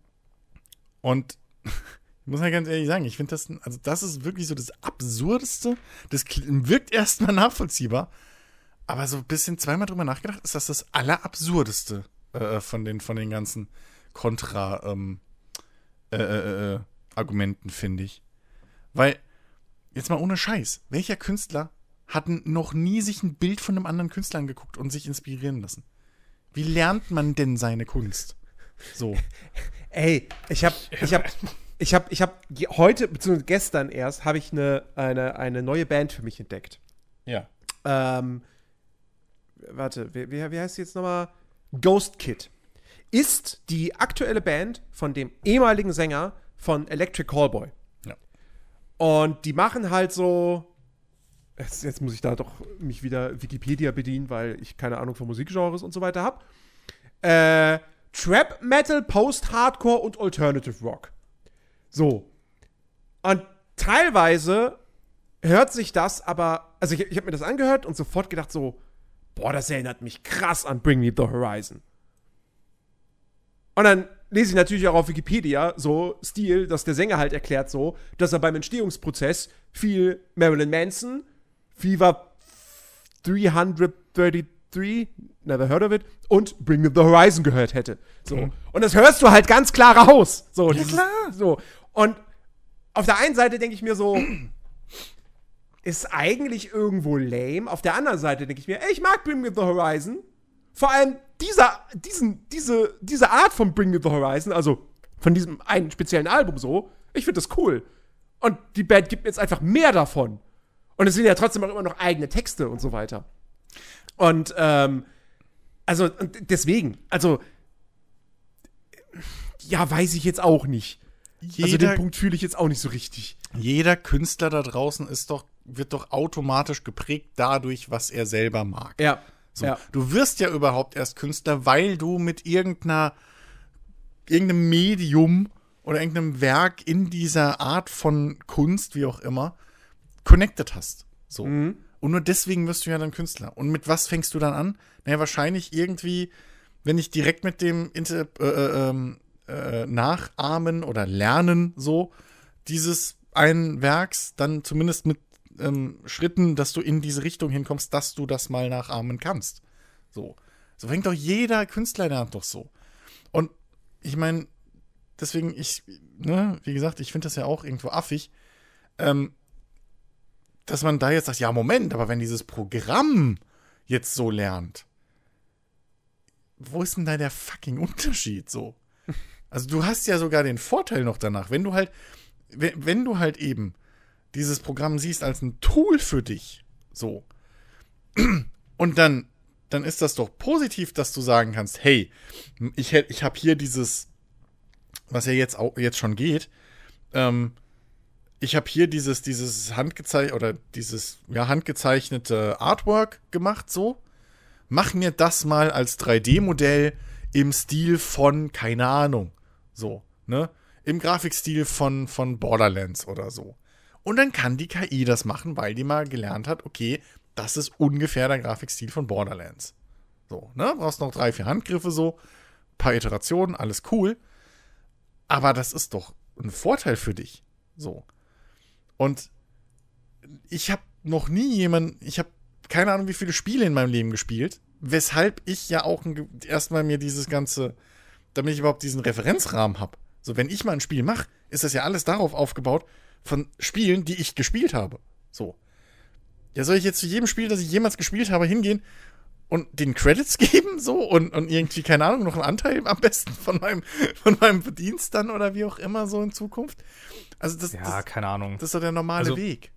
Speaker 2: und ich muss ja ganz ehrlich sagen, ich finde das, also das ist wirklich so das Absurdeste. Das wirkt erstmal nachvollziehbar, aber so ein bisschen zweimal drüber nachgedacht, ist das das Allerabsurdeste äh, von, den, von den ganzen Kontra-Argumenten, ähm, äh, äh, Argumenten, finde ich. Weil, jetzt mal ohne Scheiß, welcher Künstler hat noch nie sich ein Bild von einem anderen Künstler angeguckt und sich inspirieren lassen? Wie lernt man denn seine Kunst? So.
Speaker 1: Ey, ich hab, ich hab, ich hab, ich hab heute, beziehungsweise gestern erst, habe ich eine, eine, eine neue Band für mich entdeckt.
Speaker 2: Ja.
Speaker 1: Ähm, warte, wie, wie, wie heißt sie jetzt nochmal? Ghost Kid. Ist die aktuelle Band von dem ehemaligen Sänger von Electric Callboy.
Speaker 2: Ja.
Speaker 1: Und die machen halt so. Jetzt, jetzt muss ich da doch mich wieder Wikipedia bedienen, weil ich keine Ahnung von Musikgenres und so weiter habe. Äh, Trap Metal, Post-Hardcore und Alternative Rock. So. Und teilweise hört sich das aber, also ich, ich habe mir das angehört und sofort gedacht so, boah, das erinnert mich krass an Bring Me the Horizon. Und dann lese ich natürlich auch auf Wikipedia so Stil, dass der Sänger halt erklärt so, dass er beim Entstehungsprozess viel Marilyn Manson, Fever dreihundertdreiunddreißig, never heard of it, und Bring Me the Horizon gehört hätte. So. Mhm. Und das hörst du halt ganz klar raus. So,
Speaker 2: ja,
Speaker 1: dieses,
Speaker 2: klar.
Speaker 1: So. Und auf der einen Seite denke ich mir so, ist eigentlich irgendwo lame. Auf der anderen Seite denke ich mir, ey, ich mag Bring Me the Horizon. Vor allem dieser, diesen, diese, diese Art von Bring Me the Horizon, also von diesem einen speziellen Album so, ich finde das cool. Und die Band gibt mir jetzt einfach mehr davon. Und es sind ja trotzdem auch immer noch eigene Texte und so weiter. Und, ähm, also, und deswegen, also, Ja, weiß ich jetzt auch nicht.
Speaker 2: Jeder,
Speaker 1: also den Punkt fühle ich jetzt auch nicht so richtig.
Speaker 2: Jeder Künstler da draußen ist doch, wird doch automatisch geprägt dadurch, was er selber mag.
Speaker 1: Ja.
Speaker 2: So,
Speaker 1: ja.
Speaker 2: Du wirst ja überhaupt erst Künstler, weil du mit irgendeiner, irgendeinem Medium oder irgendeinem Werk in dieser Art von Kunst, wie auch immer, connected hast. So.
Speaker 1: Mhm.
Speaker 2: Und nur deswegen wirst du ja dann Künstler. Und mit was fängst du dann an? Naja, wahrscheinlich irgendwie, wenn ich direkt mit dem Inter äh, äh, äh, Nachahmen oder Lernen so dieses einen Werks, dann zumindest mit ähm, Schritten, dass du in diese Richtung hinkommst, dass du das mal nachahmen kannst. So. So fängt doch jeder Künstler lernt doch so. Und ich meine, deswegen, ich, ne, wie gesagt, ich finde das ja auch irgendwo affig, ähm, dass man da jetzt sagt, ja, Moment, aber wenn dieses Programm jetzt so lernt, wo ist denn da der fucking Unterschied so? Also du hast ja sogar den Vorteil noch danach, wenn du halt, wenn, wenn du halt eben dieses Programm siehst als ein Tool für dich, so, und dann, dann ist das doch positiv, dass du sagen kannst, hey, ich, ich habe hier dieses, was ja jetzt auch jetzt schon geht, ähm, ich habe hier dieses, dieses handgezeichnete oder dieses ja, handgezeichnete Artwork gemacht, so. Mach mir das mal als drei D-Modell im Stil von, keine Ahnung, so, ne? Im Grafikstil von, von Borderlands oder so. Und dann kann die K I das machen, weil die mal gelernt hat, okay, das ist ungefähr der Grafikstil von Borderlands. So, ne? Brauchst noch drei, vier Handgriffe so, paar Iterationen, alles cool. Aber das ist doch ein Vorteil für dich. So. Und ich habe noch nie jemanden, ich habe keine Ahnung, wie viele Spiele in meinem Leben gespielt, weshalb ich ja auch ein, erstmal mir dieses ganze, damit ich überhaupt diesen Referenzrahmen habe. So, wenn ich mal ein Spiel mache, ist das ja alles darauf aufgebaut von Spielen, die ich gespielt habe. So. Ja, soll ich jetzt zu jedem Spiel, das ich jemals gespielt habe, hingehen und den Credits geben, so, und, und irgendwie, keine Ahnung, noch einen Anteil am besten von meinem, von meinem Verdienst dann oder wie auch immer so in Zukunft? Also das,
Speaker 3: Ja,
Speaker 2: das,
Speaker 3: keine Ahnung.
Speaker 2: das ist doch der normale
Speaker 3: Also,
Speaker 2: Weg.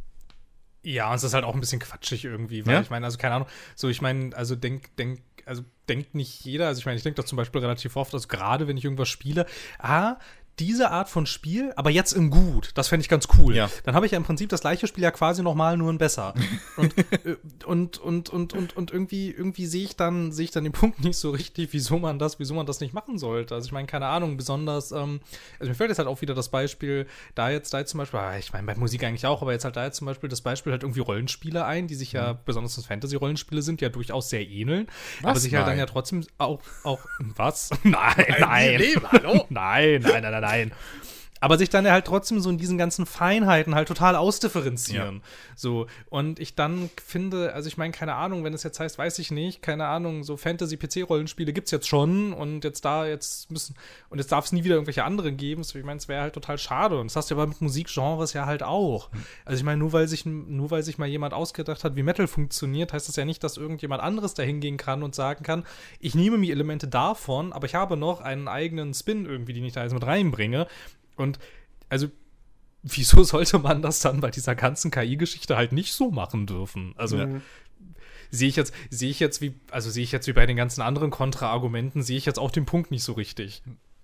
Speaker 3: Ja, und es ist halt auch ein bisschen quatschig irgendwie, weil
Speaker 2: Ja?
Speaker 3: ich meine, also keine Ahnung, so ich meine, also denk, denk, also denkt nicht jeder, also ich meine, ich denke doch zum Beispiel relativ oft, also gerade wenn ich irgendwas spiele, ah, diese Art von Spiel, aber jetzt in gut. Das fände ich ganz cool.
Speaker 2: Ja.
Speaker 3: Dann habe ich ja im Prinzip das gleiche Spiel ja quasi nochmal, nur in besser. Und, äh, und, und, und, und, und irgendwie, irgendwie sehe ich dann, sehe ich dann den Punkt nicht so richtig, wieso man das, wieso man das nicht machen sollte. Also ich meine, keine Ahnung, besonders, ähm, also mir fällt jetzt halt auch wieder das Beispiel, da jetzt, da jetzt zum Beispiel, ich meine, bei Musik eigentlich auch, aber jetzt halt da jetzt zum Beispiel das Beispiel halt irgendwie Rollenspiele ein, die sich ja, mhm. besonders Fantasy-Rollenspiele sind, ja durchaus sehr ähneln.
Speaker 2: Was?
Speaker 3: Aber sich halt
Speaker 2: Nein.
Speaker 3: dann ja trotzdem auch, auch, was? Nein, nein.
Speaker 2: Nein, nee, hallo?
Speaker 3: Nein, nein, nein, nein. Nein. Aber sich dann halt trotzdem so in diesen ganzen Feinheiten halt total ausdifferenzieren. Ja. So, und ich dann finde, also ich meine, keine Ahnung, wenn es jetzt heißt, weiß ich nicht, keine Ahnung, so Fantasy-P C-Rollenspiele gibt's jetzt schon und jetzt da, jetzt müssen, und jetzt darf es nie wieder irgendwelche anderen geben. So, ich meine, es wäre halt total schade. Und das hast du ja aber mit Musikgenres ja halt auch. Mhm. Also ich meine, nur weil sich, nur weil sich mal jemand ausgedacht hat, wie Metal funktioniert, heißt das ja nicht, dass irgendjemand anderes da hingehen kann und sagen kann, ich nehme mir Elemente davon, aber ich habe noch einen eigenen Spin irgendwie, den ich da jetzt mit reinbringe. Und also, wieso sollte man das dann bei dieser ganzen K I-Geschichte halt nicht so machen dürfen? Also, ja. sehe ich jetzt, sehe ich jetzt wie, also sehe ich jetzt wie bei den ganzen anderen Kontraargumenten, sehe ich jetzt auch den Punkt nicht so richtig.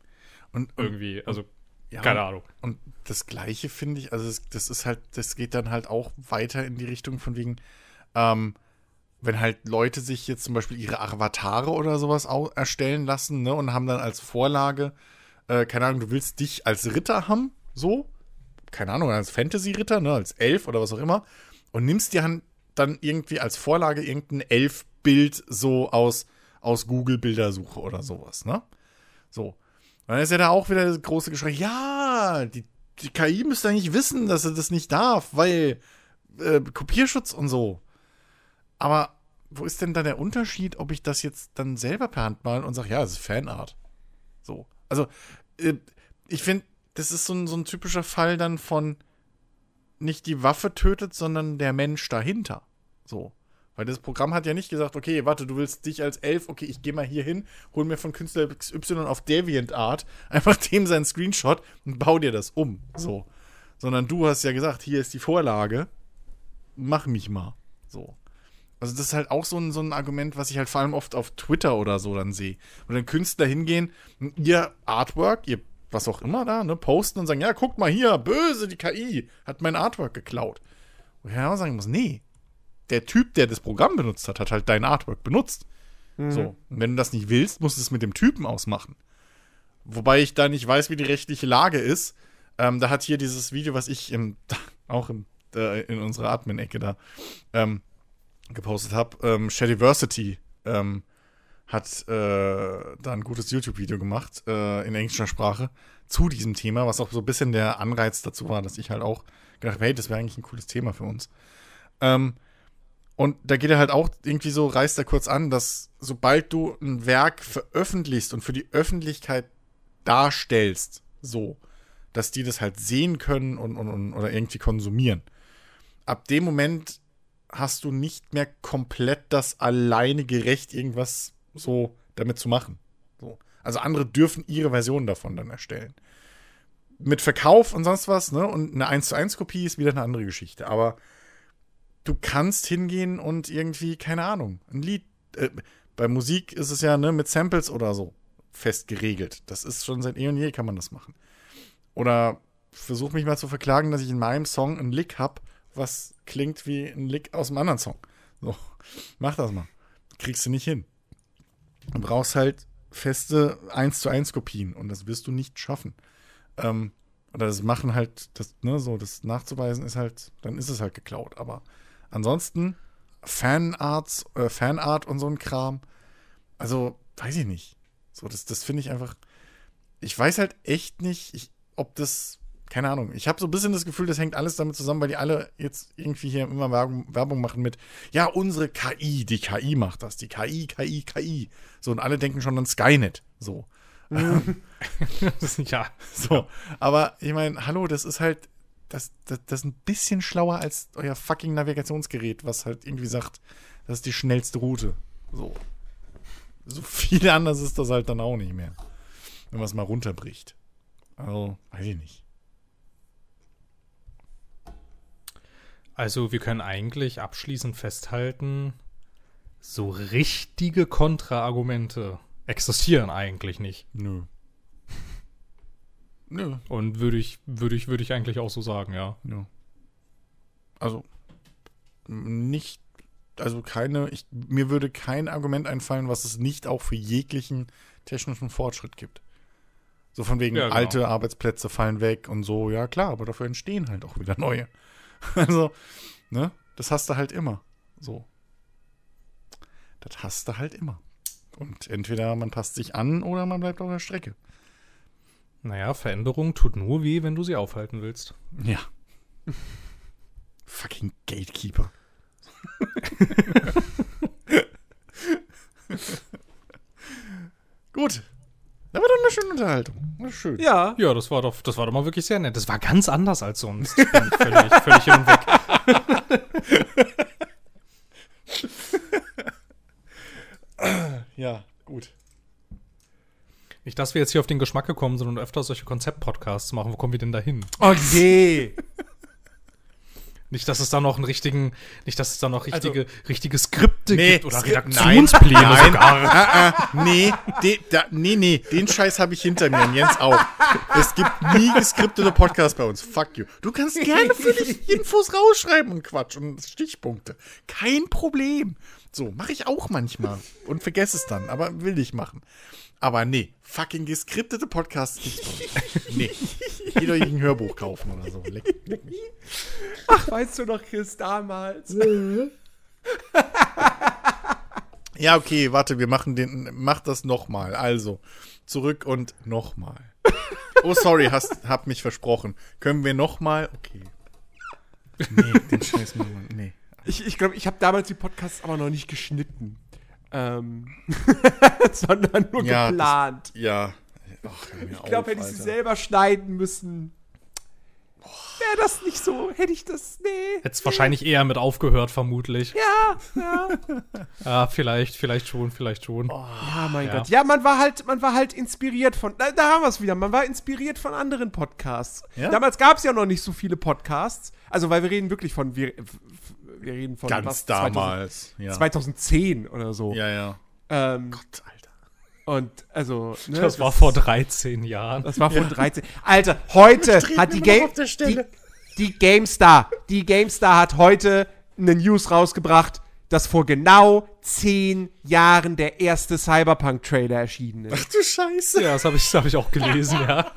Speaker 3: Und, und irgendwie, also, ja, keine Ahnung.
Speaker 2: Und das Gleiche finde ich, also das, das ist halt, das geht dann halt auch weiter in die Richtung von wegen, ähm, wenn halt Leute sich jetzt zum Beispiel ihre Avatare oder sowas erstellen lassen, ne, und haben dann als Vorlage Äh, keine Ahnung, du willst dich als Ritter haben, so, keine Ahnung, als Fantasy-Ritter, ne, als Elf oder was auch immer, und nimmst dir dann irgendwie als Vorlage irgendein Elf-Bild so aus, aus Google-Bildersuche oder sowas, ne? So. Und dann ist ja da auch wieder das große Geschrei, ja, die, die K I müsste eigentlich wissen, dass sie das nicht darf, weil äh, Kopierschutz und so. Aber wo ist denn da der Unterschied, ob ich das jetzt dann selber per Hand male und sage, ja, das ist Fanart. So. Also, äh, ich finde, das ist so ein, so ein typischer Fall dann von nicht die Waffe tötet, sondern der Mensch dahinter. So. Weil das Programm hat ja nicht gesagt, okay, warte, du willst dich als Elf, okay, ich gehe mal hier hin, hol mir von Künstler X Y auf DeviantArt einfach dem seinen Screenshot und bau dir das um. So. Sondern du hast ja gesagt, hier ist die Vorlage, mach mich mal. So. Also das ist halt auch so ein, so ein Argument, was ich halt vor allem oft auf Twitter oder so dann sehe. Und dann Künstler hingehen, ihr Artwork, ihr was auch immer da, ne, posten und sagen, ja, guckt mal hier, böse, die K I hat mein Artwork geklaut. Wo ich auch sagen muss, nee, der Typ, der das Programm benutzt hat, hat halt dein Artwork benutzt. Mhm. So, und wenn du das nicht willst, musst du es mit dem Typen ausmachen. Wobei ich da nicht weiß, wie die rechtliche Lage ist. Ähm, da hat hier dieses Video, was ich im, auch im, äh, in unserer Admin-Ecke da ähm, gepostet habe, ähm, Shadiversity ähm, hat äh, da ein gutes YouTube-Video gemacht äh, in englischer Sprache zu diesem Thema, was auch so ein bisschen der Anreiz dazu war, dass ich halt auch gedacht habe, hey, das wäre eigentlich ein cooles Thema für uns. Ähm, und da geht er halt auch irgendwie so, reißt er kurz an, dass sobald du ein Werk veröffentlichst und für die Öffentlichkeit darstellst, so, dass die das halt sehen können und, und, und oder irgendwie konsumieren, ab dem Moment hast du nicht mehr komplett das alleinige Recht, irgendwas so damit zu machen. So. Also andere dürfen ihre Version davon dann erstellen. Mit Verkauf und sonst was, ne? Und eine eins zu eins Kopie ist wieder eine andere Geschichte. Aber du kannst hingehen und irgendwie, keine Ahnung, ein Lied, äh, bei Musik ist es ja, ne, mit Samples oder so fest geregelt. Das ist schon seit eh und je kann man das machen. Oder versuch mich mal zu verklagen, dass ich in meinem Song einen Lick hab, was klingt wie ein Lick aus einem anderen Song. So, mach das mal. Kriegst du nicht hin. Du brauchst halt feste eins zu eins Kopien und das wirst du nicht schaffen. Ähm, oder das machen halt, das, ne, so, das nachzuweisen ist halt, dann ist es halt geklaut. Aber ansonsten Fanarts, äh, Fanart und so ein Kram, also, weiß ich nicht. So, das, das finde ich einfach, ich weiß halt echt nicht, ich, ob das, keine Ahnung, ich habe so ein bisschen das Gefühl, das hängt alles damit zusammen, weil die alle jetzt irgendwie hier immer Werbung, Werbung machen mit, ja, unsere K I, die K I macht das, die K I, K I, K I. So, und alle denken schon an Skynet, so.
Speaker 3: Ja.
Speaker 2: So, aber ich meine, hallo, das ist halt, das, das, das ist ein bisschen schlauer als euer fucking Navigationsgerät, was halt irgendwie sagt, das ist die schnellste Route. So. So viel anders ist das halt dann auch nicht mehr. Wenn man es mal runterbricht. Also, weiß ich nicht.
Speaker 3: Also wir können eigentlich abschließend festhalten, so richtige Kontraargumente existieren eigentlich nicht.
Speaker 2: Nö. Nö.
Speaker 3: Und würde ich, würde ich, würde ich eigentlich auch so sagen, ja.
Speaker 2: Ja. Also, nicht, also keine, ich, mir würde kein Argument einfallen, was es nicht auch für jeglichen technischen Fortschritt gibt. So von wegen, ja, genau. Alte Arbeitsplätze fallen weg und so, ja klar, aber dafür entstehen halt auch wieder neue. Also, ne, das hast du halt immer. So. Das hast du halt immer. Und entweder man passt sich an oder man bleibt auf der Strecke.
Speaker 3: Naja, Veränderung tut nur weh, wenn du sie aufhalten willst.
Speaker 2: Ja. Fucking Gatekeeper. Gut. Das war doch eine schöne Unterhaltung. War schön.
Speaker 3: Ja. Ja, das war doch, das war doch mal wirklich sehr nett. Das war ganz anders als sonst. völlig, völlig hin und weg.
Speaker 2: Ja, gut.
Speaker 3: Nicht, dass wir jetzt hier auf den Geschmack gekommen sind und öfter solche Konzept-Podcasts machen. Wo kommen wir denn da hin?
Speaker 1: Oh je!
Speaker 3: Nicht, dass es da noch einen richtigen, nicht, dass es da noch richtige,
Speaker 2: also,
Speaker 3: richtige Skripte
Speaker 2: nee,
Speaker 3: gibt oder
Speaker 2: Skri-
Speaker 3: Redaktionspläne
Speaker 2: nein,
Speaker 3: sogar.
Speaker 2: Nein, äh, äh, nee, de, da, nee, nee, den Scheiß habe ich hinter mir und Jens auch. Es gibt nie geskriptete Podcasts bei uns. Fuck you. Du kannst gerne für dich Infos rausschreiben und Quatsch und Stichpunkte. Kein Problem. So, mache ich auch manchmal und vergesse es dann, aber will ich machen. Aber nee, fucking geskriptete Podcasts gibt's bei uns. Nee. Geht euch ein Hörbuch kaufen oder so. Leck, leck mich.
Speaker 1: Ach, weißt du noch, Chris, damals?
Speaker 2: Ja, okay, warte, wir machen den, mach das nochmal. Also, zurück und nochmal. Oh, sorry, hast, hab mich versprochen. Können wir nochmal? Okay. Nee, den Scheiß machen wir, nee.
Speaker 1: Ich, ich glaube, ich habe damals die Podcasts aber noch nicht geschnitten. Ähm, sondern nur
Speaker 2: ja,
Speaker 1: geplant.
Speaker 2: Das, ja. Ach,
Speaker 1: ich glaube, hätte ich sie selber schneiden müssen, wäre das nicht so. Hätte ich das, nee.
Speaker 3: Hättest nee. wahrscheinlich eher mit aufgehört, vermutlich.
Speaker 1: Ja, ja.
Speaker 3: Ja, vielleicht, vielleicht schon, vielleicht schon.
Speaker 1: Oh, ja, mein ja. Gott. Ja, man war halt, man war halt inspiriert von, da, da haben wir es wieder, man war inspiriert von anderen Podcasts. Ja? Damals gab es ja noch nicht so viele Podcasts. Also, weil wir reden wirklich von, wir, wir reden von
Speaker 2: Ganz
Speaker 1: was,
Speaker 2: damals.
Speaker 1: zweitausend,
Speaker 2: Ja.
Speaker 1: zweitausendzehn oder so.
Speaker 2: ja, ja.
Speaker 1: Ähm,
Speaker 2: Gott, Alter.
Speaker 1: und also, ne,
Speaker 3: Das war vor dreizehn Jahren.
Speaker 1: Das war vor dreizehn. Alter, heute hat die,
Speaker 2: immer noch
Speaker 1: Ga
Speaker 2: auf der
Speaker 1: die,
Speaker 2: Stelle.
Speaker 1: die GameStar, die GameStar hat heute eine News rausgebracht, dass vor genau zehn Jahren der erste Cyberpunk-Trailer erschienen ist.
Speaker 2: Ach du Scheiße.
Speaker 3: Ja, das habe ich, das hab ich auch gelesen, ja.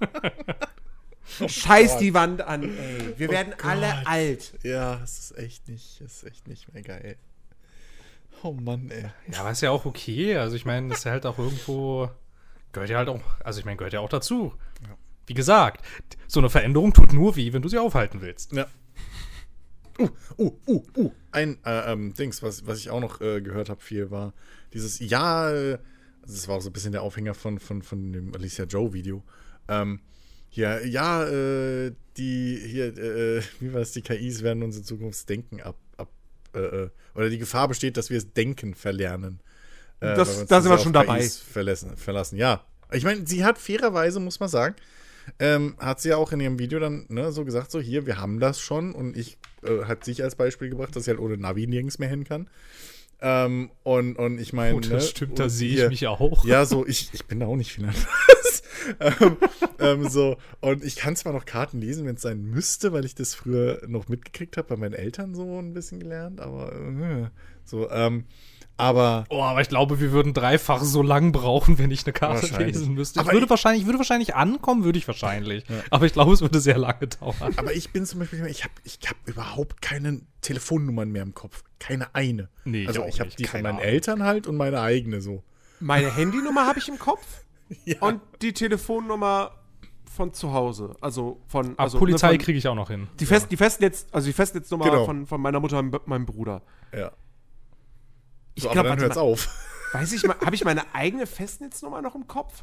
Speaker 1: Scheiß die Wand an, ey. Wir werden alle alt.
Speaker 2: Ja, es ist echt nicht, es ist echt nicht mehr geil. Oh Mann, ey.
Speaker 3: Ja, aber ist ja auch okay. Also ich meine, das ist ja halt auch irgendwo, gehört ja halt auch, also ich meine, gehört ja auch dazu.
Speaker 2: Ja.
Speaker 3: Wie gesagt, so eine Veränderung tut nur weh, wenn du sie aufhalten willst.
Speaker 2: Ja. Uh, uh, uh, uh. Ein äh, ähm, Dings, was, was ich auch noch äh, gehört habe viel, war dieses Ja, äh, also das war auch so ein bisschen der Aufhänger von, von, von dem Alicia Joe Video. Ähm, hier, ja, äh, die, hier, äh, wie war es, die K Is werden uns in Zukunft das Denken ab, ab äh, oder die Gefahr besteht, dass wir es Denken verlernen. Äh,
Speaker 1: Das-
Speaker 2: weil uns
Speaker 1: da sind wir
Speaker 2: zu
Speaker 1: schon
Speaker 2: sehr auf
Speaker 1: dabei.
Speaker 2: K Is Verlassen, verlassen. Ja, ich meine, sie hat fairerweise, muss man sagen, ähm, hat sie ja auch in ihrem Video dann ne, so gesagt, so hier, wir haben das schon und ich äh, hat sich als Beispiel gebracht, dass sie halt ohne Navi nirgends mehr hin kann. Ähm, und, und ich meine,
Speaker 3: Oh, das
Speaker 2: ne,
Speaker 3: stimmt, da
Speaker 2: und
Speaker 3: sehe ich
Speaker 2: hier-
Speaker 3: mich auch.
Speaker 2: Ja, so, ich, ich bin da auch nicht viel anders. ähm, ähm, so, und ich kann zwar noch Karten lesen, wenn es sein müsste, weil ich das früher noch mitgekriegt habe, bei meinen Eltern so ein bisschen gelernt, aber äh, so, ähm, aber
Speaker 3: Oh, aber ich glaube, wir würden dreifach so lang brauchen, wenn ich eine Karte
Speaker 2: Wahrscheinlich.
Speaker 3: lesen müsste. Ich
Speaker 2: Aber
Speaker 3: würde
Speaker 2: ich-
Speaker 3: wahrscheinlich, ich würde wahrscheinlich ankommen, würde ich wahrscheinlich. Aber ich glaube, es würde sehr lange dauern.
Speaker 2: Aber ich bin zum Beispiel, ich habe ich hab überhaupt keine Telefonnummern mehr im Kopf. Keine eine.
Speaker 3: Nee, ich
Speaker 2: also
Speaker 3: auch
Speaker 2: ich habe
Speaker 3: nicht.
Speaker 2: die von
Speaker 3: Keine
Speaker 2: meinen
Speaker 3: Ahnung.
Speaker 2: Eltern halt und meine eigene so.
Speaker 1: Meine Handynummer habe ich im Kopf
Speaker 2: Ja.
Speaker 1: und die Telefonnummer von zu Hause. Also von
Speaker 3: Aber
Speaker 1: also,
Speaker 3: Polizei
Speaker 1: ne, von,
Speaker 3: kriege ich auch noch hin.
Speaker 1: die, Fest, die Festnetz, also die Festnetznummer
Speaker 2: Genau.
Speaker 1: von, von meiner Mutter und meinem Bruder.
Speaker 2: Ja.
Speaker 1: Ich
Speaker 2: So,
Speaker 1: glaube,
Speaker 2: aber dann hört's auf.
Speaker 1: weiß ich mal, habe ich meine eigene Festnetznummer noch im Kopf?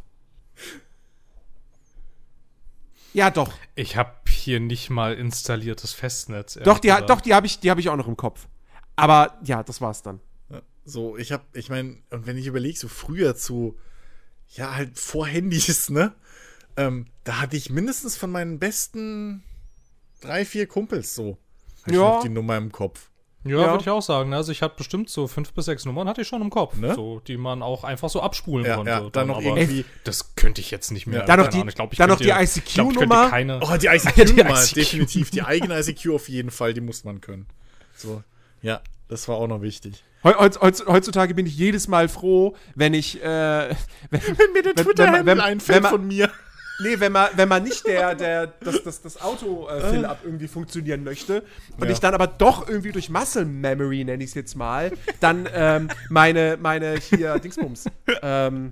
Speaker 1: Ja, doch.
Speaker 3: Ich habe hier nicht mal installiertes Festnetz.
Speaker 1: Doch, die, ha-
Speaker 3: ehrlich
Speaker 1: doch, die habe ich, die habe ich auch noch im Kopf. Aber ja, das war's dann.
Speaker 2: Ja. So, ich habe, ich meine, und wenn ich überlege, so früher zu, ja, halt vor Handys, ne? Ähm, da hatte ich mindestens von meinen besten drei, vier Kumpels so. Hatte ich
Speaker 1: Ja.
Speaker 2: noch die Nummer im Kopf.
Speaker 3: Ja,
Speaker 1: Ja.
Speaker 3: würde ich auch sagen. Also ich hatte bestimmt so fünf bis sechs Nummern, hatte ich schon im Kopf.
Speaker 2: Ne?
Speaker 3: So, die man auch einfach so abspulen
Speaker 2: Ja,
Speaker 3: konnte.
Speaker 2: ja, dann noch
Speaker 3: aber
Speaker 2: irgendwie-
Speaker 3: das könnte ich jetzt nicht mehr.
Speaker 2: Ja.
Speaker 1: Dann noch
Speaker 3: Keine
Speaker 1: die-
Speaker 3: Ahnung, ich glaub, ich
Speaker 1: dann noch
Speaker 3: könnte-
Speaker 1: die
Speaker 3: ich glaub, ich könnte
Speaker 1: I C Q-Nummer.
Speaker 3: keine-
Speaker 2: Oh, die I C
Speaker 3: Ja, die
Speaker 2: Q-Nummer,
Speaker 3: I C Q.
Speaker 2: definitiv. Die eigene I C Q auf jeden Fall, die muss man können. So, ja, das war auch noch wichtig.
Speaker 1: Heu- heutz- heutz- Heutzutage bin ich jedes Mal froh, wenn ich, äh, wenn,
Speaker 2: Wenn mir der
Speaker 1: Wenn-
Speaker 2: Twitter-Handle
Speaker 1: wenn- wenn-
Speaker 2: einfällt
Speaker 1: wenn man-
Speaker 2: von mir.
Speaker 1: nee, wenn man, wenn man nicht der, der, das, das, das Auto-Fill-Up irgendwie funktionieren möchte und
Speaker 2: Ja.
Speaker 1: ich dann aber doch irgendwie durch Muscle Memory, nenne ich es jetzt mal, dann ähm, meine, meine hier Dingsbums, ähm,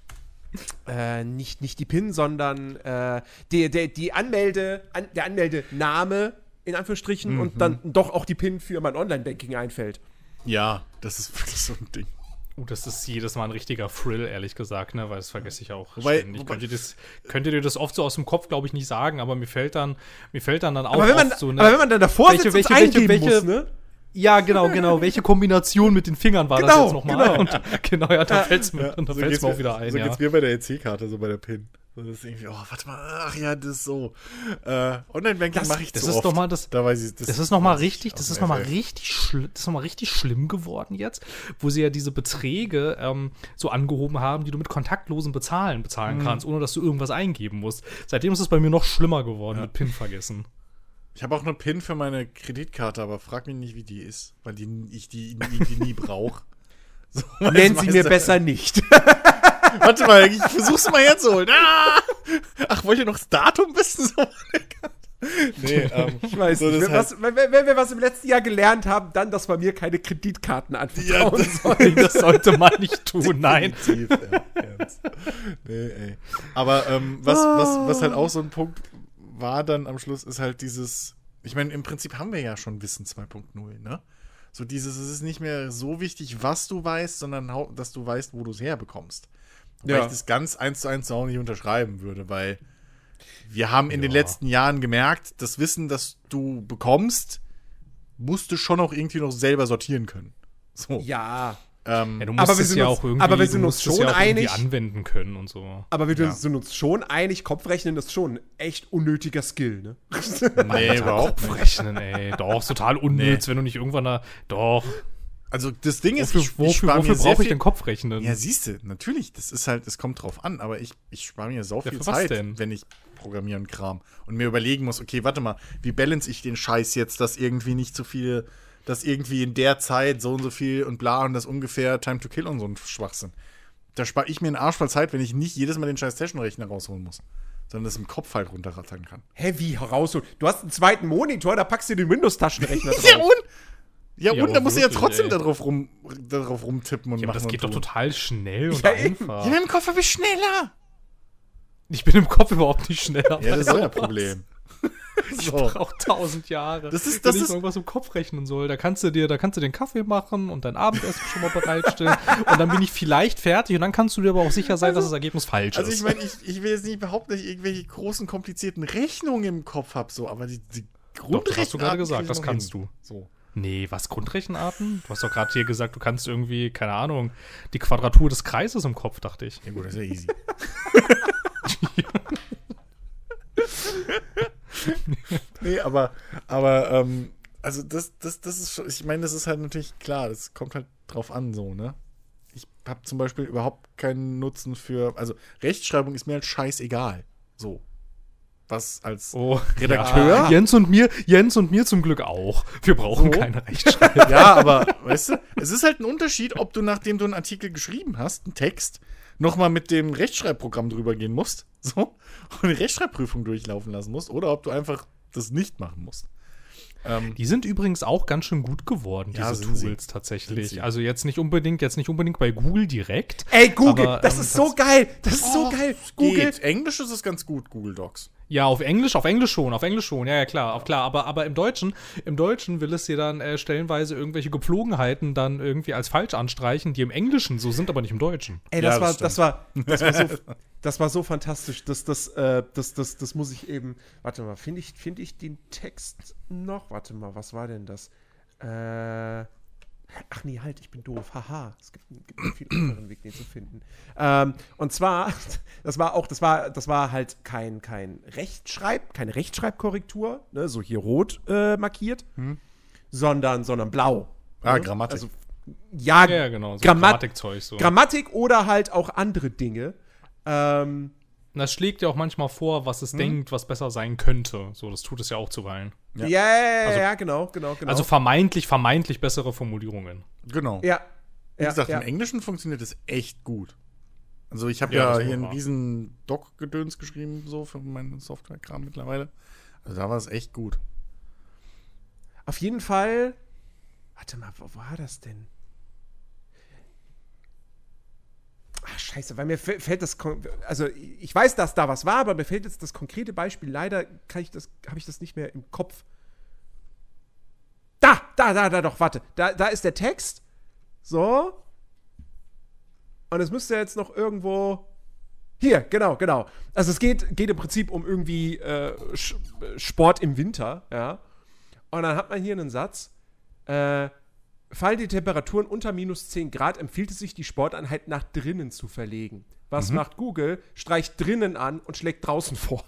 Speaker 1: äh, nicht, nicht die PIN, sondern äh, die, die, die Anmelde, an, der Anmeldename in Anführungsstrichen und dann doch auch die PIN für mein Online-Banking einfällt.
Speaker 2: Ja, das ist wirklich so ein Ding.
Speaker 3: Oh, das ist jedes Mal ein richtiger Thrill, ehrlich gesagt, ne? Weil das vergesse ich auch
Speaker 2: Wobei-
Speaker 3: ständig.
Speaker 2: wobei-
Speaker 3: Könnt ihr, das, könnt ihr dir das oft so aus dem Kopf, glaube ich, nicht sagen, aber mir fällt dann, mir fällt dann, dann auch
Speaker 1: Aber wenn, man,
Speaker 3: oft so eine...
Speaker 1: aber wenn man dann davor
Speaker 3: Welche-
Speaker 1: sitzt
Speaker 3: welche-
Speaker 1: und eingeben
Speaker 3: welche- welche-
Speaker 1: muss, ne?
Speaker 3: Ja, genau, genau. Welche Kombination mit den Fingern war das
Speaker 1: Genau,
Speaker 3: jetzt nochmal?
Speaker 1: genau.
Speaker 3: Und genau, ja, da fällt's mir,
Speaker 2: Ja,
Speaker 3: da
Speaker 2: so
Speaker 3: fällt's
Speaker 2: geht's
Speaker 3: mir
Speaker 2: mir
Speaker 3: auch wieder ein,
Speaker 2: So
Speaker 3: ja.
Speaker 2: geht's mir bei der E C-Karte, so bei der PIN. So, das ist irgendwie, oh, warte mal, ach ja, das ist so. Äh, Online-Banking
Speaker 3: Das-
Speaker 2: mache ich
Speaker 3: das
Speaker 2: zu
Speaker 3: ist
Speaker 2: oft.
Speaker 3: doch mal das-
Speaker 2: Da weiß ich,
Speaker 3: Das ist nochmal
Speaker 2: weiß ich
Speaker 3: richtig,
Speaker 2: aus
Speaker 3: das
Speaker 2: dem
Speaker 3: ist nochmal
Speaker 2: F F.
Speaker 3: richtig, schli- das ist noch mal richtig schlimm geworden jetzt, wo sie ja diese Beträge ähm, so angehoben haben, die du mit kontaktlosen Bezahlen bezahlen
Speaker 2: Mhm.
Speaker 3: kannst, ohne dass du irgendwas eingeben musst. Seitdem ist es bei mir noch schlimmer geworden
Speaker 2: Ja.
Speaker 3: mit PIN vergessen.
Speaker 2: Ich habe auch eine PIN für meine Kreditkarte, aber frag mich nicht, wie die ist, weil die, ich die irgendwie nie brauche. So,
Speaker 1: Nennen Sie mir
Speaker 2: meiste-
Speaker 1: besser nicht.
Speaker 2: Warte mal, ich versuch's mal herzuholen. Ah! Ach, wollt ihr noch das Datum wissen? So, nee, ähm,
Speaker 1: Ich weiß
Speaker 2: so,
Speaker 1: nicht.
Speaker 2: das
Speaker 1: Wenn,
Speaker 2: heißt-
Speaker 1: was, wenn, wenn wir was im letzten Jahr gelernt haben, dann, dass man mir keine Kreditkarten
Speaker 2: Ja,
Speaker 1: anvertrauen
Speaker 2: das-
Speaker 1: soll.
Speaker 3: Das sollte man nicht tun, nein.
Speaker 2: Definitiv, ja, ernst. Nee, ey. Aber ähm, was, was, was halt auch so ein Punkt war dann am Schluss, ist halt dieses, ich meine, im Prinzip haben wir ja schon Wissen zwei Punkt null, ne? So dieses, es ist nicht mehr so wichtig, was du weißt, sondern hau- dass du weißt, wo du es herbekommst. Wobei
Speaker 1: Ja.
Speaker 2: ich das ganz eins zu eins auch nicht unterschreiben würde, weil wir haben in den
Speaker 3: Ja.
Speaker 2: letzten Jahren gemerkt, das Wissen, das du bekommst, musst du schon auch irgendwie noch selber sortieren können. So.
Speaker 1: Ja.
Speaker 2: Ähm,
Speaker 3: Ja, du musst
Speaker 1: Aber wir
Speaker 3: es
Speaker 1: sind
Speaker 3: ja
Speaker 1: uns-
Speaker 3: auch irgendwie,
Speaker 1: aber wir
Speaker 3: du
Speaker 1: sind uns
Speaker 3: musst es
Speaker 1: schon
Speaker 3: ja auch irgendwie
Speaker 1: einig-
Speaker 3: anwenden können und so.
Speaker 1: Aber wir
Speaker 2: Ja.
Speaker 1: sind uns schon einig, Kopfrechnen ist schon ein echt unnötiger Skill, ne?
Speaker 2: nee, überhaupt nicht.
Speaker 3: Kopfrechnen, ey. Doch, ist total unnütz, wenn du nicht irgendwann da. Doch.
Speaker 2: Also das Ding ist,
Speaker 3: Wofür,
Speaker 2: ich, ich
Speaker 3: wofür,
Speaker 2: spare
Speaker 3: wofür
Speaker 2: mir sehr
Speaker 3: brauche ich
Speaker 2: viel.
Speaker 3: denn Kopfrechnen?
Speaker 2: Ja, siehst du, natürlich, das ist halt, es kommt drauf an, aber ich, ich spare mir sau viel
Speaker 3: für was
Speaker 2: Zeit,
Speaker 3: denn?
Speaker 2: wenn ich programmieren Kram und mir überlegen muss, okay, warte mal, wie balance ich den Scheiß jetzt, dass irgendwie nicht so viel, dass irgendwie in der Zeit so und so viel und bla und das ungefähr Time to Kill und so ein Schwachsinn. Da spare ich mir einen Arsch voll Zeit, wenn ich nicht jedes Mal den scheiß Taschenrechner rausholen muss, sondern das im Kopf halt runterrattern kann.
Speaker 1: Hä, wie rausholen? Du hast einen zweiten Monitor, da packst du den Windows-Taschenrechner drauf.
Speaker 2: Ja und? Ja,
Speaker 3: Ja,
Speaker 2: und da
Speaker 3: aber
Speaker 2: musst du ja
Speaker 3: wirklich,
Speaker 2: trotzdem
Speaker 3: ey.
Speaker 2: darauf, rum, darauf rumtippen und
Speaker 3: Ja, aber
Speaker 2: machen
Speaker 3: das geht
Speaker 2: und
Speaker 3: doch
Speaker 2: tun.
Speaker 3: total schnell und
Speaker 1: Ja, eben.
Speaker 3: einfach.
Speaker 2: Ja, im Kopf habe ich schneller.
Speaker 3: Ich bin im Kopf überhaupt nicht schneller.
Speaker 2: Ja, das ist euer Problem.
Speaker 3: Ich
Speaker 2: So.
Speaker 3: brauche tausend Jahre.
Speaker 2: Das ist-
Speaker 3: wenn
Speaker 2: das
Speaker 3: ich
Speaker 2: ist-
Speaker 3: irgendwas im Kopf rechnen soll. Da kannst du dir, da kannst du den Kaffee machen und dein Abendessen schon mal bereitstellen. Und dann bin ich vielleicht fertig und dann kannst du dir aber auch sicher sein, dass das Ergebnis falsch
Speaker 2: Also
Speaker 3: ist.
Speaker 2: ich meine, ich, ich will jetzt nicht behaupten, dass ich irgendwelche großen, komplizierten Rechnungen im Kopf habe, so, aber die, die
Speaker 3: Doch, das hast du gerade
Speaker 2: Grundrechenarten
Speaker 3: gesagt,
Speaker 2: krieg ich
Speaker 3: das
Speaker 2: noch
Speaker 3: kannst
Speaker 2: hin.
Speaker 3: du.
Speaker 2: So.
Speaker 3: Nee, was, Grundrechenarten? Du hast doch gerade hier gesagt, du kannst irgendwie, keine Ahnung, die Quadratur des Kreises im Kopf, dachte ich.
Speaker 2: Ja gut, das ist ja easy. nee, aber, aber, ähm, also das, das, das ist schon, ich meine, das ist halt natürlich klar, das kommt halt drauf an, so, ne? Ich habe zum Beispiel überhaupt keinen Nutzen für, also Rechtschreibung ist mir halt scheißegal. So. Was als
Speaker 3: Oh,
Speaker 2: Redakteur?
Speaker 3: Ja, Jens und mir, Jens und mir zum Glück auch. Wir brauchen
Speaker 2: So.
Speaker 3: keine Rechtschreibung.
Speaker 2: Ja, aber, weißt du, es ist halt ein Unterschied, ob du, nachdem du einen Artikel geschrieben hast, einen Text, nochmal mit dem Rechtschreibprogramm drüber gehen musst, so, und eine Rechtschreibprüfung durchlaufen lassen musst, oder ob du einfach das nicht machen musst. Ähm,
Speaker 3: Die sind übrigens auch ganz schön gut geworden,
Speaker 2: Ja,
Speaker 3: diese
Speaker 2: sind sie.
Speaker 3: Tools
Speaker 2: Sind
Speaker 3: tatsächlich.
Speaker 2: sie.
Speaker 3: Also jetzt nicht unbedingt, jetzt nicht unbedingt bei Google direkt.
Speaker 1: Ey, Google,
Speaker 3: Aber,
Speaker 1: das
Speaker 3: ähm,
Speaker 1: ist so geil. Das ist so
Speaker 2: oh,
Speaker 1: geil. Google.
Speaker 2: Geht. Englisch ist es ganz gut, Google Docs.
Speaker 3: Ja, auf Englisch, auf Englisch schon, auf Englisch schon, ja, ja, klar, auf klar, aber, aber im Deutschen, im Deutschen will es dir dann äh, stellenweise irgendwelche Gepflogenheiten dann irgendwie als falsch anstreichen, die im Englischen so sind, aber nicht im Deutschen.
Speaker 1: Ey,
Speaker 2: Ja,
Speaker 1: das,
Speaker 2: das
Speaker 1: war,
Speaker 2: stimmt.
Speaker 1: das, war, das, war so, das war so fantastisch. Das, das, äh, das, das, das muss ich eben. Warte mal, finde ich, find ich den Text noch? Warte mal, was war denn das? Äh. Ach nee, halt, ich bin doof. Haha. Es gibt, gibt einen viel anderen Weg, den zu finden. Ähm, und zwar, das war auch, das war, das war halt kein, kein Rechtschreib, keine Rechtschreibkorrektur, ne, so hier rot äh, markiert, sondern, sondern blau.
Speaker 2: Ah,
Speaker 1: ne?
Speaker 2: Grammatik.
Speaker 1: Also, ja,
Speaker 3: Ja, ja, genau, so
Speaker 1: Grammat
Speaker 3: Grammatikzeug so.
Speaker 1: Grammatik oder halt auch andere Dinge. Ähm,
Speaker 3: Das schlägt ja auch manchmal vor, was
Speaker 1: Hm?
Speaker 3: es denkt, was besser sein könnte. So, das tut es ja auch zuweilen.
Speaker 2: Ja.
Speaker 1: ja, ja, ja,
Speaker 3: Also-
Speaker 1: ja, genau, genau, genau.
Speaker 3: Also vermeintlich, vermeintlich bessere Formulierungen.
Speaker 2: Genau.
Speaker 1: ja.
Speaker 2: Wie
Speaker 1: ja,
Speaker 2: gesagt,
Speaker 1: ja.
Speaker 2: im Englischen funktioniert es echt gut. Also ich habe
Speaker 3: Ja,
Speaker 2: ja,
Speaker 3: das
Speaker 2: hier einen
Speaker 3: war-
Speaker 2: riesen Doc-Gedöns geschrieben, so für meinen Software-Kram mittlerweile. Also da war es echt gut.
Speaker 1: Auf jeden Fall. Warte mal, wo war das denn? Ach, scheiße, weil mir fä- fällt das. kon- Also, ich weiß, dass da was war, aber mir fällt jetzt das konkrete Beispiel. Leider kann ich das, habe ich das nicht mehr im Kopf. Da, da, da, da, doch, warte. Da, da ist der Text. So. Und es müsste jetzt noch irgendwo. Hier, genau, genau. Also es geht, geht im Prinzip um irgendwie äh, Sch- Sport im Winter, ja. Und dann hat man hier einen Satz. Äh, fallen die Temperaturen unter minus zehn Grad, empfiehlt es sich, die Sporteinheit nach drinnen zu verlegen. Was macht Google? Streicht drinnen an und schlägt draußen vor.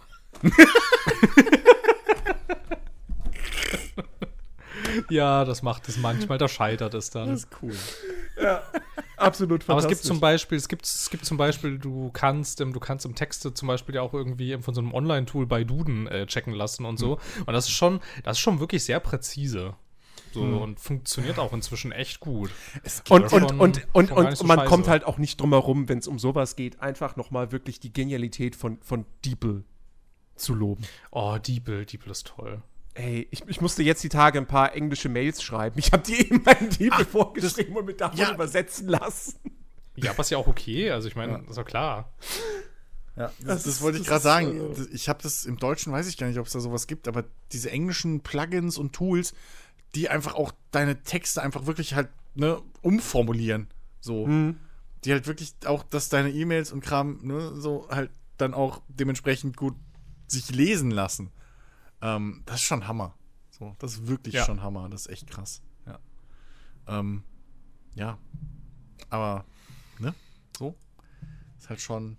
Speaker 3: Ja, das macht es manchmal, da scheitert es dann.
Speaker 2: ist cool.
Speaker 1: Absolut
Speaker 3: Aber es gibt zum Beispiel, es gibt, es gibt zum Beispiel, du kannst, ähm, du kannst im Texte zum Beispiel ja auch irgendwie ähm, von so einem Online-Tool bei Duden äh, checken lassen und so. Und das ist schon, das ist schon wirklich sehr präzise. So, und funktioniert auch inzwischen echt gut.
Speaker 2: Es gibt
Speaker 1: Und,
Speaker 3: Ja,
Speaker 1: und,
Speaker 3: schon-
Speaker 1: und, und,
Speaker 3: schon gar
Speaker 1: und,
Speaker 3: nicht so
Speaker 1: man
Speaker 3: scheiße.
Speaker 1: kommt halt auch nicht drum herum, wenn es um sowas geht, einfach nochmal wirklich die Genialität von, von DeepL zu loben.
Speaker 3: Oh, DeepL, DeepL ist toll.
Speaker 1: Ey, ich, ich musste jetzt die Tage ein paar englische Mails schreiben. Ich habe die eben in DeepL vorgeschrieben und mir davon
Speaker 2: ja.
Speaker 1: übersetzen lassen.
Speaker 3: Ja, aber ist ja auch okay. Also ich meine, ist doch klar.
Speaker 2: Ja, das,
Speaker 1: Das
Speaker 2: das
Speaker 1: ist-
Speaker 2: wollte ich
Speaker 1: das
Speaker 2: gerade
Speaker 1: ist,
Speaker 2: sagen.
Speaker 1: also-
Speaker 2: Das- Ich habe das im Deutschen, weiß ich gar nicht, ob es da sowas gibt, aber diese englischen Plugins und Tools, die einfach auch deine Texte einfach wirklich halt ne, umformulieren. So. Die halt wirklich auch, dass deine E-Mails und Kram ne, so halt dann auch dementsprechend gut sich lesen lassen. Ähm, das ist schon Hammer. So, das ist wirklich
Speaker 3: Ja.
Speaker 2: schon Hammer. Das ist echt krass. Ja. Ähm, ja. Aber, ne? So. Ist halt schon.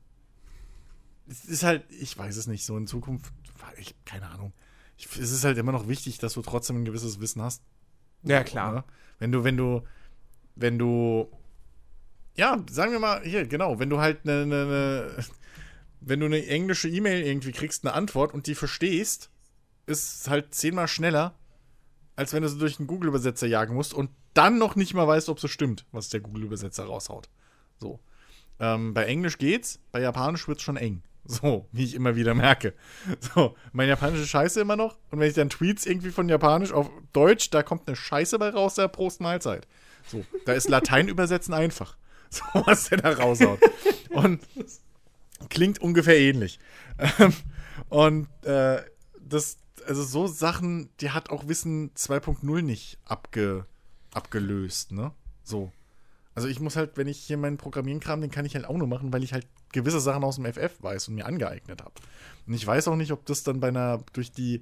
Speaker 2: Es ist halt, ich weiß es nicht, so in Zukunft, ich, keine Ahnung. Ich, es ist halt immer noch wichtig, dass du trotzdem ein gewisses Wissen hast.
Speaker 1: Ja, klar.
Speaker 2: Ne? Wenn du, wenn du, wenn du, ja, sagen wir mal, hier, genau, wenn du halt eine, eine, eine wenn du eine englische E-Mail irgendwie kriegst, eine Antwort und die verstehst, ist es halt zehnmal schneller, als wenn du sie durch einen Google-Übersetzer jagen musst und dann noch nicht mal weißt, ob es stimmt, was der Google-Übersetzer raushaut. So. Ähm, bei Englisch geht's, bei Japanisch wird's schon eng. So, wie ich immer wieder merke. So, mein Japanisch ist scheiße immer noch. Und wenn ich dann Tweets irgendwie von Japanisch auf Deutsch, da kommt eine Scheiße bei raus, der Prost Mahlzeit. So, da ist Latein übersetzen einfach. So, was der da raushaut. Und klingt ungefähr ähnlich. Ähm, und äh, das, also so Sachen, die hat auch Wissen zwei Punkt null nicht abge, abgelöst, ne? So. Also ich muss halt, wenn ich hier meinen Programmierenkram, den kann ich halt auch nur machen, weil ich halt gewisse Sachen aus dem F F weiß und mir angeeignet habe. Und ich weiß auch nicht, ob das dann bei einer, durch die,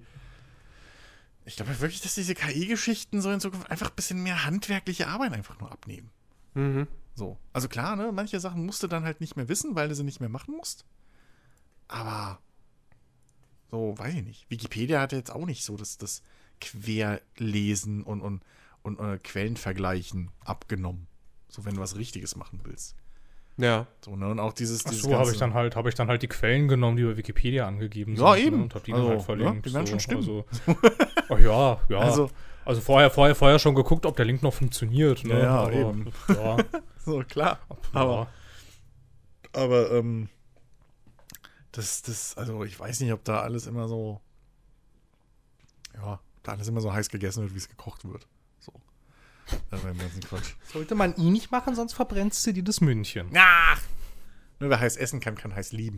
Speaker 2: ich glaube wirklich, dass diese K I-Geschichten so in Zukunft einfach ein bisschen mehr handwerkliche Arbeit einfach nur abnehmen.
Speaker 1: Mhm.
Speaker 2: So. Also klar, ne, manche Sachen musst du dann halt nicht mehr wissen, weil du sie nicht mehr machen musst. Aber so, weiß ich nicht. Wikipedia hat ja jetzt auch nicht so das, das Querlesen und, und, und äh, Quellenvergleichen abgenommen. So, wenn du was Richtiges machen willst.
Speaker 1: Ja.
Speaker 2: So, ne? Und auch dieses.
Speaker 3: Ach
Speaker 2: dieses
Speaker 3: so, habe ich dann halt, habe ich dann halt die Quellen genommen, die bei Wikipedia angegeben
Speaker 2: ja,
Speaker 3: sind.
Speaker 2: eben.
Speaker 3: Ne, und hab die
Speaker 2: also,
Speaker 3: dann halt verlinkt.
Speaker 2: Ne? Die werden
Speaker 3: so.
Speaker 2: schon stimmen.
Speaker 3: Also, oh ja, ja.
Speaker 2: Also,
Speaker 3: also vorher, vorher, vorher schon geguckt, ob der Link noch funktioniert. Ne?
Speaker 2: Ja, ja,
Speaker 3: aber,
Speaker 2: eben.
Speaker 3: Ja.
Speaker 2: So, klar.
Speaker 3: Aber,
Speaker 2: Aber, ähm, das, das, also ich weiß nicht, ob da alles immer so, ja, da alles immer so heiß gegessen wird, wie es gekocht wird. So. Das war im ganzen Quatsch.
Speaker 3: sollte man ihn nicht machen, sonst verbrennst du dir das München.
Speaker 2: Ach! Nur wer heiß essen kann, kann heiß lieben.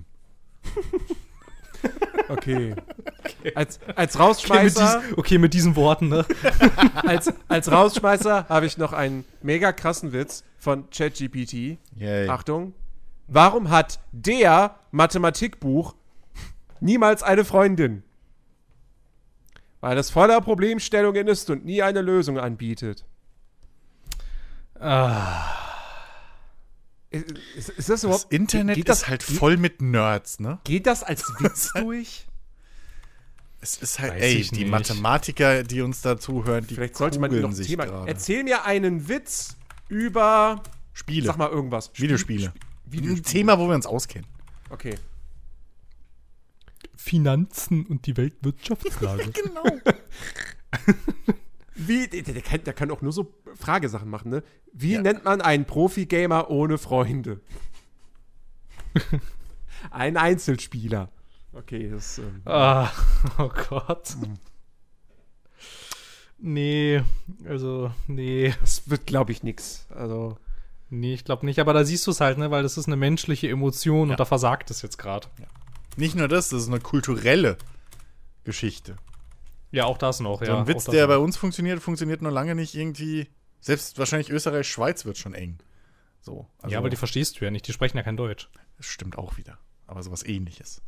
Speaker 1: Okay.
Speaker 3: Okay.
Speaker 1: Als, als
Speaker 3: Okay, mit,
Speaker 1: Rausschmeißer,
Speaker 3: dies, okay, mit diesen Worten, ne?
Speaker 1: als, als Rausschmeißer habe ich noch einen mega krassen Witz von ChatGPT.
Speaker 2: Yay.
Speaker 1: Achtung. Warum hat der Mathematikbuch niemals eine Freundin? Weil es voller Problemstellungen ist und nie eine Lösung anbietet.
Speaker 3: Ah.
Speaker 1: Ist, ist, ist das
Speaker 2: Das
Speaker 1: überhaupt...
Speaker 2: Internet
Speaker 1: geht das,
Speaker 2: ist halt
Speaker 1: geht,
Speaker 2: voll mit Nerds, ne?
Speaker 1: Geht das als Witz durch?
Speaker 2: Es ist halt,
Speaker 3: Weiß
Speaker 2: ey,
Speaker 3: ich
Speaker 2: die
Speaker 3: nicht.
Speaker 2: Mathematiker, die uns da zuhören, die
Speaker 1: Vielleicht sollte man
Speaker 2: kugeln
Speaker 1: noch ein
Speaker 2: sich
Speaker 1: Thema...
Speaker 2: gerade.
Speaker 1: Erzähl mir einen Witz über...
Speaker 2: Spiele.
Speaker 1: Sag mal irgendwas. Spiel-
Speaker 2: Videospiele.
Speaker 1: Sp-
Speaker 2: Ein
Speaker 1: Videospiele.
Speaker 2: Thema, wo wir uns auskennen.
Speaker 1: Okay.
Speaker 3: Finanzen und die Weltwirtschaftslage.
Speaker 2: Genau.
Speaker 1: Wie, der, der, kann, der kann auch nur so Fragesachen machen, ne? Wie
Speaker 2: Ja.
Speaker 1: nennt man einen Profi-Gamer ohne Freunde? Ein Einzelspieler. Okay, das ähm,
Speaker 3: Ah, oh Gott. Nee, also, nee.
Speaker 1: das wird, glaube ich, nix. Also,
Speaker 3: Nee, ich glaube nicht. Aber da siehst du es halt, ne? Weil das ist eine menschliche Emotion
Speaker 2: Ja.
Speaker 3: und da versagt es jetzt gerade.
Speaker 2: Nicht nur das, das ist eine kulturelle Geschichte.
Speaker 3: Ja, auch das noch, ja.
Speaker 2: So ein Witz,
Speaker 3: auch das
Speaker 2: der
Speaker 3: noch.
Speaker 2: bei uns funktioniert, funktioniert noch lange nicht irgendwie. Selbst wahrscheinlich Österreich, Schweiz wird schon eng. So. Also,
Speaker 3: ja, aber die verstehst du ja nicht. Die sprechen ja kein Deutsch.
Speaker 2: das stimmt auch wieder. Aber sowas ähnliches.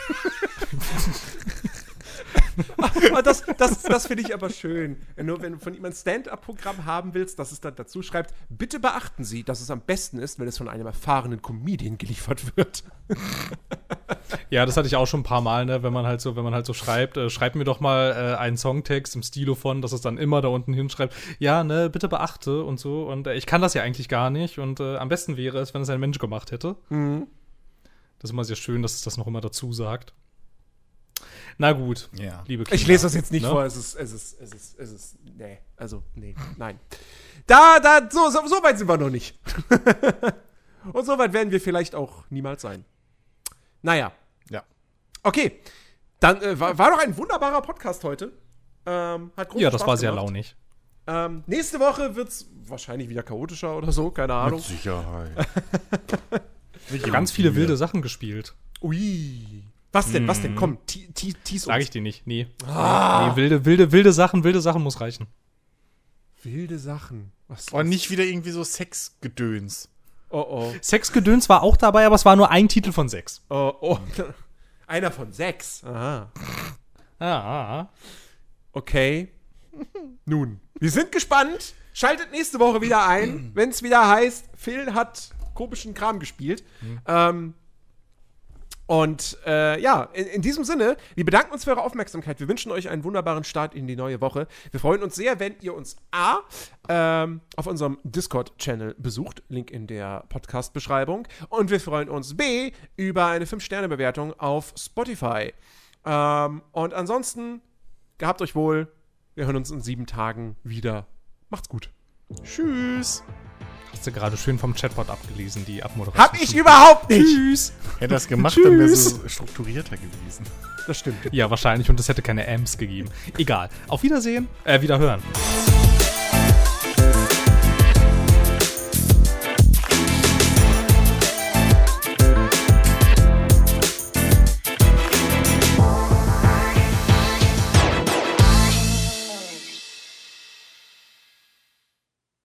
Speaker 1: ah, das, das, das finde ich aber schön. Nur wenn du von ihm ein Stand-up-Programm haben willst, dass es dann dazu schreibt, bitte beachten Sie, dass es am besten ist, wenn es von einem erfahrenen Comedian geliefert wird.
Speaker 3: Ja, das hatte ich auch schon ein paar Mal, ne? Wenn man halt so, wenn man halt so schreibt, äh, schreib mir doch mal äh, einen Songtext im Stilo von, dass es dann immer da unten hinschreibt, ja, ne, bitte beachte und so. Und äh, ich kann das ja eigentlich gar nicht. Und äh, am besten wäre es, wenn es ein Mensch gemacht hätte.
Speaker 1: Mhm.
Speaker 3: Das ist immer sehr schön, dass es das noch immer dazu sagt. Na gut,
Speaker 2: Ja.
Speaker 3: liebe Kinder.
Speaker 1: Ich lese das jetzt nicht
Speaker 3: ne?
Speaker 1: vor, es ist, es ist, es ist, es ist, nee, also, nee, nein. Da, da, so, so, so weit sind wir noch nicht. Und so weit werden wir vielleicht auch niemals sein. Naja.
Speaker 2: Ja.
Speaker 1: Okay, dann äh, war, war doch ein wunderbarer Podcast heute. Ähm, hat großen
Speaker 3: Ja, das
Speaker 1: Spaß
Speaker 3: war sehr
Speaker 1: gemacht.
Speaker 3: launig.
Speaker 1: Ähm, nächste Woche wird's wahrscheinlich wieder chaotischer oder so, keine Ahnung.
Speaker 2: Mit Sicherheit.
Speaker 3: Ganz viele wilde Sachen gespielt.
Speaker 1: Ui. Was denn, was denn? Komm, te- te- tease
Speaker 3: Sag
Speaker 1: uns.
Speaker 3: ich dir nicht. Nee.
Speaker 1: Ah.
Speaker 3: Nee, wilde, wilde, wilde Sachen, wilde Sachen muss reichen.
Speaker 1: Wilde Sachen. Was,
Speaker 2: Und nicht wieder irgendwie so Sexgedöns.
Speaker 1: Oh, oh.
Speaker 3: Sexgedöns war auch dabei, aber es war nur ein Titel von sechs.
Speaker 1: Oh, oh. Einer von sechs. Aha.
Speaker 3: Ah.
Speaker 1: Okay. Nun, wir sind gespannt, Schaltet nächste Woche wieder ein, wenn es wieder heißt, Phil hat komischen Kram gespielt. Mhm. Ähm, und äh, ja, in, in diesem Sinne, wir bedanken uns für eure Aufmerksamkeit. Wir wünschen euch einen wunderbaren Start in die neue Woche. Wir freuen uns sehr, wenn ihr uns A, ähm, auf unserem Discord-Channel besucht. Link in der Podcast-Beschreibung. Und wir freuen uns B, über eine fünf Sterne Bewertung auf Spotify. Ähm, und ansonsten, gehabt euch wohl. Wir hören uns in sieben Tagen wieder. Macht's gut. Tschüss.
Speaker 3: Hast du gerade schön vom Chatbot abgelesen, die Abmoderation.
Speaker 1: Hab ich überhaupt nicht.
Speaker 3: Tschüss.
Speaker 2: Hätte das gemacht, dann wäre es so strukturierter gewesen.
Speaker 1: Das stimmt.
Speaker 3: Ja, wahrscheinlich. Und es hätte keine Amps gegeben. Egal. Auf Wiedersehen. Äh, Wiederhören.